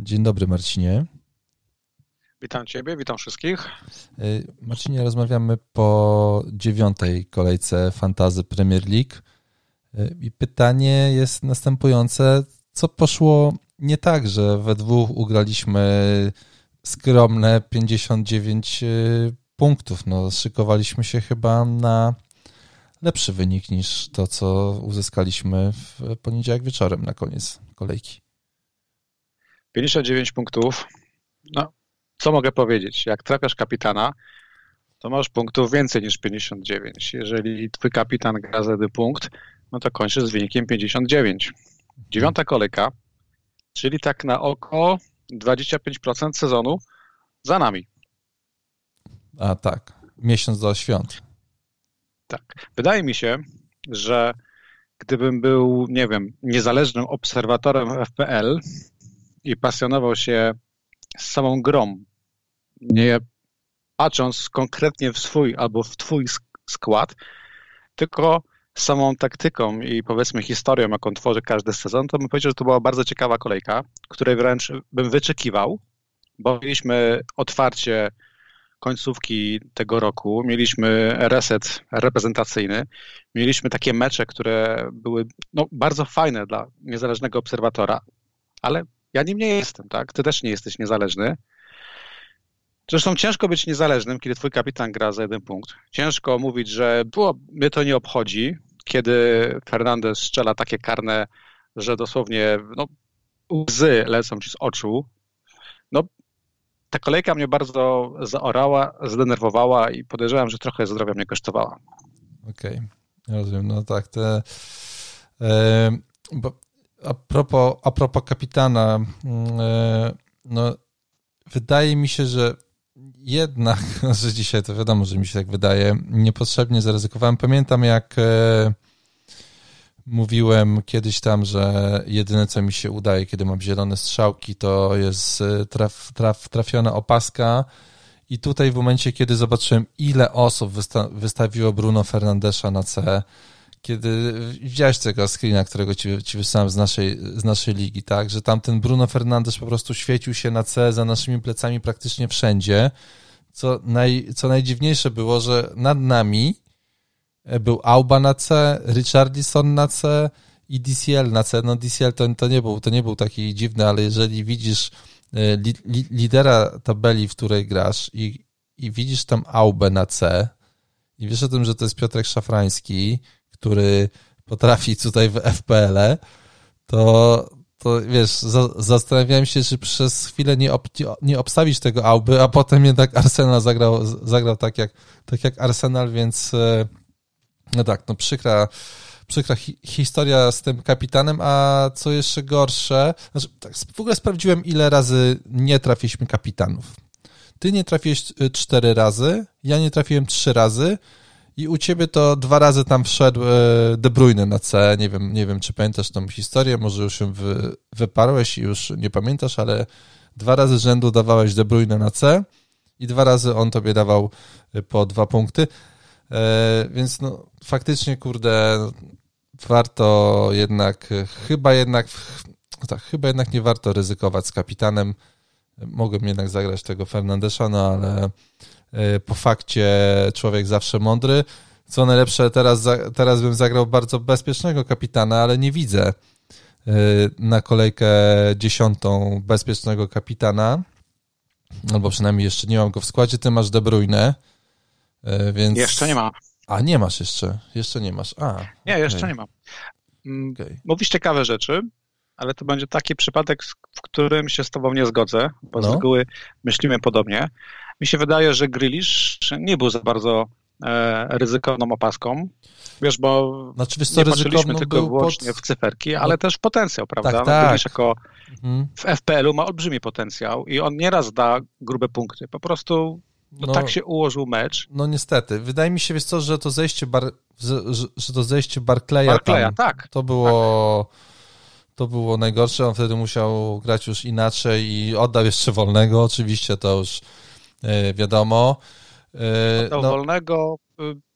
Dzień dobry, Marcinie. Witam Ciebie, witam wszystkich. Marcinie, rozmawiamy po 9. kolejce Fantasy Premier League i pytanie jest następujące. Co poszło nie tak, że we dwóch ugraliśmy skromne 59 punktów? No, szykowaliśmy się chyba na lepszy wynik niż to, co uzyskaliśmy w poniedziałek wieczorem na koniec kolejki. 59 punktów. No, co mogę powiedzieć? Jak trafiasz kapitana, to masz punktów więcej niż 59. Jeżeli twój kapitan gra za jeden punkt, no to kończysz z wynikiem 59. 9. kolejka, czyli tak na oko 25% sezonu za nami. A tak, miesiąc do świąt. Tak. Wydaje mi się, że gdybym był, nie wiem, niezależnym obserwatorem FPL i pasjonował się samą grą, nie patrząc konkretnie w swój albo w twój skład, tylko samą taktyką i powiedzmy historią, jaką tworzy każdy sezon, to bym powiedział, że to była bardzo ciekawa kolejka, której wręcz bym wyczekiwał, bo mieliśmy otwarcie końcówki tego roku, mieliśmy reset reprezentacyjny, mieliśmy takie mecze, które były bardzo fajne dla niezależnego obserwatora, ale ja nim nie jestem, tak? Ty też nie jesteś niezależny. Zresztą ciężko być niezależnym, kiedy twój kapitan gra za jeden punkt. Ciężko mówić, że mnie to nie obchodzi, kiedy Fernandes strzela takie karne, że dosłownie łzy lecą ci z oczu. Ta kolejka mnie bardzo zaorała, zdenerwowała i podejrzewam, że trochę zdrowia mnie kosztowała. Okej, rozumiem. No tak, bo a propos kapitana, no wydaje mi się, że jednak, że dzisiaj to wiadomo, że mi się tak wydaje, niepotrzebnie zaryzykowałem. Pamiętam, jak mówiłem kiedyś tam, że jedyne, co mi się udaje, kiedy mam zielone strzałki, to jest trafiona opaska. I tutaj w momencie, kiedy zobaczyłem, ile osób wystawiło Bruno Fernandesza na C, kiedy widziałeś tego screena, którego ci wysłałem z naszej ligi, tak, że tamten Bruno Fernandes po prostu świecił się na C za naszymi plecami praktycznie wszędzie. Co najdziwniejsze było, że nad nami był Auba na C, Richarlison na C i DCL na C. No DCL to nie był taki dziwny, ale jeżeli widzisz lidera tabeli, w której grasz i widzisz tam Aubę na C i wiesz o tym, że to jest Piotrek Szafrański, który potrafi tutaj w FPL-e, to wiesz, zastanawiałem się, czy przez chwilę nie obstawić tego Auby, a potem jednak Arsenal zagrał tak jak Arsenal, więc no tak, no przykra historia z tym kapitanem, a co jeszcze gorsze, znaczy, tak, w ogóle sprawdziłem, ile razy nie trafiliśmy kapitanów. Ty nie trafiłeś 4 razy, ja nie trafiłem 3 razy i u ciebie to 2 razy tam wszedł De Bruyne na C. Nie wiem, czy pamiętasz tą historię, może już ją wyparłeś i już nie pamiętasz, ale 2 razy z rzędu dawałeś De Bruyne na C i 2 razy on tobie dawał po 2 punkty. Więc faktycznie, kurde, warto jednak, chyba jednak nie warto ryzykować z kapitanem. Mogłem jednak zagrać tego Fernandesza, ale po fakcie człowiek zawsze mądry. Co najlepsze, teraz bym zagrał bardzo bezpiecznego kapitana, ale nie widzę na kolejkę 10 bezpiecznego kapitana, albo przynajmniej jeszcze nie mam go w składzie. Ty masz De Bruyne, więc... Jeszcze nie mam. A, nie masz jeszcze? Jeszcze nie masz. Nie, jeszcze nie mam. Mówisz ciekawe rzeczy, ale to będzie taki przypadek, w którym się z tobą nie zgodzę, bo z reguły myślimy podobnie. Mi się wydaje, że Grealish nie był za bardzo ryzykowną opaską. Wiesz, bo nie patrzyliśmy tylko wyłącznie w cyferki, ale też w potencjał, prawda? Tak. Grealish jako w FPL-u ma olbrzymi potencjał i on nieraz da grube punkty. Po prostu tak się ułożył mecz. No niestety. Wydaje mi się, wiesz co, że to zejście Barclaya tam, tak. To było najgorsze. On wtedy musiał grać już inaczej i oddał jeszcze wolnego. Oczywiście to już wiadomo. Oddał wolnego.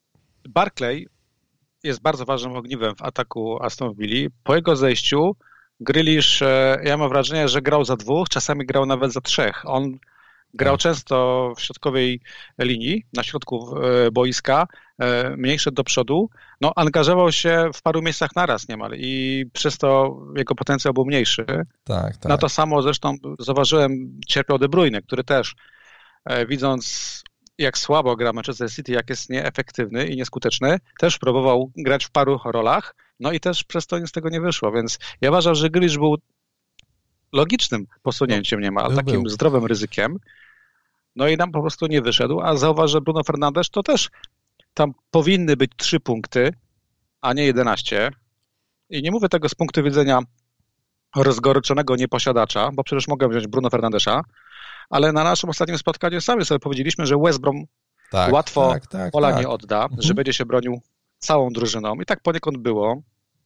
Barclay jest bardzo ważnym ogniwem w ataku Aston Villa. Po jego zejściu Grealish, ja mam wrażenie, że grał za 2, czasami grał nawet za 3. On grał często w środkowej linii, na środku boiska, mniej szedł do przodu, no angażował się w paru miejscach naraz niemal i przez to jego potencjał był mniejszy. Tak. No to samo zresztą zauważyłem, cierpiał De Bruyne, który też widząc jak słabo gra Manchester City, jak jest nieefektywny i nieskuteczny, też próbował grać w paru rolach, no i też przez to nic z tego nie wyszło, więc ja uważam, że Grealish był logicznym posunięciem niemal, takim zdrowym ryzykiem, no i nam po prostu nie wyszedł, a zauważ, że Bruno Fernandes to też tam powinny być 3 punkty, a nie 11 i nie mówię tego z punktu widzenia rozgoryczonego nieposiadacza, bo przecież mogę wziąć Bruno Fernandesza, ale na naszym ostatnim spotkaniu sami sobie powiedzieliśmy, że West Brom łatwo pola nie odda, że będzie się bronił całą drużyną. I tak poniekąd było,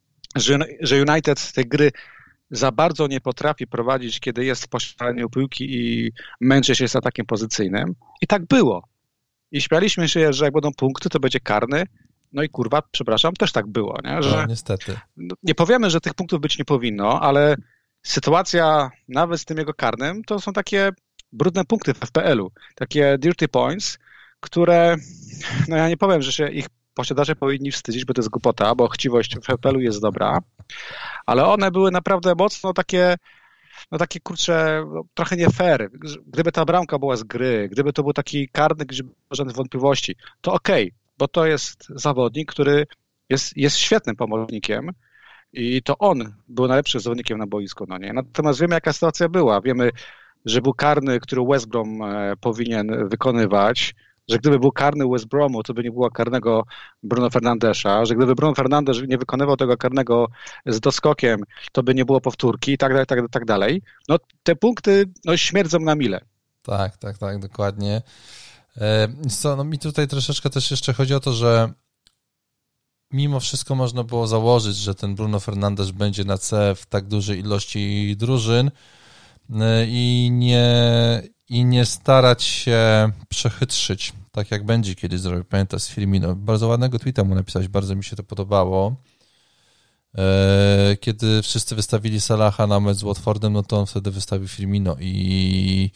że United tej gry za bardzo nie potrafi prowadzić, kiedy jest w posiadaniu piłki i męczy się z atakiem pozycyjnym. I tak było. I śmialiśmy się, że jak będą punkty, to będzie karny. No i kurwa, przepraszam, też tak było. Nie? Że, no, niestety. Nie powiemy, że tych punktów być nie powinno, ale sytuacja nawet z tym jego karnym, to są takie brudne punkty w FPL-u. Takie dirty points, które, no ja nie powiem, że się ich posiadacze powinni wstydzić, bo to jest głupota, bo chciwość w FPL-u jest dobra, ale one były naprawdę mocno takie, no takie kurcze, trochę nie fair. Gdyby ta bramka była z gry, gdyby to był taki karny, gdzie nie było żadnych wątpliwości, to okej, bo to jest zawodnik, który jest świetnym pomocnikiem i to on był najlepszym zawodnikiem na boisku. No nie? Natomiast wiemy, jaka sytuacja była. Wiemy, że był karny, który West Brom powinien wykonywać, że gdyby był karny West Bromu, to by nie było karnego Bruno Fernandesza, że gdyby Bruno Fernandes nie wykonywał tego karnego z doskokiem, to by nie było powtórki i tak dalej. No te punkty śmierdzą na mile. Tak, dokładnie. Co, no mi tutaj troszeczkę też jeszcze chodzi o to, że mimo wszystko można było założyć, że ten Bruno Fernandes będzie na C w tak dużej ilości drużyn i nie starać się przechytrzyć, tak jak będzie kiedyś zrobił. Pamiętasz z Firmino. Bardzo ładnego tweeta mu napisałeś, bardzo mi się to podobało. Kiedy wszyscy wystawili Salaha na mecz z Watfordem, no to on wtedy wystawił Firmino i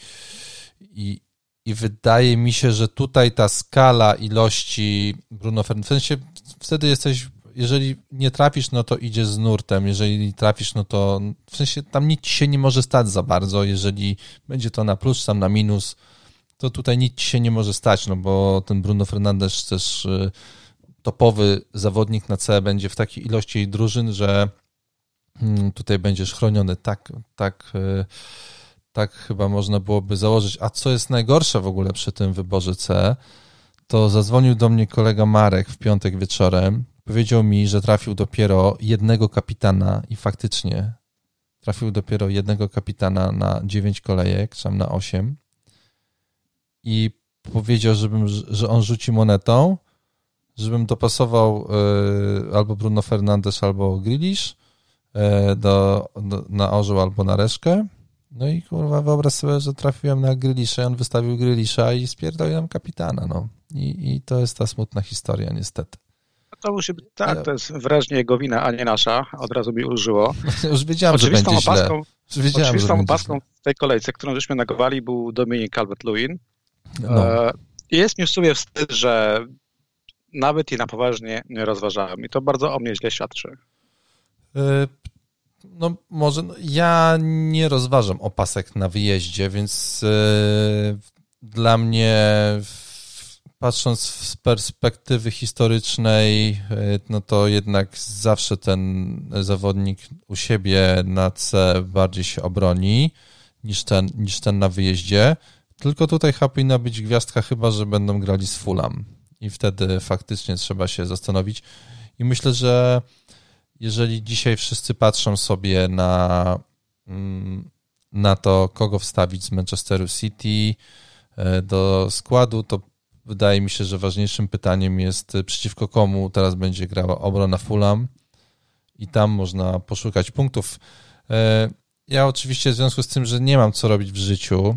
wydaje mi się, że tutaj ta skala ilości Bruno Fernandes, w sensie wtedy jesteś, jeżeli nie trafisz, no to idziesz z nurtem, jeżeli trafisz, no to w sensie tam nic ci się nie może stać za bardzo, jeżeli będzie to na plus, tam na minus, to tutaj nic ci się nie może stać, no bo ten Bruno Fernandes też topowy zawodnik na C będzie w takiej ilości drużyn, że tutaj będziesz chroniony, tak chyba można byłoby założyć. A co jest najgorsze w ogóle przy tym wyborze C, to zadzwonił do mnie kolega Marek w piątek wieczorem, powiedział mi, że trafił dopiero jednego kapitana i faktycznie trafił dopiero jednego kapitana na 9 kolejek, czy tam na 8 i powiedział, że on rzuci monetą, żebym dopasował albo Bruno Fernandes, albo Grealish na orzeł albo na reszkę. No i kurwa, wyobraź sobie, że trafiłem na Grealisha, on wystawił Grealisha i spierdolił nam kapitana, no. I to jest ta smutna historia, niestety. To musi być, tak, to jest wyraźnie jego wina, a nie nasza. Od razu mi ulżyło. Już wiedziałem, że będzie źle. Oczywistą opaską w tej kolejce, którą żeśmy nagowali, był Dominic Calvert-Lewin. No. I jest mi w sumie wstyd, że nawet i na poważnie nie rozważałem. I to bardzo o mnie źle świadczy. No może, ja nie rozważam opasek na wyjeździe, więc dla mnie, patrząc z perspektywy historycznej, no to jednak zawsze ten zawodnik u siebie na C bardziej się obroni niż ten na wyjeździe. Tylko tutaj powinna być gwiazdka, chyba że będą grali z Fulham i wtedy faktycznie trzeba się zastanowić. I myślę, że jeżeli dzisiaj wszyscy patrzą sobie na to, kogo wstawić z Manchesteru City do składu, to wydaje mi się, że ważniejszym pytaniem jest, przeciwko komu teraz będzie grała obrona Fulham i tam można poszukać punktów. Ja oczywiście w związku z tym, że nie mam co robić w życiu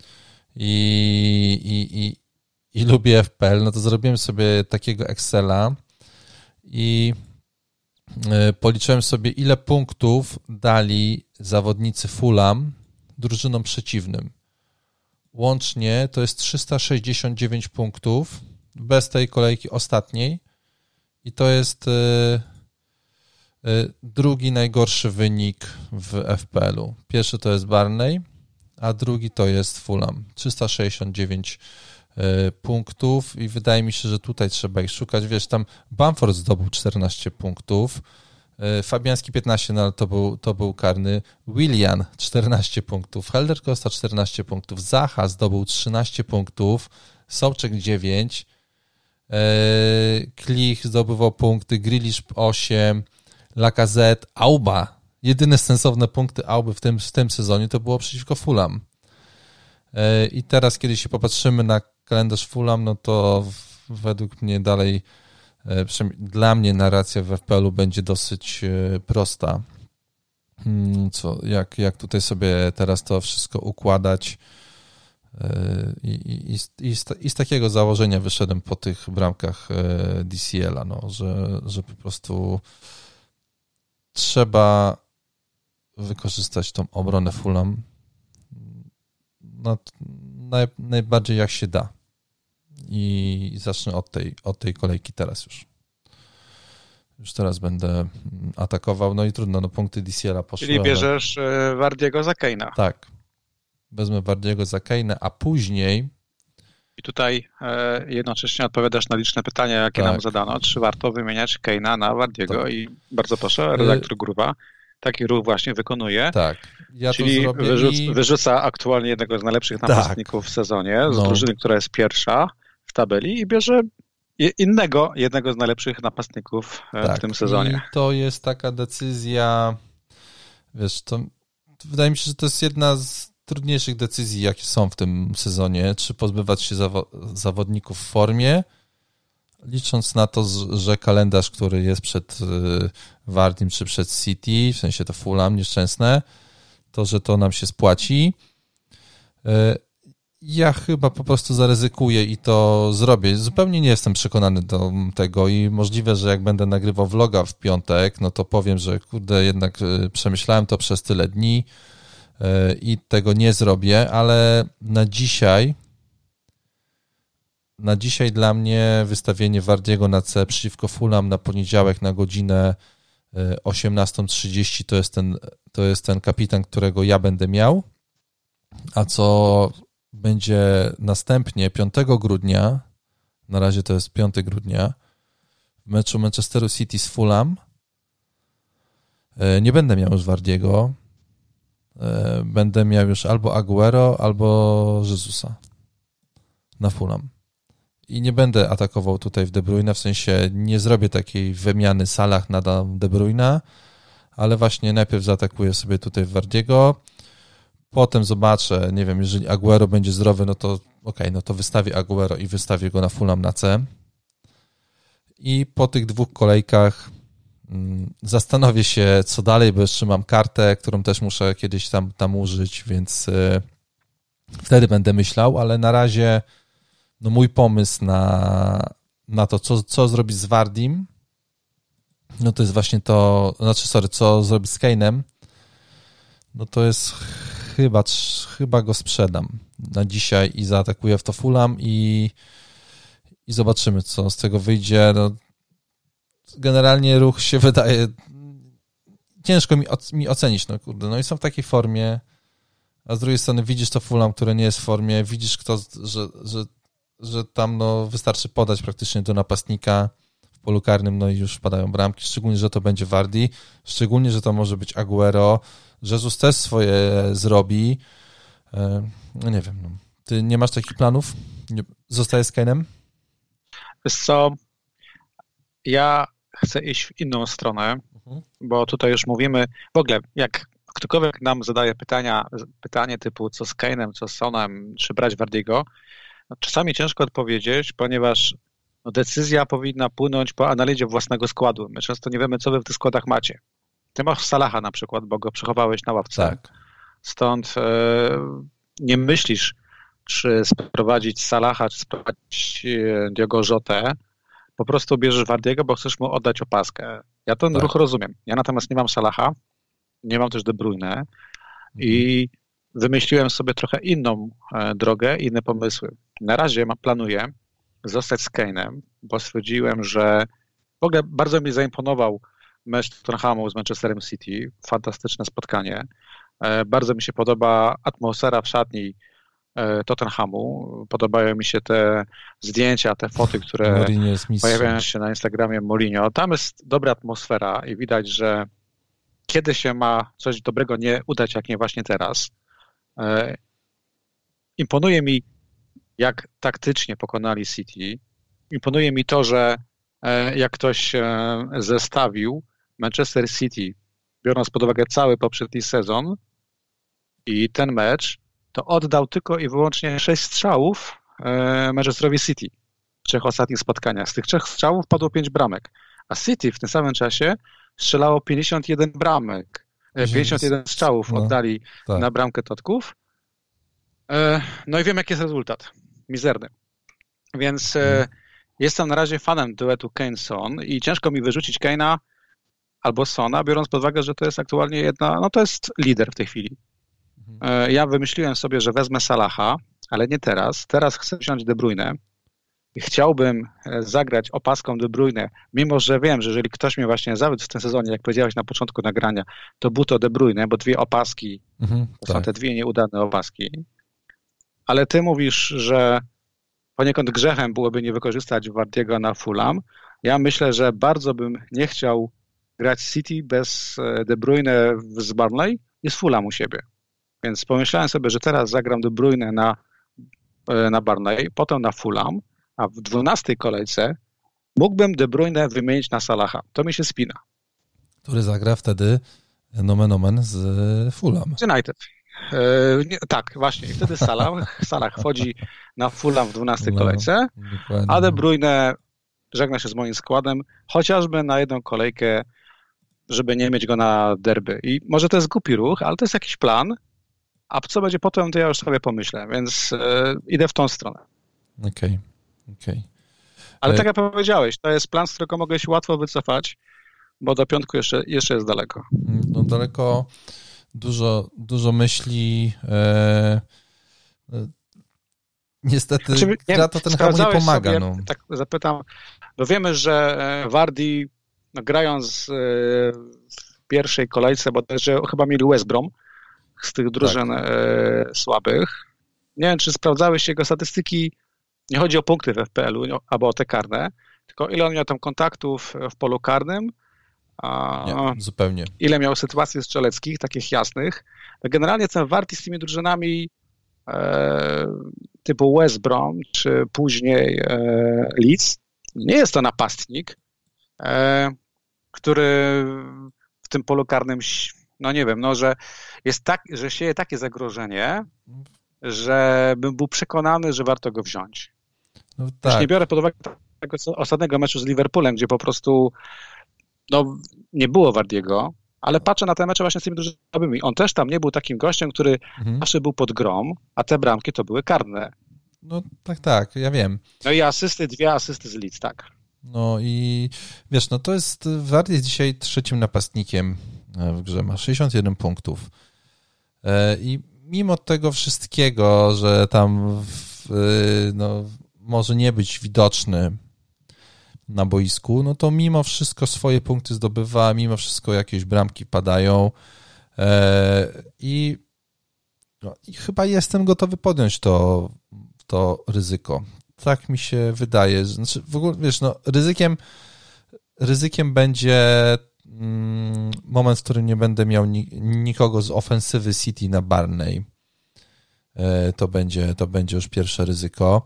i lubię FPL, no to zrobiłem sobie takiego Excela i policzyłem sobie, ile punktów dali zawodnicy Fulham drużynom przeciwnym. Łącznie to jest 369 punktów bez tej kolejki ostatniej i to jest drugi najgorszy wynik w FPL-u. Pierwszy to jest Barney, a drugi to jest Fulham. 369 punktów i wydaje mi się, że tutaj trzeba ich szukać. Wiesz, tam Bamford zdobył 14 punktów, Fabiański 15, no ale to był karny. Willian 14 punktów, Helder Costa 14 punktów, Zaha zdobył 13 punktów, Souček 9, Klich zdobywał punkty, Grealish 8, Lacazette, Auba. Jedyne sensowne punkty Auby w tym sezonie to było przeciwko Fulham. I teraz, kiedy się popatrzymy na kalendarz Fulham, no to według mnie dalej, przynajmniej dla mnie narracja w FPL-u będzie dosyć prosta. Jak tutaj sobie teraz to wszystko układać i z takiego założenia wyszedłem po tych bramkach DCL-a, no, że po prostu trzeba wykorzystać tą obronę Fulham najbardziej jak się da. I zacznę od tej kolejki teraz już. Już teraz będę atakował, no i trudno, no punkty DCL-a poszły. Czyli bierzesz Wardiego za Kane'a. Tak. Wezmę Wardiego za Kane'a, a później... I tutaj jednocześnie odpowiadasz na liczne pytania, jakie nam zadano. Czy warto wymieniać Kane'a na Wardiego? Tak. I bardzo proszę, redaktor Gruwa taki ruch właśnie wykonuje. Tak. Ja czyli to zrobię wyrzuca aktualnie jednego z najlepszych napastników w sezonie z drużyny, która jest pierwsza w tabeli i bierze jednego z najlepszych napastników w tym sezonie. I to jest taka decyzja, wiesz, to wydaje mi się, że to jest jedna z trudniejszych decyzji, jakie są w tym sezonie, czy pozbywać się zawodników w formie, licząc na to, że kalendarz, który jest przed Wardym czy przed City, w sensie to Fulham nieszczęsne, to, że to nam się spłaci. Ja chyba po prostu zaryzykuję i to zrobię. Zupełnie nie jestem przekonany do tego i możliwe, że jak będę nagrywał vloga w piątek, no to powiem, że kurde, jednak przemyślałem to przez tyle dni i tego nie zrobię, ale na dzisiaj dla mnie wystawienie Wardiego na C przeciwko Fulham na poniedziałek na godzinę 18:30 to jest ten kapitan, którego ja będę miał, a co będzie następnie 5 grudnia, na razie to jest 5 grudnia, w meczu Manchesteru City z Fulham nie będę miał już Wardiego, będę miał już albo Aguero, albo Jezusa na Fulham. I nie będę atakował tutaj w De Bruyne, w sensie nie zrobię takiej wymiany Salah na De Bruyne, ale właśnie najpierw zaatakuję sobie tutaj Wardiego, potem zobaczę, nie wiem, jeżeli Aguero będzie zdrowy, no to okej, no to wystawię Aguero i wystawię go na Fulham na C. I po tych 2 kolejkach zastanowię się, co dalej, bo jeszcze mam kartę, którą też muszę kiedyś tam użyć, więc wtedy będę myślał, ale na razie no mój pomysł na to, co zrobić z Wardim, no to jest właśnie to, co zrobić z Kane'em, no to jest chyba go sprzedam na dzisiaj i zaatakuję w to Fulham i zobaczymy, co z tego wyjdzie. No, generalnie ruch się wydaje, ciężko mi ocenić, no kurde, no i są w takiej formie, a z drugiej strony widzisz to Fulham, które nie jest w formie, widzisz że tam no, wystarczy podać praktycznie do napastnika w polu karnym, no i już padają bramki, szczególnie, że to będzie Wardy, szczególnie, że to może być Aguero, Jesus też swoje zrobi. No nie wiem, no. Ty nie masz takich planów? Zostajesz z Kane'em? Wiesz co, ja chcę iść w inną stronę, bo tutaj już mówimy, w ogóle jak ktokolwiek nam zadaje pytanie typu co z Kane'em, co z Sonem, czy brać Wardiego, no, czasami ciężko odpowiedzieć, ponieważ no, decyzja powinna płynąć po analizie własnego składu. My często nie wiemy, co wy w tych składach macie. Ty masz Salaha na przykład, bo go przechowałeś na ławce. Tak. Stąd nie myślisz, czy sprowadzić Salaha, czy sprowadzić Diogo Jotę, po prostu bierzesz Wardiego, bo chcesz mu oddać opaskę. Ja ten ruch rozumiem. Ja natomiast nie mam Salaha, nie mam też De Bruyne i wymyśliłem sobie trochę inną drogę, inne pomysły. Na razie planuję zostać z Kane'em, bo stwierdziłem, że w ogóle bardzo mi zaimponował mecz Tottenhamu z Manchesterem City. Fantastyczne spotkanie. Bardzo mi się podoba atmosfera w szatni Tottenhamu. Podobają mi się te zdjęcia, te foty, które pojawiają się na Instagramie Mourinho. Tam jest dobra atmosfera i widać, że kiedy się ma coś dobrego nie udać, jak nie właśnie teraz. Imponuje mi, jak taktycznie pokonali City. Imponuje mi to, że jak ktoś zestawił Manchester City, biorąc pod uwagę cały poprzedni sezon i ten mecz, to oddał tylko i wyłącznie 6 strzałów Manchesterowi City w 3 ostatnich spotkaniach. Z tych 3 strzałów padło 5 bramek, a City w tym samym czasie strzelało 51 bramek. 51 strzałów oddali na bramkę Totków. No i wiem, jaki jest rezultat. Mizerny. Więc jestem na razie fanem duetu Kane-Son i ciężko mi wyrzucić Kane'a albo Sona, biorąc pod uwagę, że to jest aktualnie to jest lider w tej chwili. Ja wymyśliłem sobie, że wezmę Salaha, ale nie teraz. Teraz chcę wziąć De Bruyne i chciałbym zagrać opaską De Bruyne, mimo że wiem, że jeżeli ktoś mnie właśnie zawiódł w tym sezonie, jak powiedziałeś na początku nagrania, to był to De Bruyne, bo 2 opaski, to są te 2 nieudane opaski. Ale ty mówisz, że poniekąd grzechem byłoby nie wykorzystać Wardiego na Fulham. Ja myślę, że bardzo bym nie chciał grać City bez De Bruyne z Burnley i z Fulham u siebie. Więc pomyślałem sobie, że teraz zagram De Bruyne na Burnley, potem na Fulham, a w 12 kolejce mógłbym De Bruyne wymienić na Salaha. To mi się spina. Który zagra wtedy nomen omen z Fulham. United. Tak, właśnie. I wtedy Salah wchodzi na Fulham w 12 kolejce, a De Bruyne żegna się z moim składem, chociażby na jedną kolejkę, żeby nie mieć go na derby. I może to jest głupi ruch, ale to jest jakiś plan, a co będzie potem, to ja już sobie pomyślę, więc idę w tą stronę. Okej. Ale tak jak powiedziałeś, to jest plan, z którego mogę się łatwo wycofać, bo do piątku jeszcze jest daleko. No daleko, dużo myśli. Niestety gra Tottenhamu nie pomaga. Sobie, tak zapytam, bo wiemy, że Vardy grając w pierwszej kolejce, bo też chyba mieli West Brom z tych drużyn słabych. Nie wiem, czy sprawdzałeś jego statystyki, nie chodzi o punkty w FPL-u albo o te karne, tylko ile on miał tam kontaktów w polu karnym, nie, zupełnie. Ile miał sytuacji strzeleckich, takich jasnych. Generalnie ten Vardy z tymi drużynami typu West Brom, czy później Leeds, nie jest to napastnik, który w tym polu karnym, no nie wiem, no, że jest że sieje takie zagrożenie, że bym był przekonany, że warto go wziąć. No tak. Już nie biorę pod uwagę tego ostatniego meczu z Liverpoolem, gdzie po prostu nie było Vardiego, ale patrzę na te mecze właśnie z tymi drużynami. On też tam nie był takim gościem, który zawsze był pod grom, a te bramki to były karne. No tak, ja wiem. No i 2 asysty z Leeds, tak. No i wiesz, no to jest, Vardy jest dzisiaj 3. napastnikiem w grze, ma 61 punktów. I mimo tego wszystkiego, że tam może nie być widoczny na boisku, no to mimo wszystko swoje punkty zdobywa, mimo wszystko jakieś bramki padają i chyba jestem gotowy podjąć to ryzyko. Tak mi się wydaje. Znaczy, w ogóle, wiesz, no ryzykiem będzie moment, w którym nie będę miał nikogo z ofensywy City na Burnley. To będzie już pierwsze ryzyko.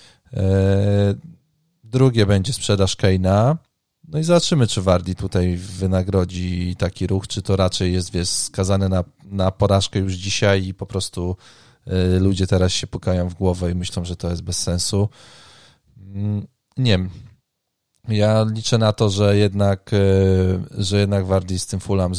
Drugie będzie sprzedaż Kane'a. No i zobaczymy, czy Vardy tutaj wynagrodzi taki ruch, czy to raczej jest, wiesz, skazane na porażkę już dzisiaj i po prostu ludzie teraz się pukają w głowę i myślą, że to jest bez sensu. Nie wiem. Ja liczę na to, że jednak Vardy z tym Fulham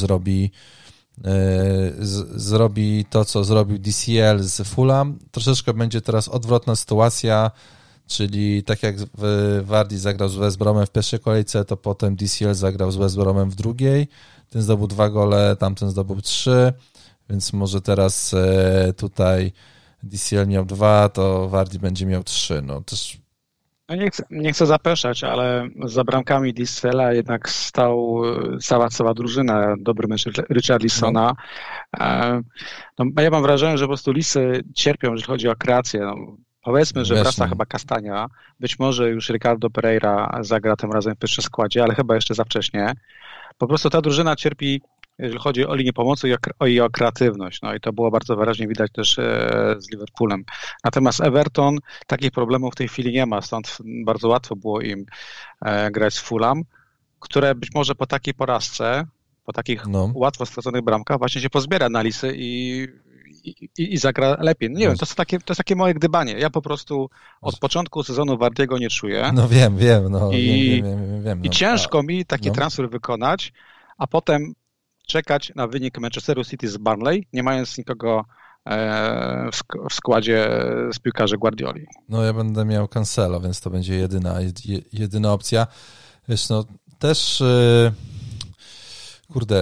zrobi to, co zrobił DCL z Fulham. Troszeczkę będzie teraz odwrotna sytuacja. Czyli tak jak Vardy zagrał z West Bromem w pierwszej kolejce, to potem DCL zagrał z West Bromem w drugiej. Ten zdobył 2 gole, tamten zdobył 3, więc może teraz tutaj DCL miał 2, to Vardy będzie miał 3. No też... No nie chcę zapeszać, ale za bramkami DCL-a jednak cała drużyna, dobry mecz Richarlisona. No, ja mam wrażenie, że po prostu Lisy cierpią, jeżeli chodzi o kreację. No, powiedzmy, że wraca chyba Kastania. Być może już Ricardo Pereira zagra tym razem w pierwszym składzie, ale chyba jeszcze za wcześnie. Po prostu ta drużyna cierpi, jeżeli chodzi o linię pomocy i o kreatywność. No i to było bardzo wyraźnie widać też z Liverpoolem. Natomiast Everton takich problemów w tej chwili nie ma, stąd bardzo łatwo było im grać z Fulham, które być może po takiej porażce, po takich łatwo straconych bramkach właśnie się pozbiera na Lisy i zagra lepiej. No nie wiem, to jest takie moje gdybanie. Ja po prostu od początku sezonu Vardy'ego nie czuję. No wiem. I ciężko mi taki transfer wykonać, a potem czekać na wynik Manchesteru City z Burnley, nie mając nikogo w składzie z piłkarzy Guardioli. No ja będę miał Cancelo, więc to będzie jedyna opcja. Wiesz, no też kurde,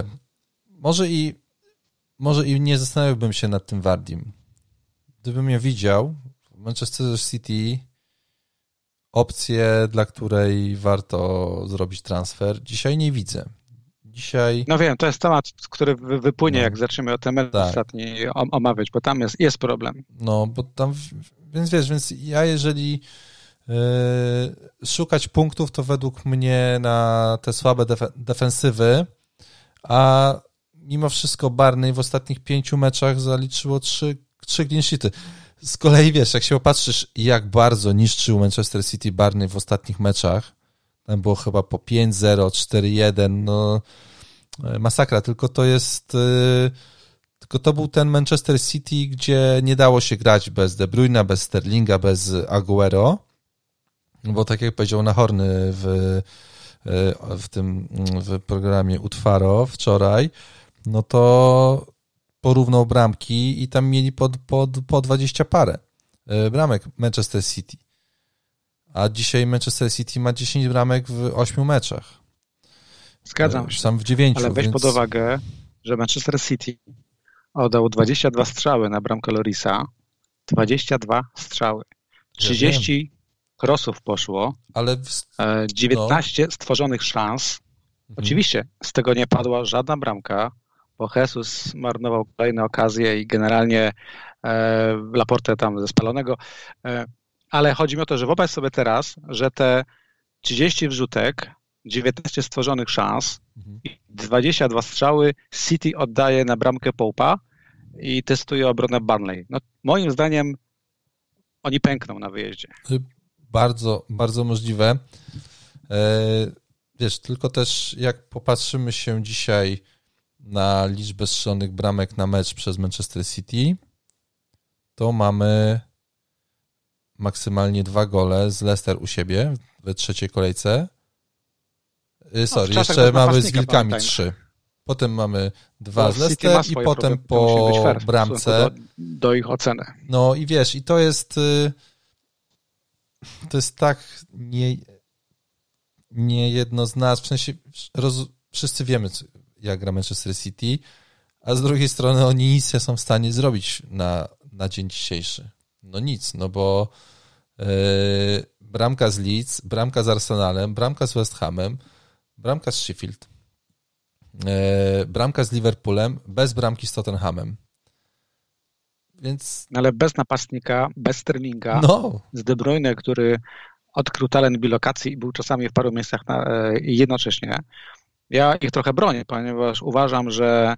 może i nie zastanawiałbym się nad tym Vardym. Gdybym je widział w Manchester City opcję, dla której warto zrobić transfer, dzisiaj nie widzę. No wiem, to jest temat, który wypłynie, jak zaczniemy o temat ostatni omawiać, bo tam jest problem. No, bo tam, więc ja jeżeli szukać punktów, to według mnie na te słabe defensywy, a mimo wszystko Barney w ostatnich 5 meczach zaliczyło 3 clean sheety. Z kolei wiesz, jak się popatrzysz, jak bardzo niszczył Manchester City Barney w ostatnich meczach, tam było chyba po 5-0, 4-1, no masakra, tylko to był ten Manchester City, gdzie nie dało się grać bez De Bruyne'a, bez Sterlinga, bez Aguero, bo tak jak powiedział Nahorny w programie Utwaro wczoraj, no to porównał bramki i tam mieli po 20 parę bramek Manchester City. A dzisiaj Manchester City ma 10 bramek w 8 meczach. Zgadzam się. Sam w 9. Ale weź pod uwagę, że Manchester City oddał 22 strzały na bramkę Lorisa. 22 strzały. 30 crossów poszło. Ale 19 stworzonych szans. Oczywiście z tego nie padła żadna bramka, bo Jesus marnował kolejne okazje i generalnie Laporte tam ze spalonego. Ale chodzi mi o to, że wyobraź sobie teraz, że te 30 wrzutek, 19 stworzonych szans i 22 strzały City oddaje na bramkę Pope'a i testuje obronę Burnley. No, moim zdaniem oni pękną na wyjeździe. Bardzo, bardzo możliwe. Wiesz, tylko też jak popatrzymy się dzisiaj na liczbę strzelonych bramek na mecz przez Manchester City, to mamy maksymalnie 2 gole z Leicester u siebie we trzeciej kolejce. Jeszcze mamy z Wilkami 3. Potem mamy 2 z Leicester i potem po bramce. Do ich oceny. No i wiesz, i to jest tak niejednoznaczne. W sensie wszyscy wiemy, jak gra Manchester City, a z drugiej strony oni nic nie są w stanie zrobić na dzień dzisiejszy. No nic, no bo bramka z Leeds, bramka z Arsenalem, bramka z West Hamem, bramka z Sheffield, bramka z Liverpoolem, bez bramki z Tottenhamem. Więc... Ale bez napastnika, bez Sterlinga, z De Bruyne, który odkrył talent bilokacji i był czasami w paru miejscach jednocześnie. Ja ich trochę bronię, ponieważ uważam,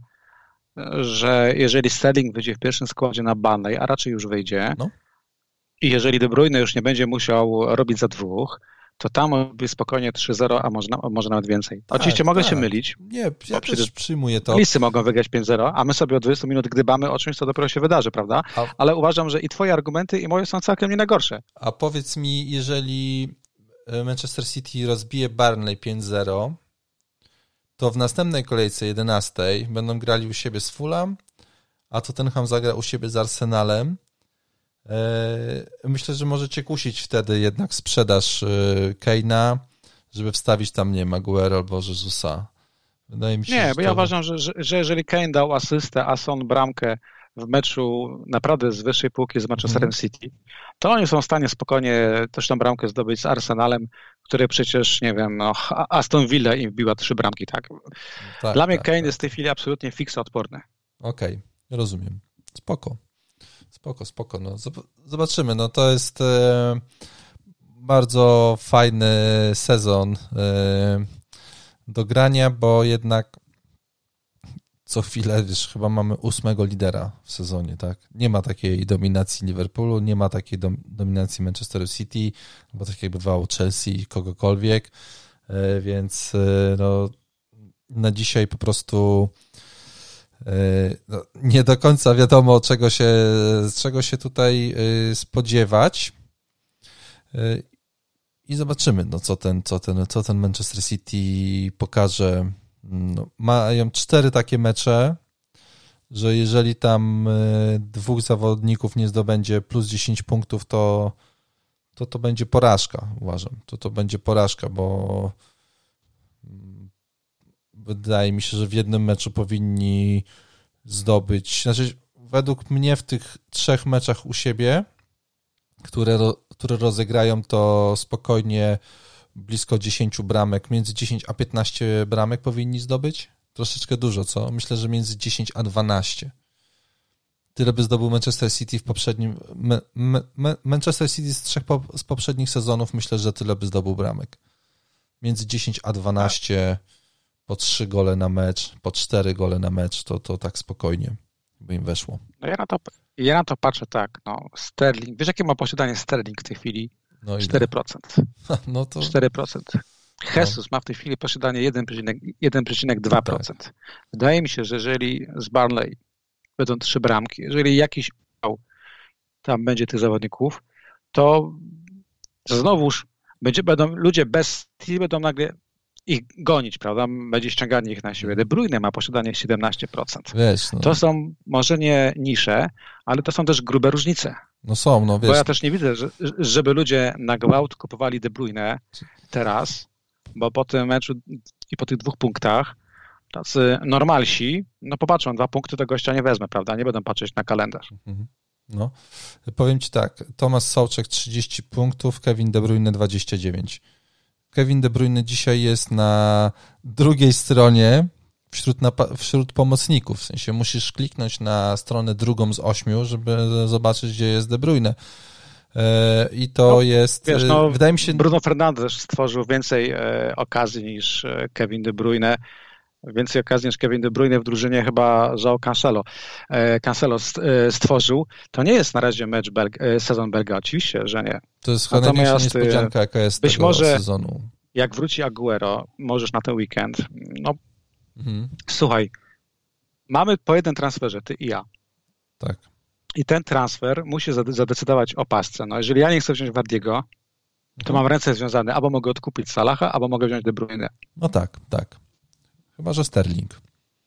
że jeżeli Sterling wyjdzie w pierwszym składzie na Burnley, a raczej już wyjdzie, i jeżeli De Bruyne już nie będzie musiał robić za 2, to tam by spokojnie 3-0, a może nawet więcej. Oczywiście mogę się mylić. Nie, ja też przyjmuję to. Lisy mogą wygrać 5-0, a my sobie od 20 minut gdybamy o czymś, co dopiero się wydarzy, prawda? Ale uważam, że i twoje argumenty, i moje są całkiem nie najgorsze. A powiedz mi, jeżeli Manchester City rozbije Burnley 5-0, to w następnej kolejce 11 będą grali u siebie z Fulham, a Tottenham zagra u siebie z Arsenalem. Myślę, że możecie kusić wtedy jednak sprzedaż Kane'a, żeby wstawić tam, nie wiem, Aguero albo Jezusa. Wydaje mi się, Nie, bo ja uważam, że jeżeli Kane dał asystę, a Son bramkę w meczu naprawdę z wyższej półki z Manchesterem City, to oni są w stanie spokojnie też tą bramkę zdobyć z Arsenalem, który przecież, nie wiem, no, Aston Villa im wbiła 3 bramki, tak? Dla mnie Kane jest w tej chwili absolutnie fiksoodporny. Okej, rozumiem. Spoko. No, zobaczymy. No, to jest bardzo fajny sezon do grania, bo jednak co chwilę, wiesz, chyba mamy 8 lidera w sezonie, tak? Nie ma takiej dominacji Liverpoolu, nie ma takiej dominacji Manchesteru City, bo tak jak bywało Chelsea, kogokolwiek, więc no, na dzisiaj po prostu no, nie do końca wiadomo, czego się tutaj spodziewać. I zobaczymy, no, co ten Manchester City pokaże. No, mają 4 takie mecze, że jeżeli tam 2 zawodników nie zdobędzie plus 10 punktów, to będzie porażka, uważam. To będzie porażka, bo wydaje mi się, że w jednym meczu powinni zdobyć, znaczy według mnie w tych 3 meczach u siebie, które rozegrają, to spokojnie blisko 10 bramek, między 10 a 15 bramek powinni zdobyć. Troszeczkę dużo, co? Myślę, że między 10 a 12. Tyle by zdobył Manchester City w poprzednim... Manchester City z poprzednich sezonów, myślę, że tyle by zdobył bramek. Między 10 a 12, po 3 gole na mecz, po 4 gole na mecz, to tak spokojnie by im weszło. No ja na to patrzę tak, no Sterling, wiesz jakie ma posiadanie Sterling w tej chwili? No 4%. No to... 4%. Jesus ma w tej chwili posiadanie 1,2%. Tak. Wydaje mi się, że jeżeli z Burnley będą 3 bramki, jeżeli jakiś tam będzie tych zawodników, to znowuż będą ludzie bez City będą nagle ich gonić, prawda? Będzie ściąganie ich na siebie. De Bruyne ma posiadanie 17%. Wiesz, no. To są może nie nisze, ale to są też grube różnice. No są, no wiesz. Bo ja też nie widzę, żeby ludzie na gwałt kupowali De Bruyne teraz, bo po tym meczu i po tych 2 punktach tacy normalsi, no popatrzą, 2 punkty to gościa nie wezmę, prawda? Nie będą patrzeć na kalendarz. No, powiem ci tak, Tomasz Souček 30 punktów, Kevin De Bruyne 29. Kevin De Bruyne dzisiaj jest na drugiej stronie wśród pomocników. W sensie musisz kliknąć na stronę drugą z 8, żeby zobaczyć, gdzie jest De Bruyne. I to jest... Wiesz, wydaje mi się... Bruno Fernandes stworzył więcej okazji niż Kevin De Bruyne. Więcej okazji niż Kevin De Bruyne w drużynie chyba João Cancelo stworzył. To nie jest na razie sezon Belga, oczywiście, że nie. To jest największa niespodzianka, jaka jest być tego może sezonu. Jak wróci Aguero, możesz na ten weekend. No, Słuchaj, mamy po 1 transferze, ty i ja. Tak. I ten transfer musi zadecydować o pasce. No, jeżeli ja nie chcę wziąć Wardiego, to mam ręce związane. Albo mogę odkupić Salaha, albo mogę wziąć De Bruyne. No tak. Chyba że Sterling.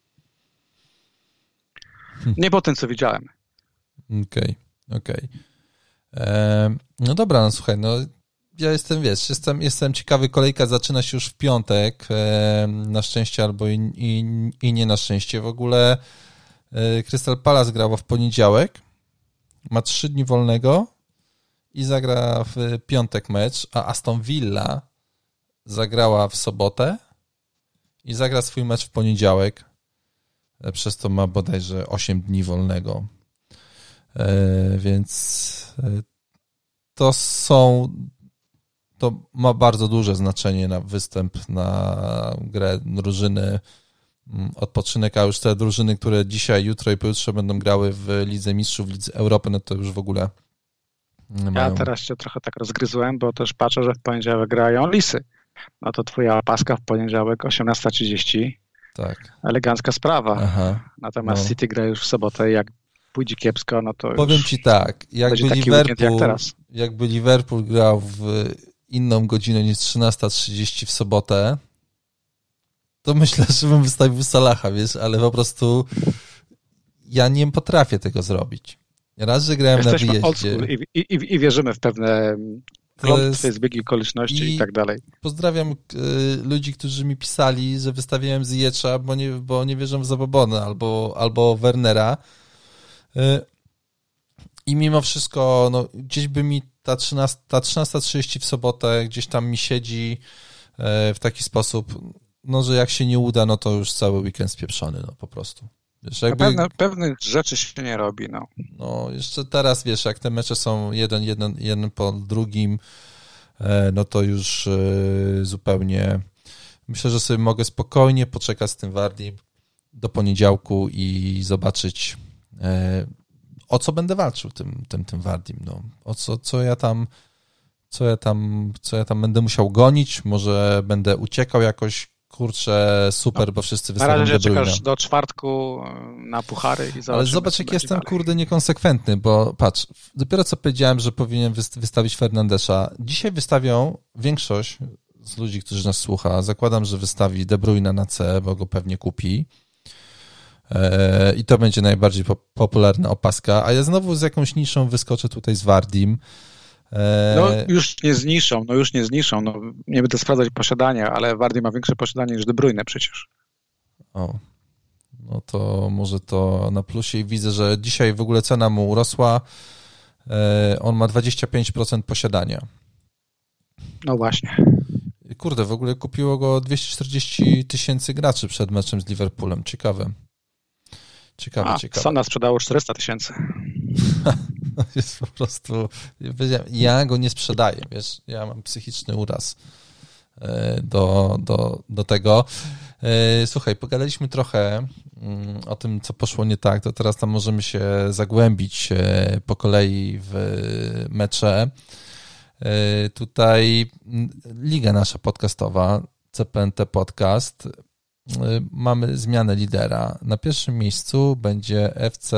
Nie po tym, co widziałem. Okej. No dobra, no słuchaj, no ja jestem ciekawy, kolejka zaczyna się już w piątek, na szczęście albo i nie na szczęście. W ogóle Crystal Palace grało w poniedziałek, ma 3 dni wolnego i zagra w piątek mecz, a Aston Villa zagrała w sobotę i zagra swój mecz w poniedziałek, przez to ma bodajże 8 dni wolnego. Więc to ma bardzo duże znaczenie na występ, na grę drużyny, odpoczynek, a już te drużyny, które dzisiaj, jutro i pojutrze będą grały w Lidze Mistrzów, w Lidze Europy, no to już w ogóle mają... Ja teraz cię trochę tak rozgryzłem, bo też patrzę, że w poniedziałek grają Lisy. No to twoja paska w poniedziałek 18:30. Tak. Elegancka sprawa. Aha, natomiast City gra już w sobotę, jak pójdzie kiepsko, no to powiem ci tak, jakby Liverpool grał w inną godzinę niż 13:30 w sobotę, to myślę, że bym wystawił Salaha, wiesz, ale po prostu ja nie potrafię tego zrobić. Raz, że grałem Jesteśmy na wyjeździe. old school i wierzymy w pewne klątwy, zbiegi okoliczności i tak dalej. Pozdrawiam ludzi, którzy mi pisali, że wystawiałem Ziyech'a, bo nie wierzą w Zabobony albo Wernera. I mimo wszystko, no, gdzieś by mi ta 13:30 w sobotę gdzieś tam mi siedzi w taki sposób, no, że jak się nie uda, no to już cały weekend spieprzony, no po prostu. Wiesz, Pewnych rzeczy się nie robi, no. No, jeszcze teraz, wiesz, jak te mecze są jeden po drugim, no to już zupełnie myślę, że sobie mogę spokojnie poczekać z tym Wardim do poniedziałku i zobaczyć, o co będę walczył tym Wardim, no. Co ja tam będę musiał gonić, może będę uciekał jakoś, kurczę, super, bo wszyscy wystawią De Bruyne. Czekasz do czwartku na puchary i zobaczymy. Ale zobacz, jak jestem, dalej. Kurde, niekonsekwentny, bo patrz, dopiero co powiedziałem, że powinien wystawić Fernandesza. Dzisiaj wystawią większość z ludzi, którzy nas słucha, zakładam, że wystawi De Bruyne na C, bo go pewnie kupi. I to będzie najbardziej popularna opaska, a ja znowu z jakąś niszą wyskoczę tutaj z Wardim. No już nie zniszą, nie będę sprawdzać posiadania, ale Wardy ma większe posiadanie niż De Bruyne przecież. O, no to może to na plusie i widzę, że dzisiaj w ogóle cena mu urosła, on ma 25% posiadania. No właśnie. Kurde, w ogóle kupiło go 240 000 graczy przed meczem z Liverpoolem, ciekawe. Sona sprzedało 400 000. Jest po prostu... Ja go nie sprzedaję, wiesz, ja mam psychiczny uraz do tego. Słuchaj, pogadaliśmy trochę o tym, co poszło nie tak, to teraz tam możemy się zagłębić po kolei w mecze. Tutaj liga nasza podcastowa, CPNT Podcast, mamy zmianę lidera. Na pierwszym miejscu będzie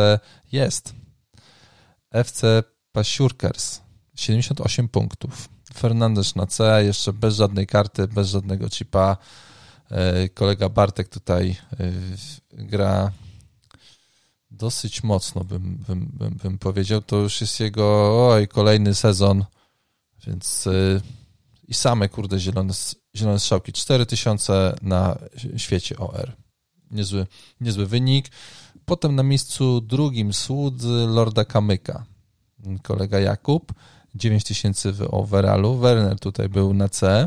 FC Pasiurkers, 78 punktów. Fernandes na C, jeszcze bez żadnej karty, bez żadnego chipa. Kolega Bartek tutaj gra dosyć mocno, bym powiedział. To już jest jego kolejny sezon, więc i same, kurde, zielone strzałki. 4000 na świecie OR. Niezły wynik. Potem na miejscu drugim Słudz Lorda Kamyka. Kolega Jakub, 9000 w overallu. Werner tutaj był na C.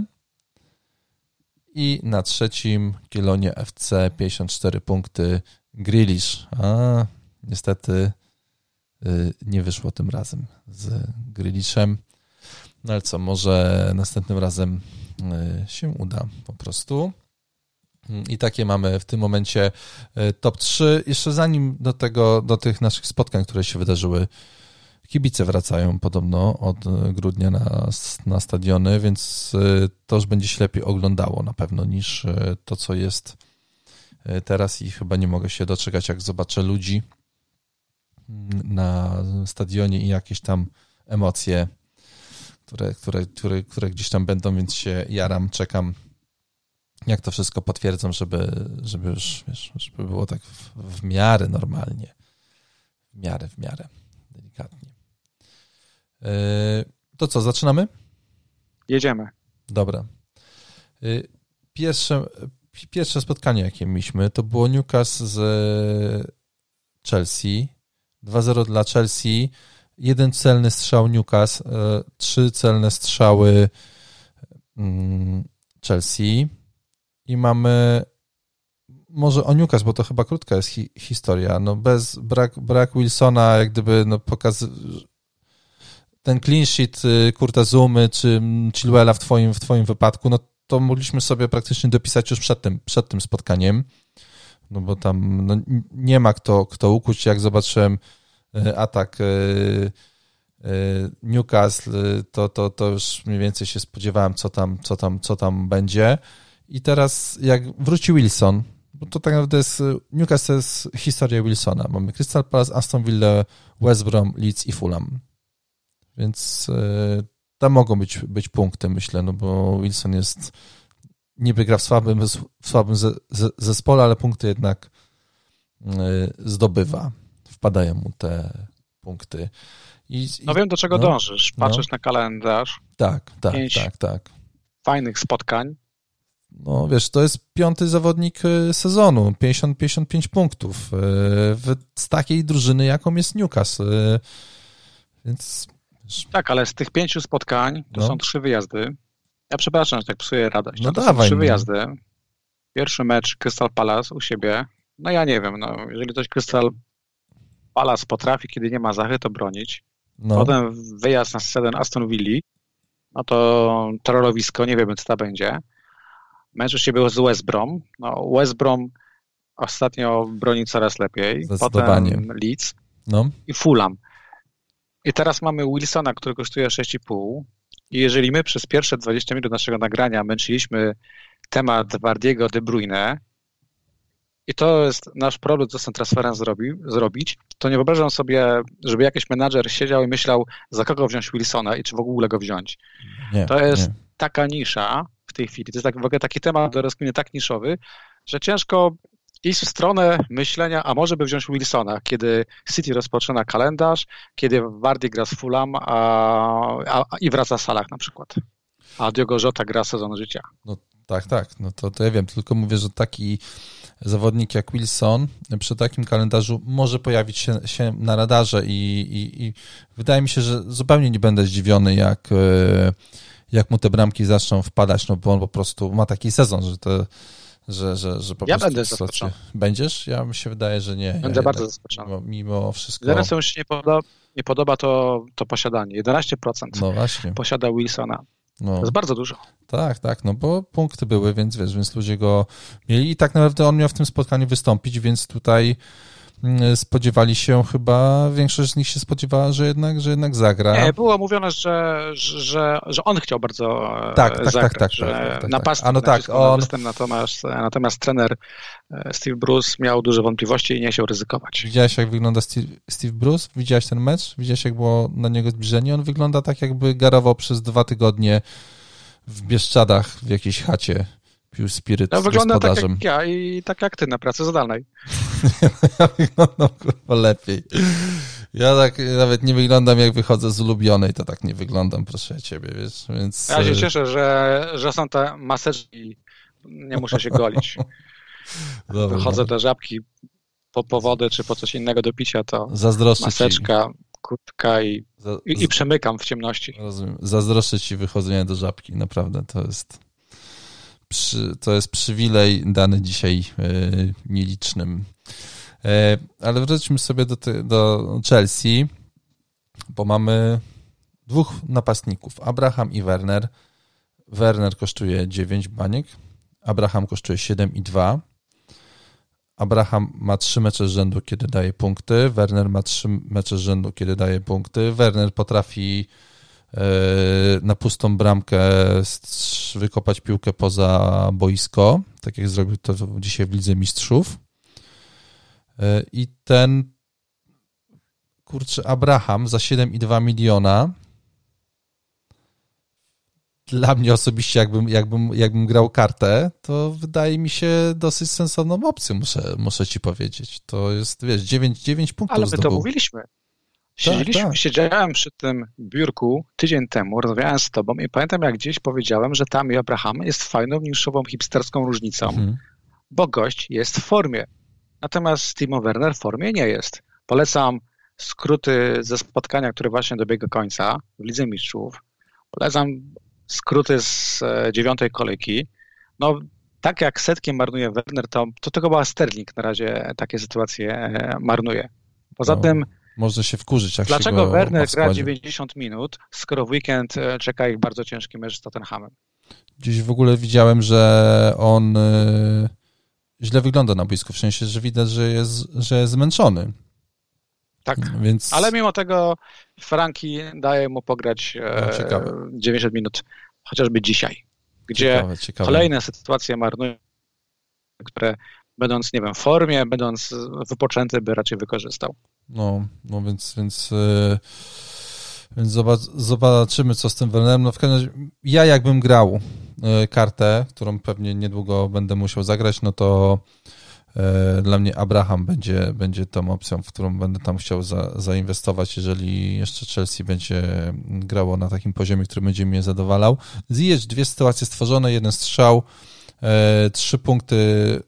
I na trzecim Kielonie FC 54 punkty Grealish. Niestety nie wyszło tym razem z Grealishem. No ale co, może następnym razem się uda po prostu. I takie mamy w tym momencie top 3. Jeszcze zanim do tych naszych spotkań, które się wydarzyły, kibice wracają podobno od grudnia na stadiony, więc to już będzie się lepiej oglądało na pewno niż to, co jest teraz i chyba nie mogę się doczekać, jak zobaczę ludzi na stadionie i jakieś tam emocje, które gdzieś tam będą, więc się jaram, czekam, jak to wszystko potwierdzą, żeby już, wiesz, żeby było tak w miarę normalnie. W miarę delikatnie. To co, zaczynamy? Jedziemy. Dobra. Pierwsze spotkanie, jakie mieliśmy, to było Newcastle z Chelsea. 2-0 dla Chelsea. 1 celny strzał Newcastle, 3 celne strzały Chelsea. I mamy może o Newcastle, bo to chyba krótka jest historia. No brak Wilsona, jak gdyby ten clean sheet Kurta Zumy czy Chilwella w twoim wypadku, no to mogliśmy sobie praktycznie dopisać już przed tym spotkaniem. No bo tam nie ma kto ukuć. Jak zobaczyłem atak Newcastle, to już mniej więcej się spodziewałem, co tam będzie. I teraz jak wróci Wilson, bo to tak naprawdę jest Newcastle, to jest historia Wilsona. Mamy Crystal Palace, Aston Villa, West Brom, Leeds i Fulham. Więc tam mogą być punkty, myślę, no bo Wilson jest niby gra w słabym zespole, ale punkty jednak zdobywa. Wpadają mu te punkty. No wiem, do czego dążysz. Patrzysz na kalendarz. Tak. 5 fajnych spotkań. No wiesz, to jest 5. zawodnik sezonu, 55 punktów z takiej drużyny, jaką jest Newcastle. Więc... Tak, ale z tych 5 spotkań to są 3 wyjazdy. Ja przepraszam, że tak psuję radość. No to dawaj, są 3 wyjazdy. Pierwszy mecz Crystal Palace u siebie. No ja nie wiem, jeżeli ktoś Crystal Palace potrafi, kiedy nie ma Zachy, to bronić. Potem wyjazd na scenę Aston Villa. No to terrorowisko, nie wiemy, co to będzie. Mecz u siebie z West Brom. West Brom ostatnio broni coraz lepiej. Potem Leeds i Fulham. I teraz mamy Wilsona, który kosztuje 6,5. I jeżeli my przez pierwsze 20 minut naszego nagrania męczyliśmy temat Wardiego, De Bruyne i to jest nasz problem, co z tym transferem zrobić, to nie wyobrażam sobie, żeby jakiś menadżer siedział i myślał, za kogo wziąć Wilsona i czy w ogóle go wziąć. To jest taka nisza w tej chwili, to jest w ogóle taki temat do rozkminy tak niszowy, że ciężko iść w stronę myślenia, a może by wziąć Wilsona, kiedy City rozpoczyna kalendarz, kiedy Wardy gra z Fulham i wraca Salah na przykład. A Diogo Jota gra sezon życia. No tak. No to ja wiem, tylko mówię, że taki zawodnik jak Wilson przy takim kalendarzu może pojawić się na radarze i wydaje mi się, że zupełnie nie będę zdziwiony, jak mu te bramki zaczną wpadać, no bo on po prostu ma taki sezon, że to że po ja prostu... będę zaskoczony. Będziesz? Ja mi się wydaje, że nie. Będę bardzo zaskoczony. Mimo wszystko... Zaraz co mi się nie podoba to posiadanie. 11% posiada Wilsona. To jest bardzo dużo. Tak, no bo punkty były, więc ludzie go mieli i tak naprawdę on miał w tym spotkaniu wystąpić, więc tutaj spodziewali się chyba, większość z nich się spodziewała, że jednak zagra. Nie, było mówione, że on chciał bardzo zagrać, że napastnik występ, natomiast trener Steve Bruce miał duże wątpliwości i nie chciał ryzykować. Widziałeś, jak wygląda Steve Bruce? Widziałeś ten mecz? Widziałeś, jak było na niego zbliżenie? On wygląda tak, jakby garował przez 2 tygodnie w Bieszczadach w jakiejś chacie. Pił spiryt z wygląda gospodarzem. Tak jak ja i tak jak ty na pracy zdalnej. Ja wyglądam chyba lepiej. Ja tak nawet nie wyglądam, jak wychodzę z ulubionej, to tak nie wyglądam, proszę ciebie, wiesz, więc... Ja się cieszę, że są te maseczki, nie muszę się golić. Dobra, wychodzę do Żabki po wodę, czy po coś innego do picia, to maseczka, kurtka i przemykam w ciemności. Rozumiem. Zazdroszczę ci wychodzenia do Żabki, naprawdę, to jest przywilej dany dzisiaj nielicznym. Ale wróćmy sobie do Chelsea, bo mamy 2 napastników, Abraham i Werner. Werner kosztuje 9 baniek, Abraham kosztuje 7,2. Abraham ma 3 mecze z rzędu, kiedy daje punkty, Werner ma 3 mecze z rzędu, kiedy daje punkty. Werner potrafi na pustą bramkę wykopać piłkę poza boisko, tak jak zrobił to dzisiaj w Lidze Mistrzów. I ten Abraham za 7,2 miliona dla mnie osobiście, jakbym grał kartę, to wydaje mi się dosyć sensowną opcją, muszę ci powiedzieć. To jest, wiesz, 9 punktów ale my to mówiliśmy. Siedziałem przy tym biurku tydzień temu, rozmawiałem z tobą i pamiętam, jak gdzieś powiedziałem, że Tammy Abraham jest fajną, niszową, hipsterską różnicą, bo gość jest w formie. Natomiast Timo Werner w formie nie jest. Polecam skróty ze spotkania, które właśnie dobiega końca w Lidze Mistrzów. Polecam skróty z 9. kolejki. No, tak jak setki marnuje Werner, to chyba Sterling na razie takie sytuacje marnuje. Poza tym można się wkurzyć, jak dlaczego się go Werner gra 90 minut, skoro w weekend czeka ich bardzo ciężki mecz z Tottenhamem? Gdzieś w ogóle widziałem, że on źle wygląda na boisku, w sensie, że widać, że jest zmęczony. Tak, więc... ale mimo tego Franki daje mu pograć 90 minut, chociażby dzisiaj, gdzie kolejne sytuacje marnuje, które będąc, nie wiem, w formie, będąc wypoczęty, by raczej wykorzystał. No więc zobaczymy, co z tym Wernerem. No w każdym razie, ja jakbym grał kartę, którą pewnie niedługo będę musiał zagrać, no to Dla mnie Abraham będzie tą opcją, w którą będę tam chciał zainwestować, jeżeli jeszcze Chelsea będzie grało na takim poziomie, który będzie mnie zadowalał. Ziyech, 2 sytuacje stworzone, 1 strzał, 3 punkty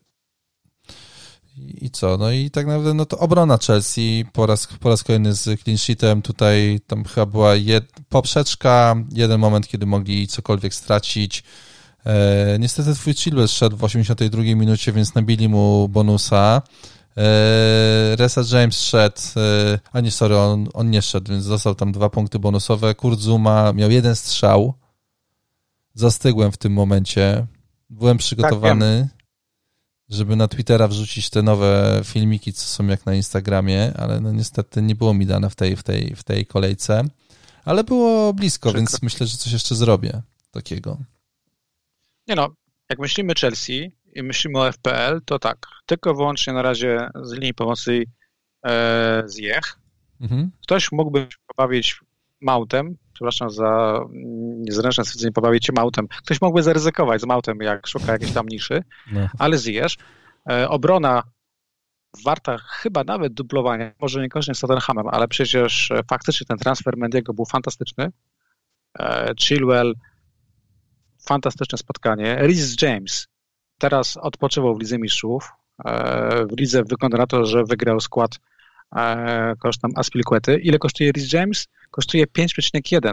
i co? No i tak naprawdę no to obrona Chelsea po raz kolejny z clean sheetem. Tutaj tam chyba była poprzeczka, jeden moment, kiedy mogli cokolwiek stracić. Niestety twój Chilwell szedł w 82 minucie, więc nabili mu bonusa. Reece James szedł, on nie szedł, więc dostał tam 2 punkty bonusowe. Kurt Zouma miał 1 strzał. Zastygłem w tym momencie. Byłem przygotowany, żeby na Twittera wrzucić te nowe filmiki, co są jak na Instagramie, ale no niestety nie było mi dane w tej kolejce. Ale było blisko, więc myślę, że coś jeszcze zrobię takiego. Nie no, jak myślimy Chelsea i myślimy o FPL, to tak, tylko wyłącznie na razie z linii pomocy Ziyech. Ktoś mógłby się pobawić Mountem, przepraszam za niezręczne stwierdzenie, pobawić się Mountem. Ktoś mógłby zaryzykować z Mountem, jak szuka jakiejś tam niszy, ale Ziyech. Obrona warta chyba nawet dublowania, może niekoniecznie z Tottenhamem, ale przecież faktycznie ten transfer Mendiego był fantastyczny. Chilwell, fantastyczne spotkanie. Reece James teraz odpoczywał w Lidze Mistrzów. W lidze wygląda na to, że wygrał skład kosztem Azpilicuety. Ile kosztuje Reece James? Kosztuje 5,1.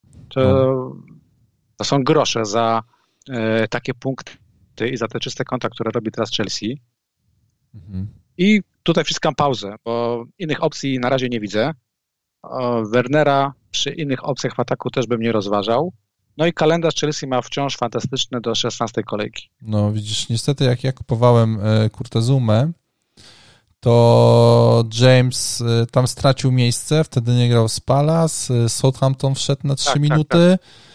To są grosze za takie punkty i za te czyste konta, które robi teraz Chelsea. I tutaj wciskam pauzę, bo innych opcji na razie nie widzę. Wernera przy innych opcjach w ataku też bym nie rozważał. No i kalendarz Chelsea ma wciąż fantastyczny do 16 kolejki. No widzisz, niestety jak ja kupowałem Kurta Zoumę, to James tam stracił miejsce, wtedy nie grał z Palace, Southampton wszedł na 3 minuty,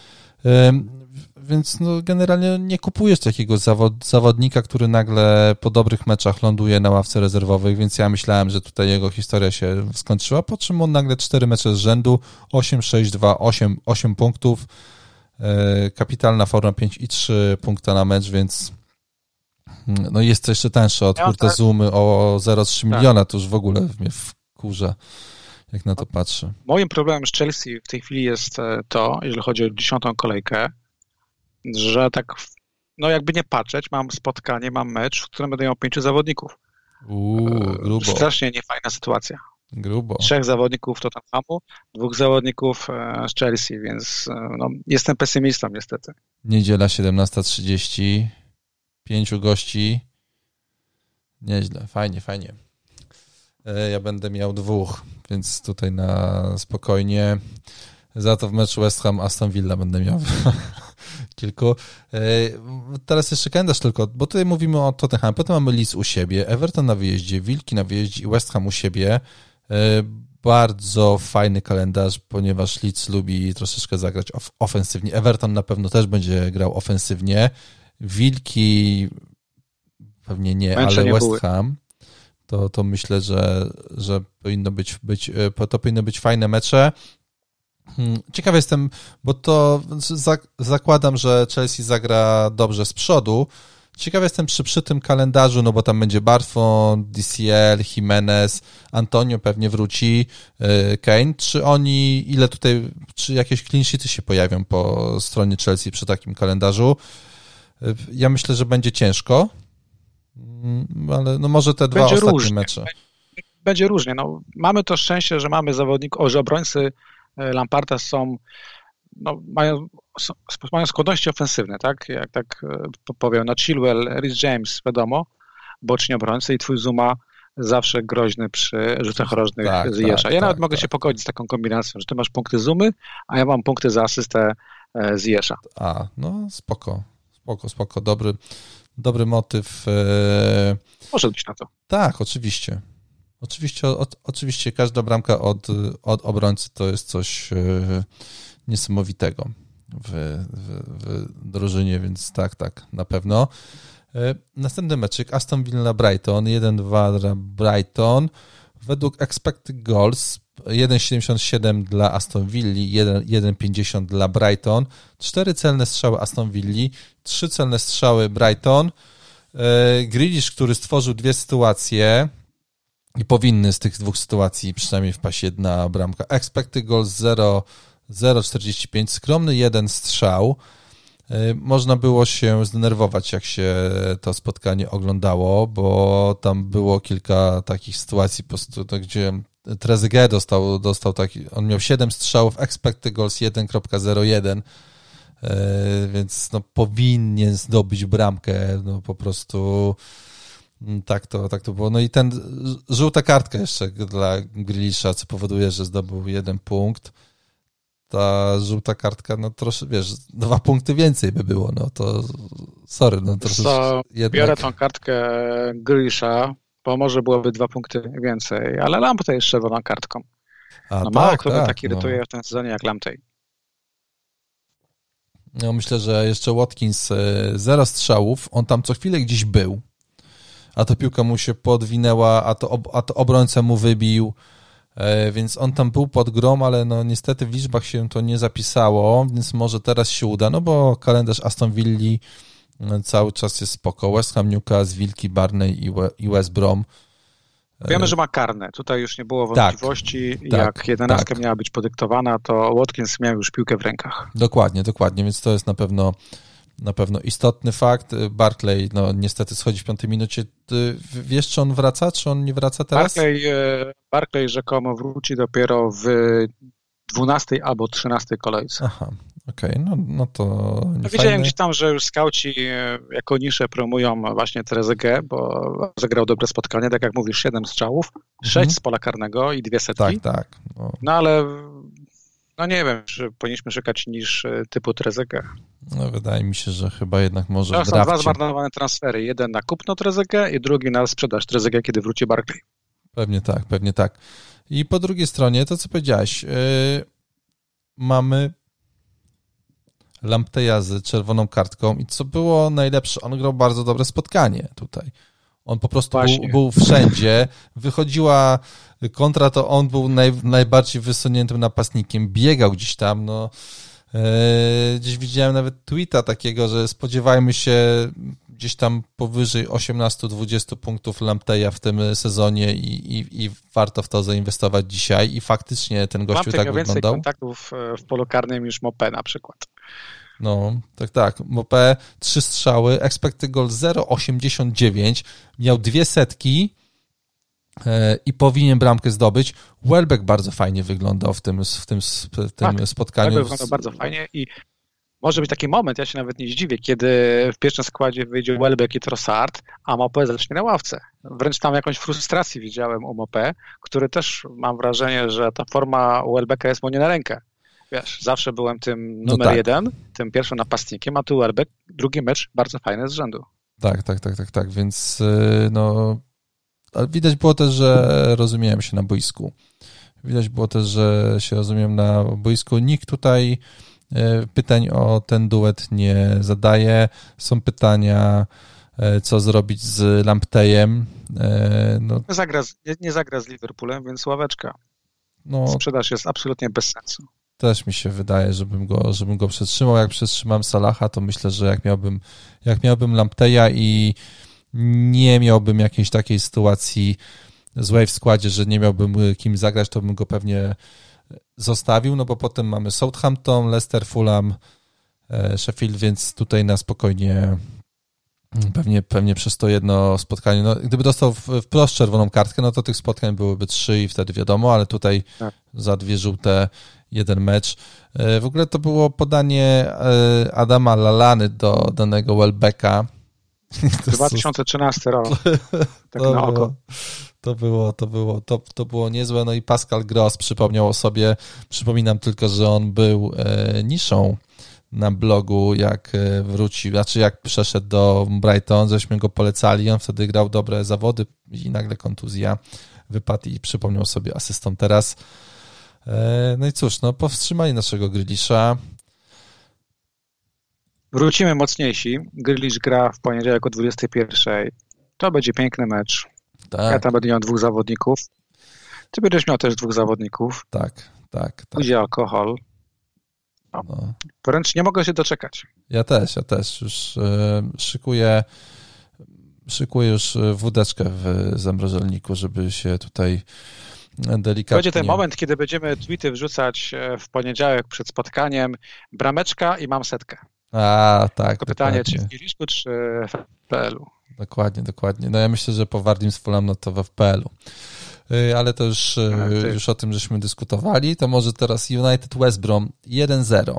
więc no generalnie nie kupujesz takiego zawodnika, który nagle po dobrych meczach ląduje na ławce rezerwowych, więc ja myślałem, że tutaj jego historia się skończyła, po czym on nagle 4 mecze z rzędu, 8-6-2, 8 punktów, kapitalna forma 5,3 punkta na mecz, więc no jest to jeszcze tańsze od Kurta Zoumy o 0,3 miliona, to już w ogóle mnie wkurza, jak na to patrzę. Moim problemem z Chelsea w tej chwili jest to, jeżeli chodzi o 10. kolejkę, że tak, no jakby nie patrzeć, mam spotkanie, mam mecz, w którym będę miał 5 zawodników. Grubo. Strasznie niefajna sytuacja. Grubo. 3 zawodników Tottenhamu, 2 zawodników z Chelsea, więc no, jestem pesymistą niestety. Niedziela 17:30, 5 gości. Nieźle, fajnie. Ja będę miał 2, więc tutaj na spokojnie. Za to w meczu West Ham Aston Villa będę miał kilku. Teraz jeszcze kalendarz tylko, bo tutaj mówimy o Tottenham, potem mamy Leeds u siebie, Everton na wyjeździe, Wilki na wyjeździe i West Ham u siebie. Bardzo fajny kalendarz, ponieważ Leeds lubi troszeczkę zagrać ofensywnie. Everton na pewno też będzie grał ofensywnie. Wilki pewnie nie, ale West Ham to myślę, że powinny być fajne mecze. Ciekawy jestem, bo to zakładam, że Chelsea zagra dobrze z przodu. Ciekawy jestem przy tym kalendarzu, no bo tam będzie Buffon, DCL, Jimenez, Antonio pewnie wróci, Kane. Czy jakieś clean sheety się pojawią po stronie Chelsea przy takim kalendarzu? Ja myślę, że będzie ciężko, ale no może te 2 ostatnie mecze. Będzie różnie. No, mamy to szczęście, że mamy zawodników, że obrońcy Lamparda mają skłonności ofensywne, tak? Jak tak powiem, no Chilwell, Reece James, wiadomo, boczni obrońcy i twój Zouma zawsze groźny przy rzutach rożnych Ziyesza. Ja nawet mogę się pogodzić z taką kombinacją, że ty masz punkty Zoomy, a ja mam punkty za asystę Ziyesza. No spoko. Dobry motyw. Może być na to. Tak, oczywiście. Oczywiście każda bramka od obrońcy to jest coś niesamowitego w drużynie, więc tak, na pewno. Następny meczyk, Aston Villa Brighton, 1-2 dla Brighton. Według expected goals 1,77 dla Aston Villa, 1,50 dla Brighton. 4 celne strzały Aston Villa, 3 celne strzały Brighton. Grealish, który stworzył dwie sytuacje i powinny z tych dwóch sytuacji przynajmniej wpaść jedna bramka. Expected goals 0,45, skromny jeden strzał. Można było się zdenerwować, jak się to spotkanie oglądało, bo tam było kilka takich sytuacji, po prostu, gdzie Trezeguet dostał taki, on miał 7 strzałów, expected goals 1,01, więc no, powinien zdobyć bramkę, no po prostu tak to było. No i żółta kartka jeszcze dla Grealisha, co powoduje, że zdobył 1 punkt. Ta żółta kartka, no troszkę, wiesz, 2 punkty więcej by było, no to sorry, no troszkę jednak... Biorę tą kartkę Grealisha, bo może byłoby 2 punkty więcej, ale Lamptey jest czerwoną kartką. Mało kto mnie tak irytuje w tym sezonie jak Lamptey. No myślę, że jeszcze Watkins 0 strzałów, on tam co chwilę gdzieś był, a to piłka mu się podwinęła, a to obrońca mu wybił, więc on tam był pod grom, ale no niestety w liczbach się to nie zapisało, więc może teraz się uda, no bo kalendarz Aston Villa cały czas jest spoko. West Ham, Newcastle, Wilki, Barney i West Brom. Wiemy, że ma karne. Tutaj już nie było wątpliwości. Jak 11 miała być podyktowana, to Watkins miał już piłkę w rękach. Dokładnie, więc to jest na pewno istotny fakt. Barkley, no niestety schodzi w 5 minucie. Wiesz, czy on wraca, czy on nie wraca teraz? Barkley rzekomo wróci dopiero w 12 albo 13 kolejce. Aha, okej, no to nie widziałem gdzieś tam, że już skauci jako niszę promują właśnie Trezeguet, bo zagrał dobre spotkanie, tak jak mówisz, 7 strzałów, 6 z pola karnego i 2 setki. Tak. No ale no nie wiem, czy powinniśmy szukać niż typu Trezeguet. No wydaje mi się, że chyba jednak może w drafcie. Są 2 zmarnowane transfery. Jeden na kupno Trezeguet i drugi na sprzedaż Trezeguet, kiedy wróci Barkley. Pewnie tak. I po drugiej stronie, to co powiedziałeś, mamy Lampteja z czerwoną kartką i co było najlepsze, on grał bardzo dobre spotkanie tutaj. On po prostu był wszędzie, wychodziła kontra, to on był najbardziej wysuniętym napastnikiem, biegał gdzieś tam, no gdzieś widziałem nawet tweeta takiego, że spodziewajmy się gdzieś tam powyżej 18-20 punktów Lampteja w tym sezonie i warto w to zainwestować dzisiaj i faktycznie ten gościu tak wyglądał. Więcej kontaktów w polu karnym niż Mopé na przykład. No, tak. Mopé 3 strzały, expected goal 0,89, miał 2 setki i powinien bramkę zdobyć. Welbeck bardzo fajnie wyglądał w tym spotkaniu. Welbeck wyglądał bardzo fajnie i może być taki moment, ja się nawet nie zdziwię, kiedy w pierwszym składzie wyjdzie Welbeck i Trossard, a Mopé zacznie na ławce. Wręcz tam jakąś frustrację widziałem u Mopé, który też mam wrażenie, że ta forma Welbecka jest mu nie na rękę. Wiesz, zawsze byłem tym numer 1, tym pierwszym napastnikiem, a tu Welbeck, drugi mecz bardzo fajny z rzędu. Tak, więc no widać było też, że rozumiałem się na boisku. Nikt tutaj pytań o ten duet nie zadaje. Są pytania, co zrobić z Lamptejem. No. Nie zagra z Liverpoolem, więc ławeczka. No, sprzedaż jest absolutnie bez sensu. Też mi się wydaje, żebym go przetrzymał. Jak przetrzymam Salaha, to myślę, że jak miałbym Lampteja i nie miałbym jakiejś takiej sytuacji złej w składzie, że nie miałbym kim zagrać, to bym go pewnie zostawił, no bo potem mamy Southampton, Leicester, Fulham, Sheffield, więc tutaj na spokojnie pewnie przez to jedno spotkanie, no gdyby dostał wprost czerwoną kartkę, no to tych spotkań byłyby 3 i wtedy wiadomo, ale tutaj za 2 żółte 1 mecz. W ogóle to było podanie Adama Lallany do danego Welbecka. 2013 rok. Tak na oko. To było niezłe. No i Pascal Gross przypomniał o sobie. Przypominam tylko, że on był niszą na blogu, jak wrócił, jak przeszedł do Brighton, żeśmy go polecali, on wtedy grał dobre zawody i nagle kontuzja wypadł i przypomniał sobie asystent teraz. No i cóż, no powstrzymali naszego Grealisha. Wrócimy mocniejsi. Grealish gra w poniedziałek o 21:00. To będzie piękny mecz. Tak. Ja tam będę miał 2 zawodników. Ty będziesz miał też 2 zawodników. Tak. Pójdzie alkohol. No. Wręcz nie mogę się doczekać. Ja też już szykuję. Szykuję już wódeczkę w zamrożalniku, żeby się tutaj delikatnie... Będzie ten moment, kiedy będziemy tweety wrzucać w poniedziałek przed spotkaniem. Brameczka i mam setkę. Tak. Tylko pytanie, czy w Kieliszku, czy w FPL-u. Dokładnie. No ja myślę, że po Wardim z Fulham, no to w FPL-u. Ale to już o tym żeśmy dyskutowali. To może teraz United West Brom 1-0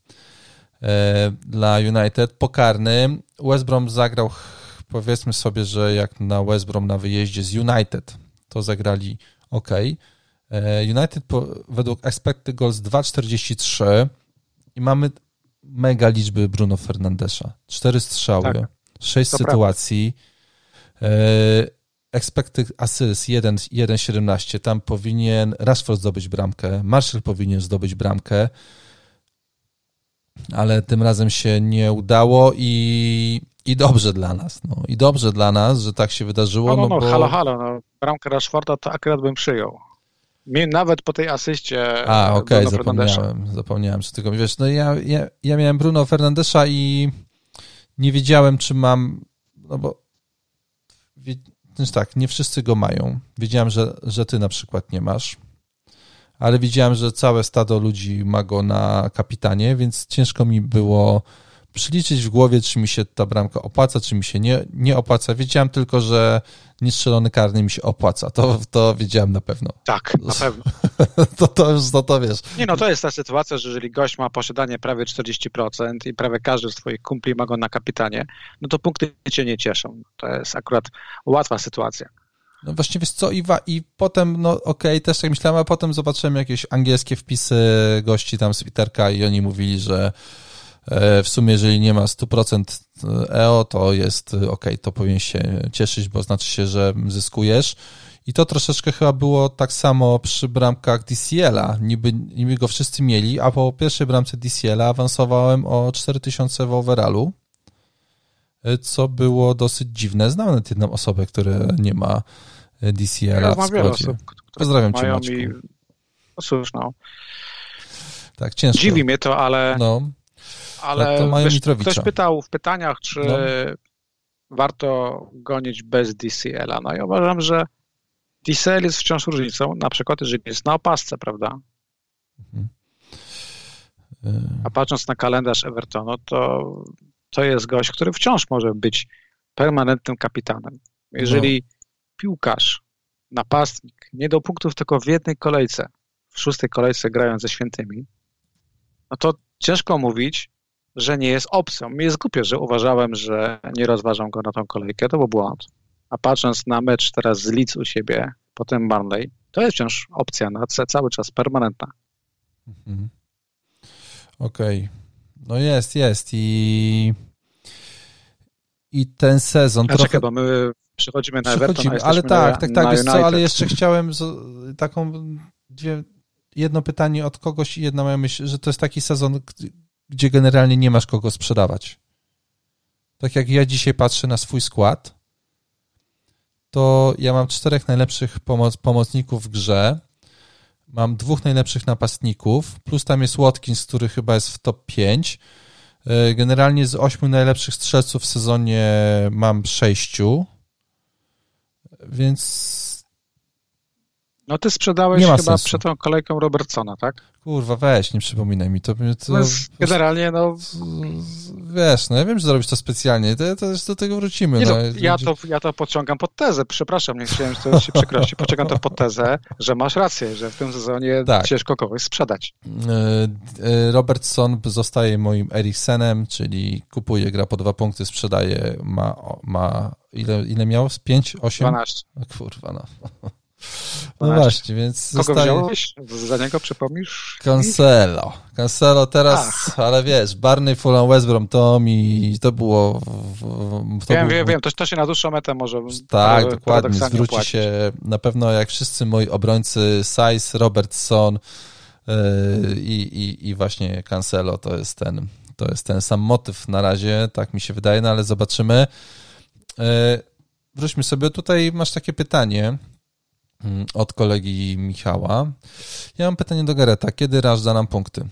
dla United. Pokarny. West Brom zagrał, powiedzmy sobie, że jak na West Brom na wyjeździe z United, to zagrali ok. United według expected goals 2,43 i mamy mega liczby Bruno Fernandesza. 4 strzały, 6 sytuacji. Expected assist 1,17. Tam powinien Rashford zdobyć bramkę, Martial powinien zdobyć bramkę, ale tym razem się nie udało i dobrze dla nas. No. I dobrze dla nas, że tak się wydarzyło. Bo... Halo. No. Bramkę Rashforda to akurat bym przyjął. Nawet po tej asyście. Okej, zapomniałem, że tylko wiesz, no ja miałem Bruno Fernandesza i nie wiedziałem, czy mam, no bo tak, nie wszyscy go mają. Wiedziałem, że ty na przykład nie masz, ale widziałem, że całe stado ludzi ma go na kapitanie, więc ciężko mi było przeliczyć w głowie, czy mi się ta bramka opłaca, czy mi się nie opłaca. Wiedziałem tylko, że niestrzelony karny mi się opłaca. To wiedziałem na pewno. Tak, na pewno. to wiesz. Nie, no to jest ta sytuacja, że jeżeli gość ma posiadanie prawie 40% i prawie każdy z twoich kumpli ma go na kapitanie, no to punkty cię nie cieszą. To jest akurat łatwa sytuacja. No właśnie, wiesz co, i potem, też tak myślałem, a potem zobaczyłem jakieś angielskie wpisy gości tam z Twitterka i oni mówili, że w sumie, jeżeli nie ma 100% EO, to jest to powinien się cieszyć, bo znaczy się, że zyskujesz. I to troszeczkę chyba było tak samo przy bramkach DCL-a. Niby go wszyscy mieli, a po pierwszej bramce DCL-a awansowałem o 4000 w overallu, co było dosyć dziwne. Znam nawet jedną osobę, która nie ma DCL-a w składzie. Pozdrawiam cię, Maćku. Cóż, no. Tak, ciężko. Dziwi mnie to, ale... Ale to mają ktoś pytał w pytaniach, czy warto gonić bez DCL-a. No i uważam, że DCL jest wciąż różnicą, na przykład jeżeli jest na opasce, prawda? A patrząc na kalendarz Evertonu, to jest gość, który wciąż może być permanentnym kapitanem. Jeżeli piłkarz, napastnik nie do punktów tylko w jednej kolejce, w 6. kolejce grając ze Świętymi, no to ciężko mówić, że nie jest opcją. Mi jest głupio, że uważałem, że nie rozważam go na tą kolejkę, to był błąd. A patrząc na mecz teraz z Leeds u siebie, potem Burnley, to jest wciąż opcja na cały czas permanentna. Okej. No jest i ten sezon trochę... Czekaj, bo my przechodzimy na Everton, a ale tak, jest co, ale jeszcze chciałem jedno pytanie od kogoś i jedna moja myśl, że to jest taki sezon, gdzie generalnie nie masz kogo sprzedawać. Tak jak ja dzisiaj patrzę na swój skład, to ja mam 4 najlepszych pomocników w grze, mam 2 najlepszych napastników, plus tam jest Watkins, który chyba jest w top 5. Generalnie z 8 najlepszych strzelców w sezonie mam 6, więc... No ty sprzedałeś chyba sensu. Przed tą kolejką Robertsona, tak? Kurwa, weź, nie przypominaj mi. To generalnie, wiesz, ja wiem, że zrobisz to specjalnie, to już do tego wrócimy. Ja to podciągam pod tezę, przepraszam, nie chciałem się przykrości, podciągam to pod tezę, że masz rację, że w tym sezonie ciężko kogoś sprzedać. Robertson zostaje moim Eriksenem, czyli kupuje, gra po 2 punkty, sprzedaje, ma ile miał? Z 5, 8? 12. Kurwa, no. No właśnie, więc kogo wziąłeś? Za niego przypomnisz? Cancelo teraz, ale wiesz, Barney, Fulham, West Brom, to było... Wiem, to się na dłuższą metę może... Tak, dokładnie, zwróci się na pewno jak wszyscy moi obrońcy, Saiz, Robertson i właśnie Cancelo, to jest ten sam motyw na razie, tak mi się wydaje, no ale zobaczymy. Wróćmy sobie, tutaj masz takie pytanie od kolegi Michała. Ja mam pytanie do Gareta. Kiedy Rush da nam punkty?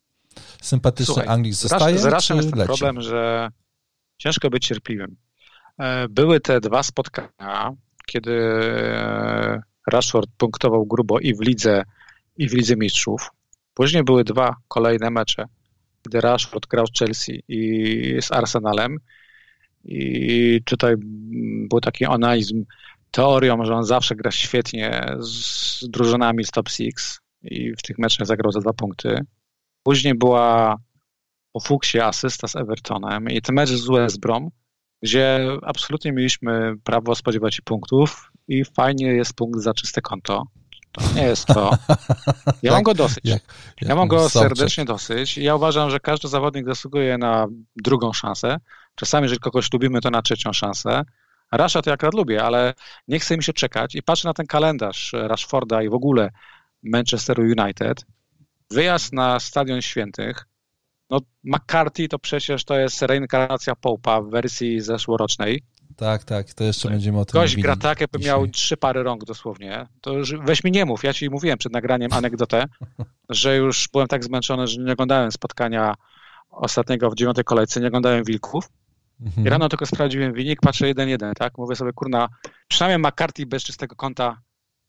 Sympatyczny Anglik zostaje, z Rushem czy jest ten leci? problem, że ciężko być cierpliwym. były te dwa spotkania, kiedy Rashford punktował grubo i w Lidze Mistrzów. Później były dwa kolejne mecze, gdy Rashford grał z Chelsea i z Arsenalem. I tutaj był taki analizm teorią, że on zawsze gra świetnie z drużynami z top 6 i w tych meczach zagrał za 2 punkty. Później była po fuksie asysta z Evertonem i ten mecz z West Brom, gdzie absolutnie mieliśmy prawo spodziewać się punktów i fajnie jest punkt za czyste konto. To nie jest to. Ja mam go dosyć. Ja mam go serdecznie dosyć. Ja uważam, że każdy zawodnik zasługuje na drugą szansę. Czasami, jeżeli kogoś lubimy, to na trzecią szansę. Rasha to ja akurat lubię, ale nie chce mi się czekać i patrzę na ten kalendarz Rashforda i w ogóle Manchesteru United. Wyjazd na Stadion Świętych. No McCarthy to przecież to jest reinkarnacja Pope'a w wersji zeszłorocznej. Tak, to jeszcze będziemy o tym mówili. Gość gra tak, jakby miał 3 pary rąk dosłownie. To już weź mi nie mów, ja ci mówiłem przed nagraniem anegdotę, że już byłem tak zmęczony, że nie oglądałem spotkania ostatniego w 9. kolejce, nie oglądałem Wilków. I rano tylko sprawdziłem wynik, patrzę 1-1, tak? Mówię sobie, kurna, przynajmniej McCarthy bez czystego konta